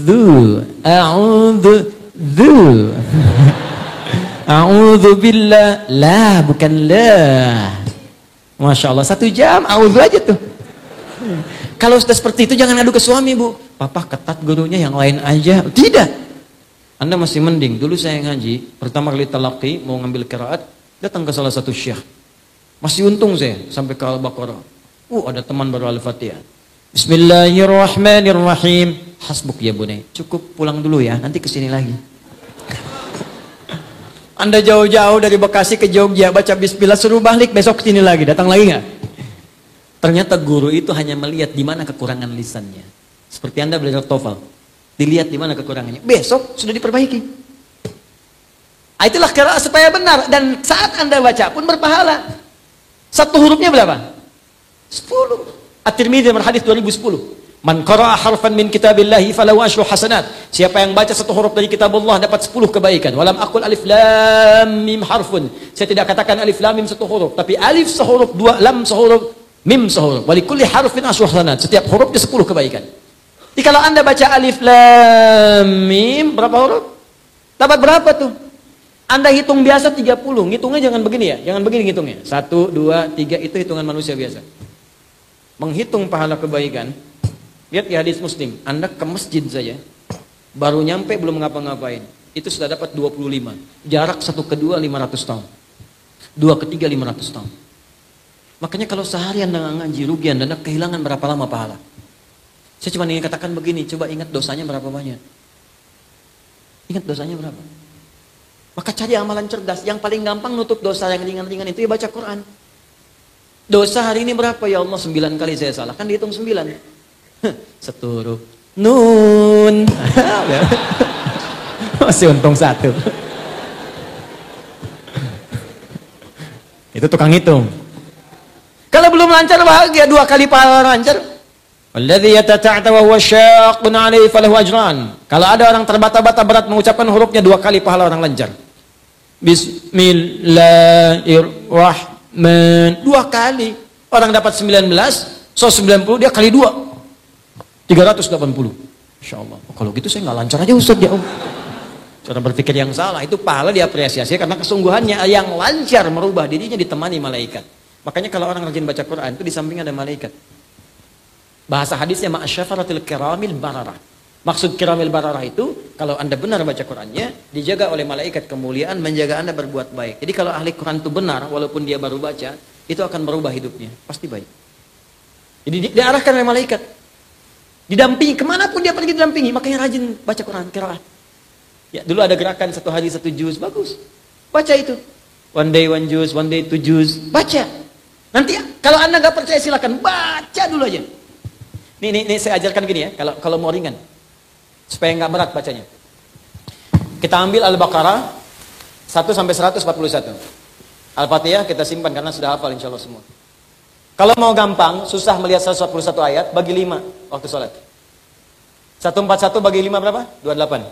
a'udzu billah, la bukan la. Masya Allah, 1 jam a'udzu aja tuh. Kalau sudah seperti itu jangan ngadu ke suami bu. Papa ketat gurunya, yang lain aja. Tidak. Anda masih mending. Dulu saya ngaji, pertama kali talaqi, mau ngambil qiraat, datang ke salah satu syekh. Masih untung saya sampai ke Al-Baqarah. Ada teman baru Al-Fatihah. Bismillahirrahmanirrahim. Hasbuk ya bunai. Cukup pulang dulu ya, nanti kesini lagi. Anda jauh-jauh dari Bekasi ke Jogja, baca bismillah, suruh balik, besok kesini lagi. Datang lagi nggak? Ternyata guru itu hanya melihat di mana kekurangan lisannya. Seperti Anda belajar TOEFL. Dilihat di mana kekurangannya. Besok sudah diperbaiki. Itulah qiraat supaya benar, dan saat Anda baca pun berpahala. 1 hurufnya berapa? 10. At-Tirmidzi hadis 2010. Man qara'a harfan min kitabillahi falahu asyru hasanat. Siapa yang baca 1 huruf dari kitab Allah dapat 10 kebaikan. Walam aqul alif lam mim harfun. Saya tidak katakan alif lam mim 1 huruf, tapi alif sehuruf, 2 lam sehuruf, mim sehuruf. Wa likulli harfin asyru hasanat. Setiap hurufnya 10 kebaikan. Jadi kalau Anda baca alif lam mim berapa huruf? Dapat berapa tuh? Anda hitung biasa 30, ngitungnya jangan begini ya, jangan begini ngitungnya. 1, 2, 3 itu hitungan manusia biasa. Menghitung pahala kebaikan, lihat di hadis Muslim, Anda ke masjid saja, baru nyampe belum ngapa-ngapain, itu sudah dapat 25. Jarak satu ke dua 500 tahun. 2 ke 3 500 tahun. Makanya kalau seharian Anda ngaji, rugi Anda kehilangan berapa lama pahala. Saya cuma ingin katakan begini, coba ingat dosanya berapa banyak. Ingat dosanya berapa. Maka cari amalan cerdas. Yang paling gampang nutup dosa yang ringan-ringan itu ya baca Quran. Dosa hari ini berapa ya Allah? 9 kali saya salah. Kan dihitung 9. Seturu. Nun. Masih untung 1. Itu tukang hitung. Kalau belum lancar bahagia 2 kali pahala lancar. Alladzi yatata'ata wa huwa syaqqun 'alaihi falahu ajran. Kalau ada orang terbata-bata berat mengucapkan hurufnya 2 kali pahala orang lancar. Bismillahirrahmanirrahim. 2 kali. Orang dapat 19, so 90 dia kali 2. 380. Insyaallah. Oh, kalau gitu saya nggak lancar aja Ustaz ya. Cara berpikir yang salah, itu pahala diapresiasi karena kesungguhannya. Yang lancar merubah dirinya ditemani malaikat. Makanya kalau orang rajin baca Quran itu di samping ada malaikat. Bahasa hadisnya ma'asyafaratil kiramil bararah. Maksud kiramil bararah itu, kalau Anda benar baca Qurannya, dijaga oleh malaikat kemuliaan, menjaga Anda berbuat baik. Jadi kalau ahli Quran itu benar, walaupun dia baru baca, itu akan merubah hidupnya. Pasti baik. Jadi diarahkan oleh malaikat. Didampingi, kemanapun dia pergi didampingi. Makanya rajin baca Quran, qiraah. Ya, dulu ada gerakan 1 hari 1 juz, bagus. Baca itu. One day 1 juz, one day 2 juz. Baca. Nanti kalau Anda nggak percaya silakan baca dulu aja. Nih saya ajarkan gini ya, kalau mau ringan. Supaya nggak berat bacanya. Kita ambil Al-Baqarah 1 sampai 141. Al-Fatihah kita simpan karena sudah hafal insya Allah semua. Kalau mau gampang, susah melihat 141 ayat, bagi 5 waktu sholat. 141 bagi 5 berapa? 28.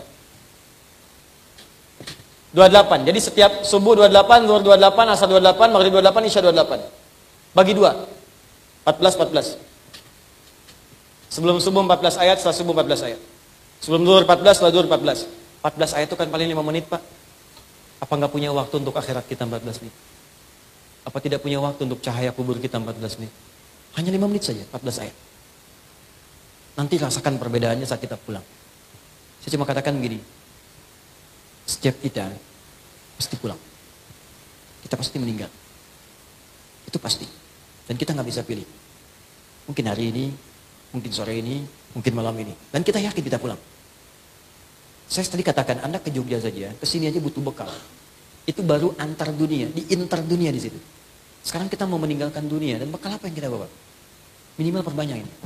28. Jadi setiap subuh 28, zuhur 28, asar 28, maghrib 28, isya 28. Bagi 2. 14. Sebelum subuh 14 ayat, setelah subuh 14 ayat. Sebelum zuhur 14, setelah zuhur 14. 14 ayat itu kan paling 5 menit, Pak. Apa nggak punya waktu untuk akhirat kita 14 menit? Apa tidak punya waktu untuk cahaya kubur kita 14 menit? Hanya 5 menit saja, 14 ayat. Nanti rasakan perbedaannya saat kita pulang. Saya cuma katakan begini. Setiap kita pasti pulang. Kita pasti meninggal. Itu pasti. Dan kita nggak bisa pilih. Mungkin hari ini, mungkin sore ini, mungkin malam ini. Dan kita yakin kita pulang. Saya tadi katakan, Anda ke Jogja saja, ke sini aja butuh bekal. Itu baru antar dunia, di inter dunia di situ. Sekarang kita mau meninggalkan dunia, dan bekal apa yang kita bawa? Minimal perbanyak ini.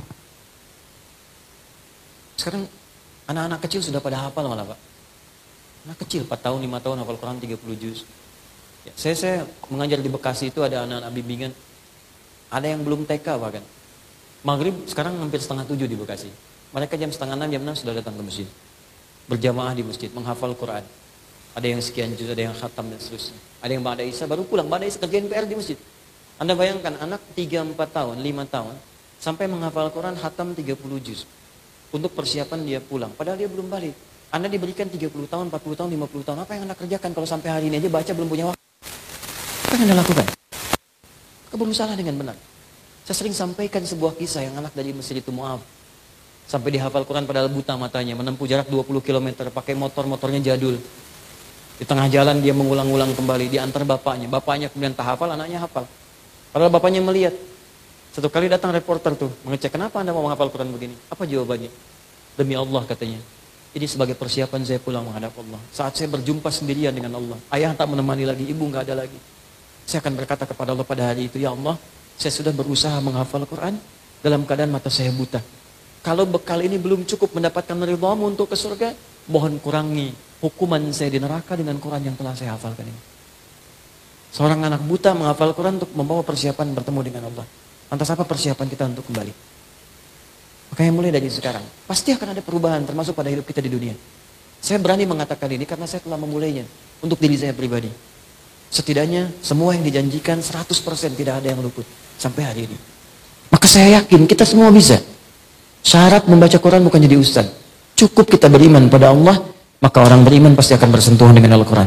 Sekarang anak-anak kecil sudah pada hafal malah, Pak. Anak kecil, 4 tahun, 5 tahun, hafal Quran 30 juz. Ya, saya mengajar di Bekasi itu ada anak-anak bimbingan. Ada yang belum TK bahkan. Maghrib sekarang hampir 6:30 di Bekasi. Mereka jam 5:30, jam 6 sudah datang ke masjid. Berjamaah di masjid, menghafal Quran. Ada yang sekian juz, ada yang khatam dan seterusnya. Ada yang ba'da isya baru pulang, ba'da isya kerjain PR di masjid. Anda bayangkan anak 3-4 tahun, 5 tahun, sampai menghafal Quran khatam 30 juz. Untuk persiapan dia pulang, padahal dia belum balik. Anda diberikan 30 tahun, 40 tahun, 50 tahun, apa yang Anda kerjakan kalau sampai hari ini aja baca belum punya waktu? Apa yang Anda lakukan? Maka berusaha dengan benar. Saya sering sampaikan sebuah kisah yang anak dari masjid itu Mu'af. Sampai dihafal Quran padahal buta matanya, menempuh jarak 20 km, pakai motornya jadul. Di tengah jalan dia mengulang-ulang kembali, diantar bapaknya. Bapaknya kemudian tak hafal, anaknya hafal. Padahal bapaknya melihat. Satu kali datang reporter tuh, mengecek, kenapa Anda mau menghafal Quran begini? Apa jawabannya? Demi Allah katanya. Ini sebagai persiapan saya pulang menghadap Allah. Saat saya berjumpa sendirian dengan Allah. Ayah tak menemani lagi, ibu nggak ada lagi. Saya akan berkata kepada Allah pada hari itu, ya Allah, saya sudah berusaha menghafal Quran dalam keadaan mata saya buta. Kalau bekal ini belum cukup mendapatkan ridhamu untuk ke surga, mohon kurangi hukuman saya di neraka dengan Quran yang telah saya hafalkan ini. Seorang anak buta menghafal Quran untuk membawa persiapan bertemu dengan Allah. Lantas apa persiapan kita untuk kembali? Makanya mulai dari sekarang, pasti akan ada perubahan termasuk pada hidup kita di dunia. Saya berani mengatakan ini karena saya telah memulainya untuk diri saya pribadi. Setidaknya semua yang dijanjikan 100% tidak ada yang luput sampai hari ini. Maka saya yakin kita semua bisa. Syarat membaca Quran bukan jadi ustaz. Cukup kita beriman pada Allah, maka orang beriman pasti akan bersentuhan dengan Al-Quran.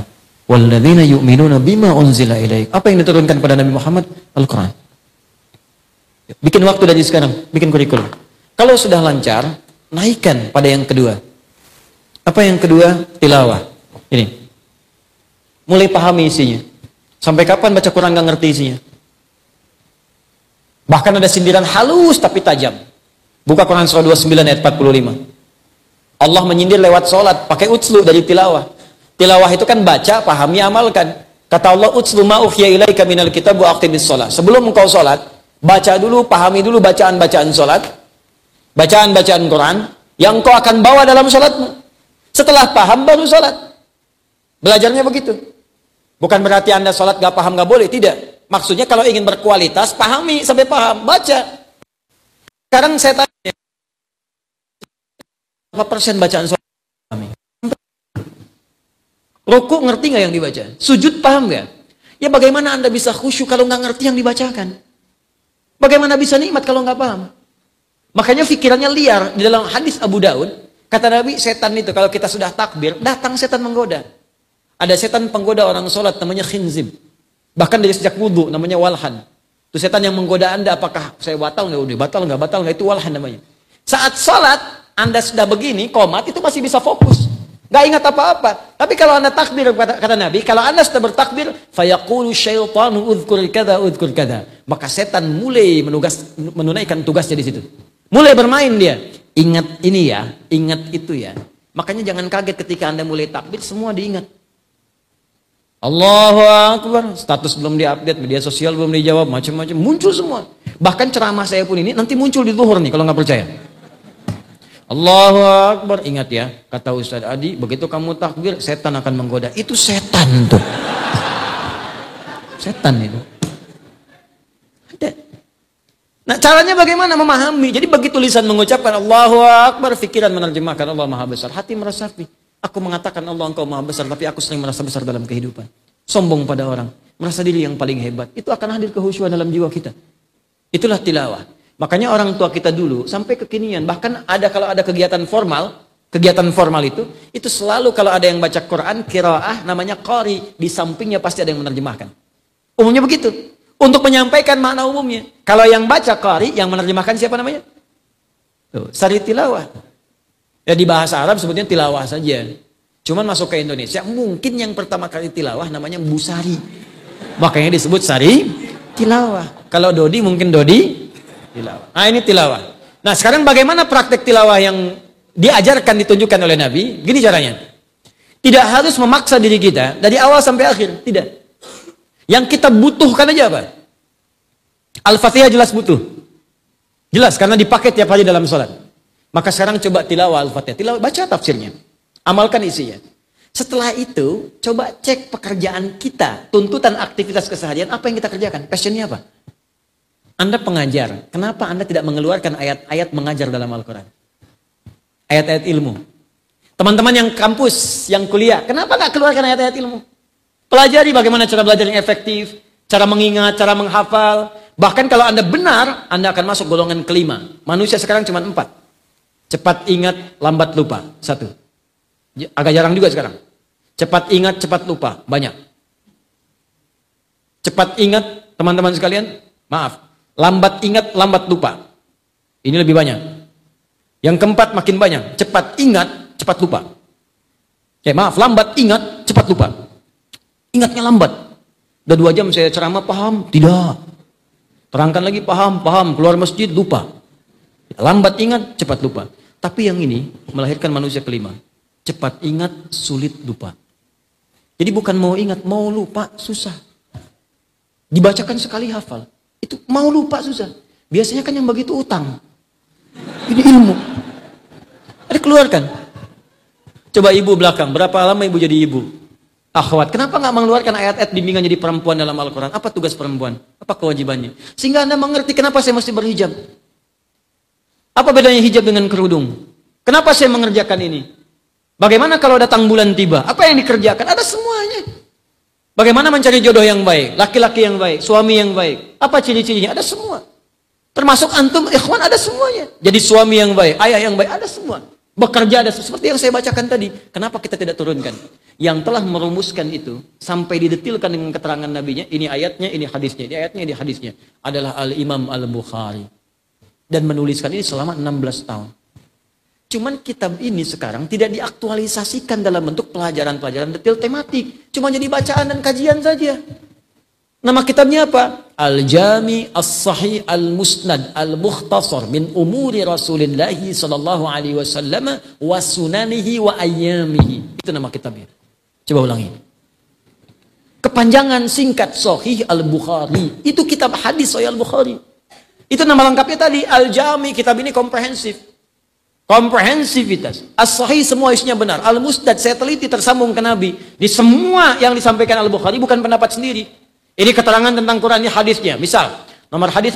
Walladzina yu'minuna bima unzila ilaik. Apa yang diturunkan pada Nabi Muhammad? Al-Quran. Bikin waktu dari sekarang, bikin kurikulum. Kalau sudah lancar, naikkan pada yang kedua. Apa yang kedua? Tilawah. Ini. Mulai pahami isinya. Sampai kapan baca Quran nggak ngerti isinya? Bahkan ada sindiran halus tapi tajam. Buka Quran surah 29 ayat 45. Allah menyindir lewat sholat, pakai utslu dari tilawah. Tilawah itu kan baca, pahami, amalkan. Kata Allah, utslu ma ukhya ilaika minal kitab wa aqimis sholat. Sebelum engkau sholat, baca dulu, pahami dulu bacaan-bacaan sholat, bacaan-bacaan Quran, yang engkau akan bawa dalam sholatmu. Setelah paham, baru sholat. Belajarnya begitu. Bukan berarti Anda sholat gak paham, gak boleh, tidak. Maksudnya kalau ingin berkualitas, pahami sampai paham, baca. Sekarang saya tanya, berapa persen bacaan sholat pahami? Ruku ngerti nggak yang dibaca? Sujud paham nggak? Ya bagaimana Anda bisa khusyuk kalau nggak ngerti yang dibacakan? Bagaimana bisa nikmat kalau nggak paham? Makanya pikirannya liar. Di dalam hadis Abu Daud, kata Nabi, setan itu kalau kita sudah takbir, datang setan menggoda. Ada setan penggoda orang sholat namanya khinzib. Bahkan dari sejak wudhu namanya walhan. Itu setan yang menggoda Anda, apakah saya batal nggak? Udah batal nggak? Itu walhan namanya. Saat sholat Anda sudah begini, komat, itu masih bisa fokus. Gak ingat apa-apa. Tapi kalau Anda takbir, kata Nabi, kalau Anda sudah bertakbir, fayaqulu syaitanu udhkur kada. Maka setan mulai menunaikan tugasnya di situ. Mulai bermain dia. Ingat ini ya, ingat itu ya. Makanya jangan kaget ketika Anda mulai takbir, semua diingat. Allahu Akbar. Status belum diupdate, media sosial belum dijawab, macam-macam. Muncul semua. Bahkan ceramah saya pun ini nanti muncul di zuhur nih, kalau nggak percaya. Allahu Akbar. Ingat ya, kata Ustaz Adi, begitu kamu takbir, setan akan menggoda. Itu setan tuh. Setan itu. Ada. Nah, caranya bagaimana memahami? Jadi begitu lisan mengucapkan Allahu Akbar, pikiran menerjemahkan Allah Maha Besar, hati meresapi. Aku mengatakan Allah Engkau Maha Besar, tapi aku sering merasa besar dalam kehidupan. Sombong pada orang, merasa diri yang paling hebat. Itu akan hadir kehusyuan dalam jiwa kita. Itulah tilawah. Makanya orang tua kita dulu sampai kekinian, bahkan kalau ada kegiatan formal itu selalu kalau ada yang baca Quran qiraah namanya qari, di sampingnya pasti ada yang menerjemahkan. Umumnya begitu. Untuk menyampaikan makna umumnya. Kalau yang baca qari, yang menerjemahkan siapa namanya? Tuh, sari tilawah. Ya di bahasa Arab sebutnya tilawah saja. Cuman masuk ke Indonesia mungkin yang pertama kali tilawah namanya busari. Makanya disebut sari tilawah. Kalau Dodi mungkin Dodi tilawah. Nah ini tilawah. Nah sekarang bagaimana praktek tilawah yang diajarkan, ditunjukkan oleh Nabi? Gini caranya. Tidak harus memaksa diri kita dari awal sampai akhir. Tidak. Yang kita butuhkan aja apa? Al-Fatihah jelas butuh. Jelas karena dipakai tiap hari dalam sholat. Maka sekarang coba tilawah Al-Fatihah. Tilawah, baca tafsirnya. Amalkan isinya. Setelah itu coba cek pekerjaan kita. Tuntutan aktivitas keseharian. Apa yang kita kerjakan? Passionnya apa? Anda pengajar, kenapa Anda tidak mengeluarkan ayat-ayat mengajar dalam Al-Quran? Ayat-ayat ilmu. Teman-teman yang kampus, yang kuliah, kenapa nggak keluarkan ayat-ayat ilmu? Pelajari bagaimana cara belajar yang efektif, cara mengingat, cara menghafal. Bahkan kalau Anda benar, Anda akan masuk golongan kelima. Manusia sekarang cuma 4. Cepat ingat, lambat lupa. 1. Agak jarang juga sekarang. Cepat ingat, cepat lupa. Banyak. Cepat ingat, teman-teman sekalian, maaf. Lambat ingat, lambat lupa. Ini lebih banyak. Yang keempat makin banyak. Cepat ingat, cepat lupa. Maaf, lambat ingat, cepat lupa. Ingatnya lambat. Udah 2 jam saya ceramah, paham? Tidak. Terangkan lagi, paham. Keluar masjid, lupa. Lambat ingat, cepat lupa. Tapi yang ini melahirkan manusia kelima. Cepat ingat, sulit lupa. Jadi bukan mau ingat, mau lupa, susah. Dibacakan sekali hafal. Itu mau lupa susah. Biasanya kan yang begitu utang. Ini ilmu. Ada keluarkan. Coba ibu belakang. Berapa lama ibu jadi ibu? Akhwat. Kenapa nggak mengeluarkan ayat-ayat bimbingan jadi perempuan dalam Al-Quran? Apa tugas perempuan? Apa kewajibannya? Sehingga Anda mengerti kenapa saya mesti berhijab. Apa bedanya hijab dengan kerudung? Kenapa saya mengerjakan ini? Bagaimana kalau datang bulan tiba? Apa yang dikerjakan? Ada semuanya. Bagaimana mencari jodoh yang baik, laki-laki yang baik, suami yang baik. Apa ciri-cirinya? Ada semua. Termasuk antum, ikhwan, ada semuanya. Jadi suami yang baik, ayah yang baik, ada semua. Bekerja ada seperti yang saya bacakan tadi. Kenapa kita tidak turunkan? yang telah merumuskan itu sampai didetilkan dengan keterangan nabinya, ini ayatnya, ini hadisnya, ini ayatnya, ini hadisnya, adalah Al-Imam Al-Bukhari. Dan menuliskan ini selama 16 tahun. Cuman kitab ini sekarang tidak diaktualisasikan dalam bentuk pelajaran-pelajaran detail tematik. Cuma jadi bacaan dan kajian saja. Nama kitabnya apa? Al-Jami As-Sahih Al-Musnad Al-Mukhtasar min umuri Rasulullah sallallahu alaihi wasallam wa sunanihi wa ayyamihi. Itu nama kitabnya. Coba ulangi. Kepanjangan singkat Sahih Al-Bukhari. Itu kitab hadis Sahih Al-Bukhari. Itu nama lengkapnya tadi Al-Jami. Kitab ini komprehensif. Komprehensivitas. As-Sahih semua isinya benar. Al-Musnad saya teliti tersambung ke Nabi. Di semua yang disampaikan Al-Bukhari bukan pendapat sendiri. Ini keterangan tentang Quran, ini hadisnya. Misal, nomor hadis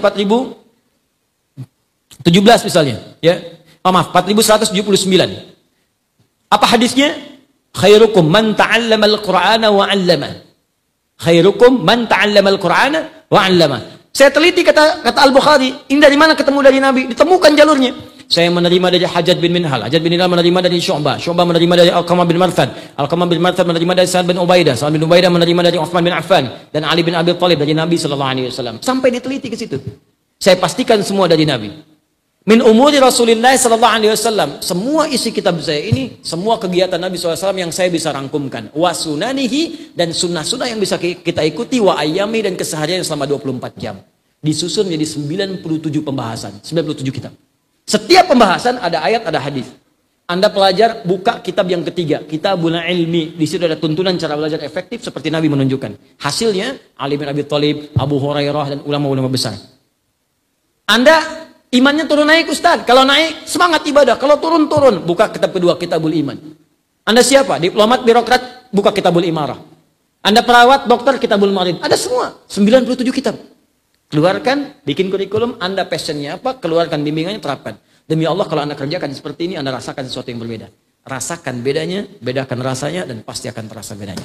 4017 misalnya, ya. Oh, maaf, 4179. Apa hadisnya? Khairukum man ta'allama al-Qur'ana wa 'allama. Khairukum man ta'allama al-Qur'ana wa 'allama. Saya teliti kata Al-Bukhari, ini dari mana ketemu dari Nabi? Ditemukan jalurnya. Saya menerima dari Hajjaj bin Minhal, Hajjaj bin Minhal menerima dari Syu'bah, Syu'bah menerima dari Alqamah bin Marthad, Alqamah bin Marthad menerima dari Sa'ad bin Ubaidah, Sa'ad bin Ubaidah menerima dari Uthman bin Affan dan Ali bin Abi Thalib dari Nabi sallallahu alaihi wasallam. Sampai diteliti ke situ. Saya pastikan semua dari Nabi. Min umuri Rasulullah sallallahu alaihi wasallam. Semua isi kitab saya ini, semua kegiatan Nabi SAW yang saya bisa rangkumkan. Wa sunanihi, dan sunnah-sunnah yang bisa kita ikuti, wa ayyami, dan keseharian selama 24 jam. Disusun menjadi 97 pembahasan, 97 kitab. Setiap pembahasan ada ayat, ada hadis. Anda pelajar, buka kitab yang ketiga, Kitabul Ilmi. Di situ ada tuntunan cara belajar efektif seperti Nabi menunjukkan. Hasilnya Ali bin Abi Thalib, Abu Hurairah, dan ulama-ulama besar. Anda imannya turun naik, Ustaz. Kalau naik, semangat ibadah. Kalau turun. Buka kitab kedua, Kitabul Iman. Anda siapa? Diplomat, birokrat, buka Kitabul Imarah. Anda perawat, dokter, Kitabul Marid. Ada semua. 97 kitab. Keluarkan, bikin kurikulum, Anda passionnya apa, keluarkan bimbingannya, terapkan. Demi Allah, kalau Anda kerjakan seperti ini, Anda rasakan sesuatu yang berbeda. Rasakan bedanya, bedakan rasanya, dan pasti akan terasa bedanya.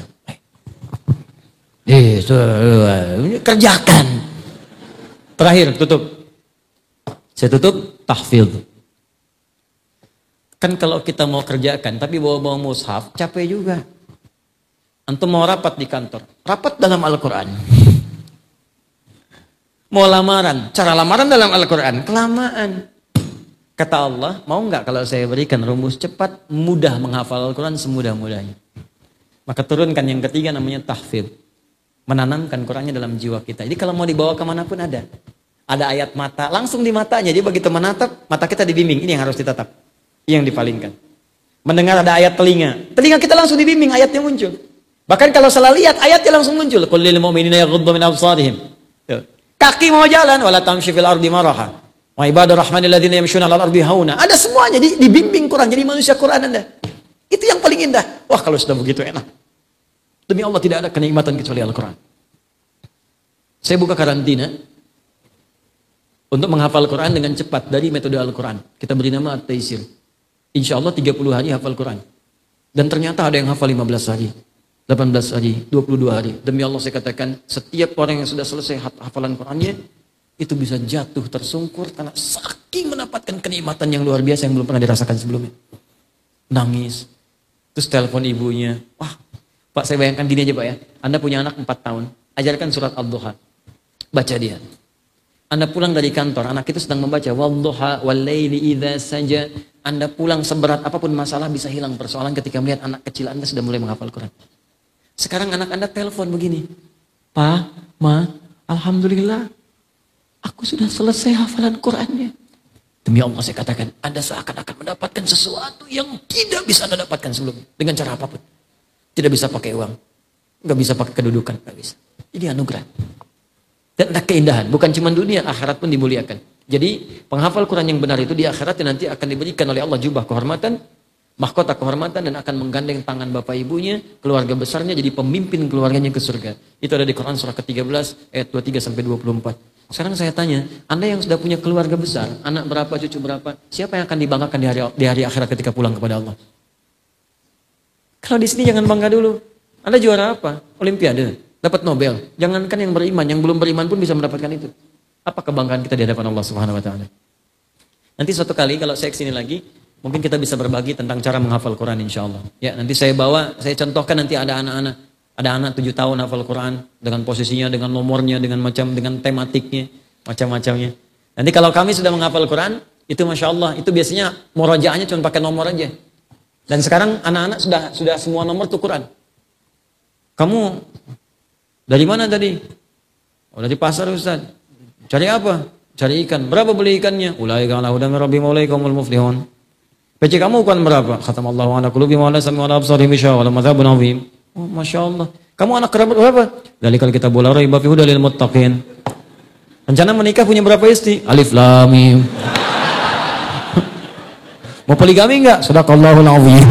Kerjakan. Terakhir, tutup. Saya tutup, tahfidz. Kan kalau kita mau kerjakan, tapi bawa-bawa mushaf, capek juga. Antum mau rapat di kantor, rapat dalam Al-Quran. Mau lamaran, cara lamaran dalam Al-Quran, kelamaan. Kata Allah, mau nggak kalau saya berikan rumus cepat, mudah menghafal Al-Quran semudah-mudahnya. Maka turunkan yang ketiga namanya tahfidz. Menanamkan Qurannya dalam jiwa kita. Jadi kalau mau dibawa kemanapun ada. Ada ayat mata, langsung di matanya. Jadi begitu menatap, mata kita dibimbing. Ini yang harus ditatap. Ini yang dipalingkan. Mendengar ada ayat telinga. Telinga kita langsung dibimbing, ayatnya muncul. Bahkan kalau salah lihat, ayatnya langsung muncul. Qul lil mu'minina yaghuddu min absarihim. Kaki mau jalan, wala tamshi fil ardi maraha. Wa ibadur rahmanil ladzina yamshuna 'alal ardi hauna. Ada semuanya dibimbing Quran, jadi manusia Quran Anda. Itu yang paling indah. Wah, kalau sudah begitu enak. Demi Allah tidak ada kenikmatan kecuali Al-Quran. Saya buka karantina untuk menghafal Quran dengan cepat dari metode Al-Quran. Kita beri nama At-Taisir. Insya Allah 30 hari hafal Quran. Dan ternyata ada yang hafal 15 hari. 18 hari, 22 hari. Demi Allah saya katakan, setiap orang yang sudah selesai hafalan Qurannya, itu bisa jatuh tersungkur karena saking mendapatkan kenikmatan yang luar biasa yang belum pernah dirasakan sebelumnya. Nangis. Terus telepon ibunya. Wah, Pak, saya bayangkan gini aja Pak ya. Anda punya anak 4 tahun. Ajarkan surat Ad-Duha. Baca dia. Anda pulang dari kantor, anak itu sedang membaca Wad-Duha wal-laili idza saja. Anda pulang seberat apapun masalah bisa hilang persoalan ketika melihat anak kecil Anda sudah mulai menghafal Quran. Sekarang anak Anda telepon begini. Pak, Ma, alhamdulillah, aku sudah selesai hafalan Qurannya. Demi Allah saya katakan, Anda seakan-akan mendapatkan sesuatu yang tidak bisa Anda dapatkan sebelumnya. Dengan cara apapun. Tidak bisa pakai uang. Nggak bisa pakai kedudukan. Nggak bisa. Ini anugerah. Dan ada keindahan. Bukan cuma dunia, akhirat pun dimuliakan. Jadi penghafal Quran yang benar itu di akhirat nanti akan diberikan oleh Allah jubah kehormatan, mahkota kehormatan, dan akan menggandeng tangan bapak ibunya, keluarga besarnya, jadi pemimpin keluarganya ke surga. Itu ada di Quran surah ke-13 ayat 23-24. Sekarang saya tanya, Anda yang sudah punya keluarga besar, anak berapa, cucu berapa, siapa yang akan dibanggakan di hari akhirat ketika pulang kepada Allah? Kalau di sini jangan bangga dulu. Anda juara apa? Olimpiade, dapat Nobel. Jangankan yang beriman, yang belum beriman pun bisa mendapatkan itu. Apa kebanggaan kita di hadapan Allah Subhanahu wa taala? Nanti suatu kali kalau saya kesini lagi, Mungkin kita bisa berbagi tentang cara menghafal Quran insya Allah. Ya, nanti saya contohkan nanti ada anak-anak. Ada anak 7 tahun hafal Quran dengan posisinya, dengan nomornya, dengan tematiknya, macam-macamnya. Nanti kalau kami sudah menghafal Quran, itu Masya Allah, itu biasanya murajaahnya cuma pakai nomor aja. Dan sekarang anak-anak sudah semua nomor tuh Quran. Kamu dari mana tadi? Oh, dari pasar Ustaz. Cari apa? Cari ikan. Berapa beli ikannya? Ulaika ala hudan min rabbihim wa ulaika humul muflihun. PC kamu ukuran berapa? Khatamallahu ala qulubihim wa ala sam'ihim wa ala absarihim gishawa wa lahum adzabun adzim. Oh, Masya Allah. Kamu anak kerabat berapa? Dzalikal kitabul la raiba fihi hudal lil muttaqin. Rencana menikah punya berapa istri? Alif lam mim. Mau poligami enggak? Sadaqallahul azim.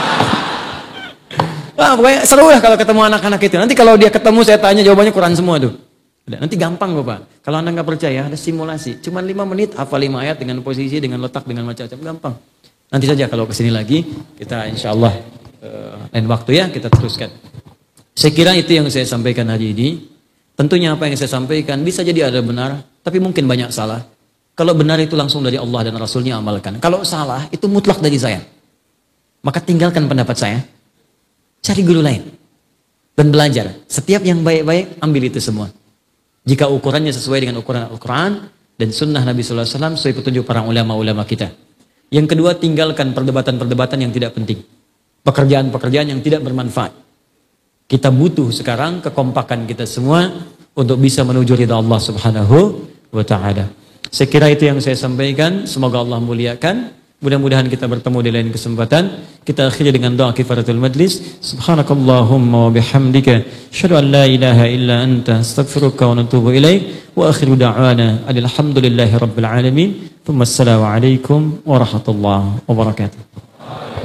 Wah, pokoknya seru lah kalau ketemu anak-anak itu. Nanti kalau dia ketemu saya tanya jawabannya Quran semua tuh. Nanti gampang Bapak. Kalau Anda nggak percaya, ada simulasi. Cuma 5 menit hafal 5 ayat dengan posisi, dengan letak, dengan macam-macam, gampang. Nanti saja kalau kesini lagi, kita insya Allah lain waktu ya kita teruskan. Saya kira itu yang saya sampaikan hari ini. Tentunya apa yang saya sampaikan bisa jadi ada benar, tapi mungkin banyak salah. Kalau benar itu langsung dari Allah dan Rasulnya amalkan. Kalau salah itu mutlak dari saya. Maka tinggalkan pendapat saya. Cari guru lain. Dan belajar. Setiap yang baik-baik ambil itu semua. Jika ukurannya sesuai dengan ukuran Al-Quran dan sunnah Nabi SAW sesuai petunjuk para ulama-ulama kita. Yang kedua, tinggalkan perdebatan-perdebatan yang tidak penting. Pekerjaan-pekerjaan yang tidak bermanfaat. Kita butuh sekarang kekompakan kita semua untuk bisa menuju ridha Allah Subhanahu wa ta'ala. Saya kira itu yang saya sampaikan. Semoga Allah muliakan. Mudah-mudahan kita bertemu di lain kesempatan. Kita akhiri dengan doa kifaratul majlis. Subhanakallahumma wa bihamdika asyhadu an la ilaha illa anta astaghfiruka wa atubu ilaik. Wa akhiru da'wana alhamdulillahi rabbil alamin. Thumma assalamu alaikum warahmatullahi wabarakatuh.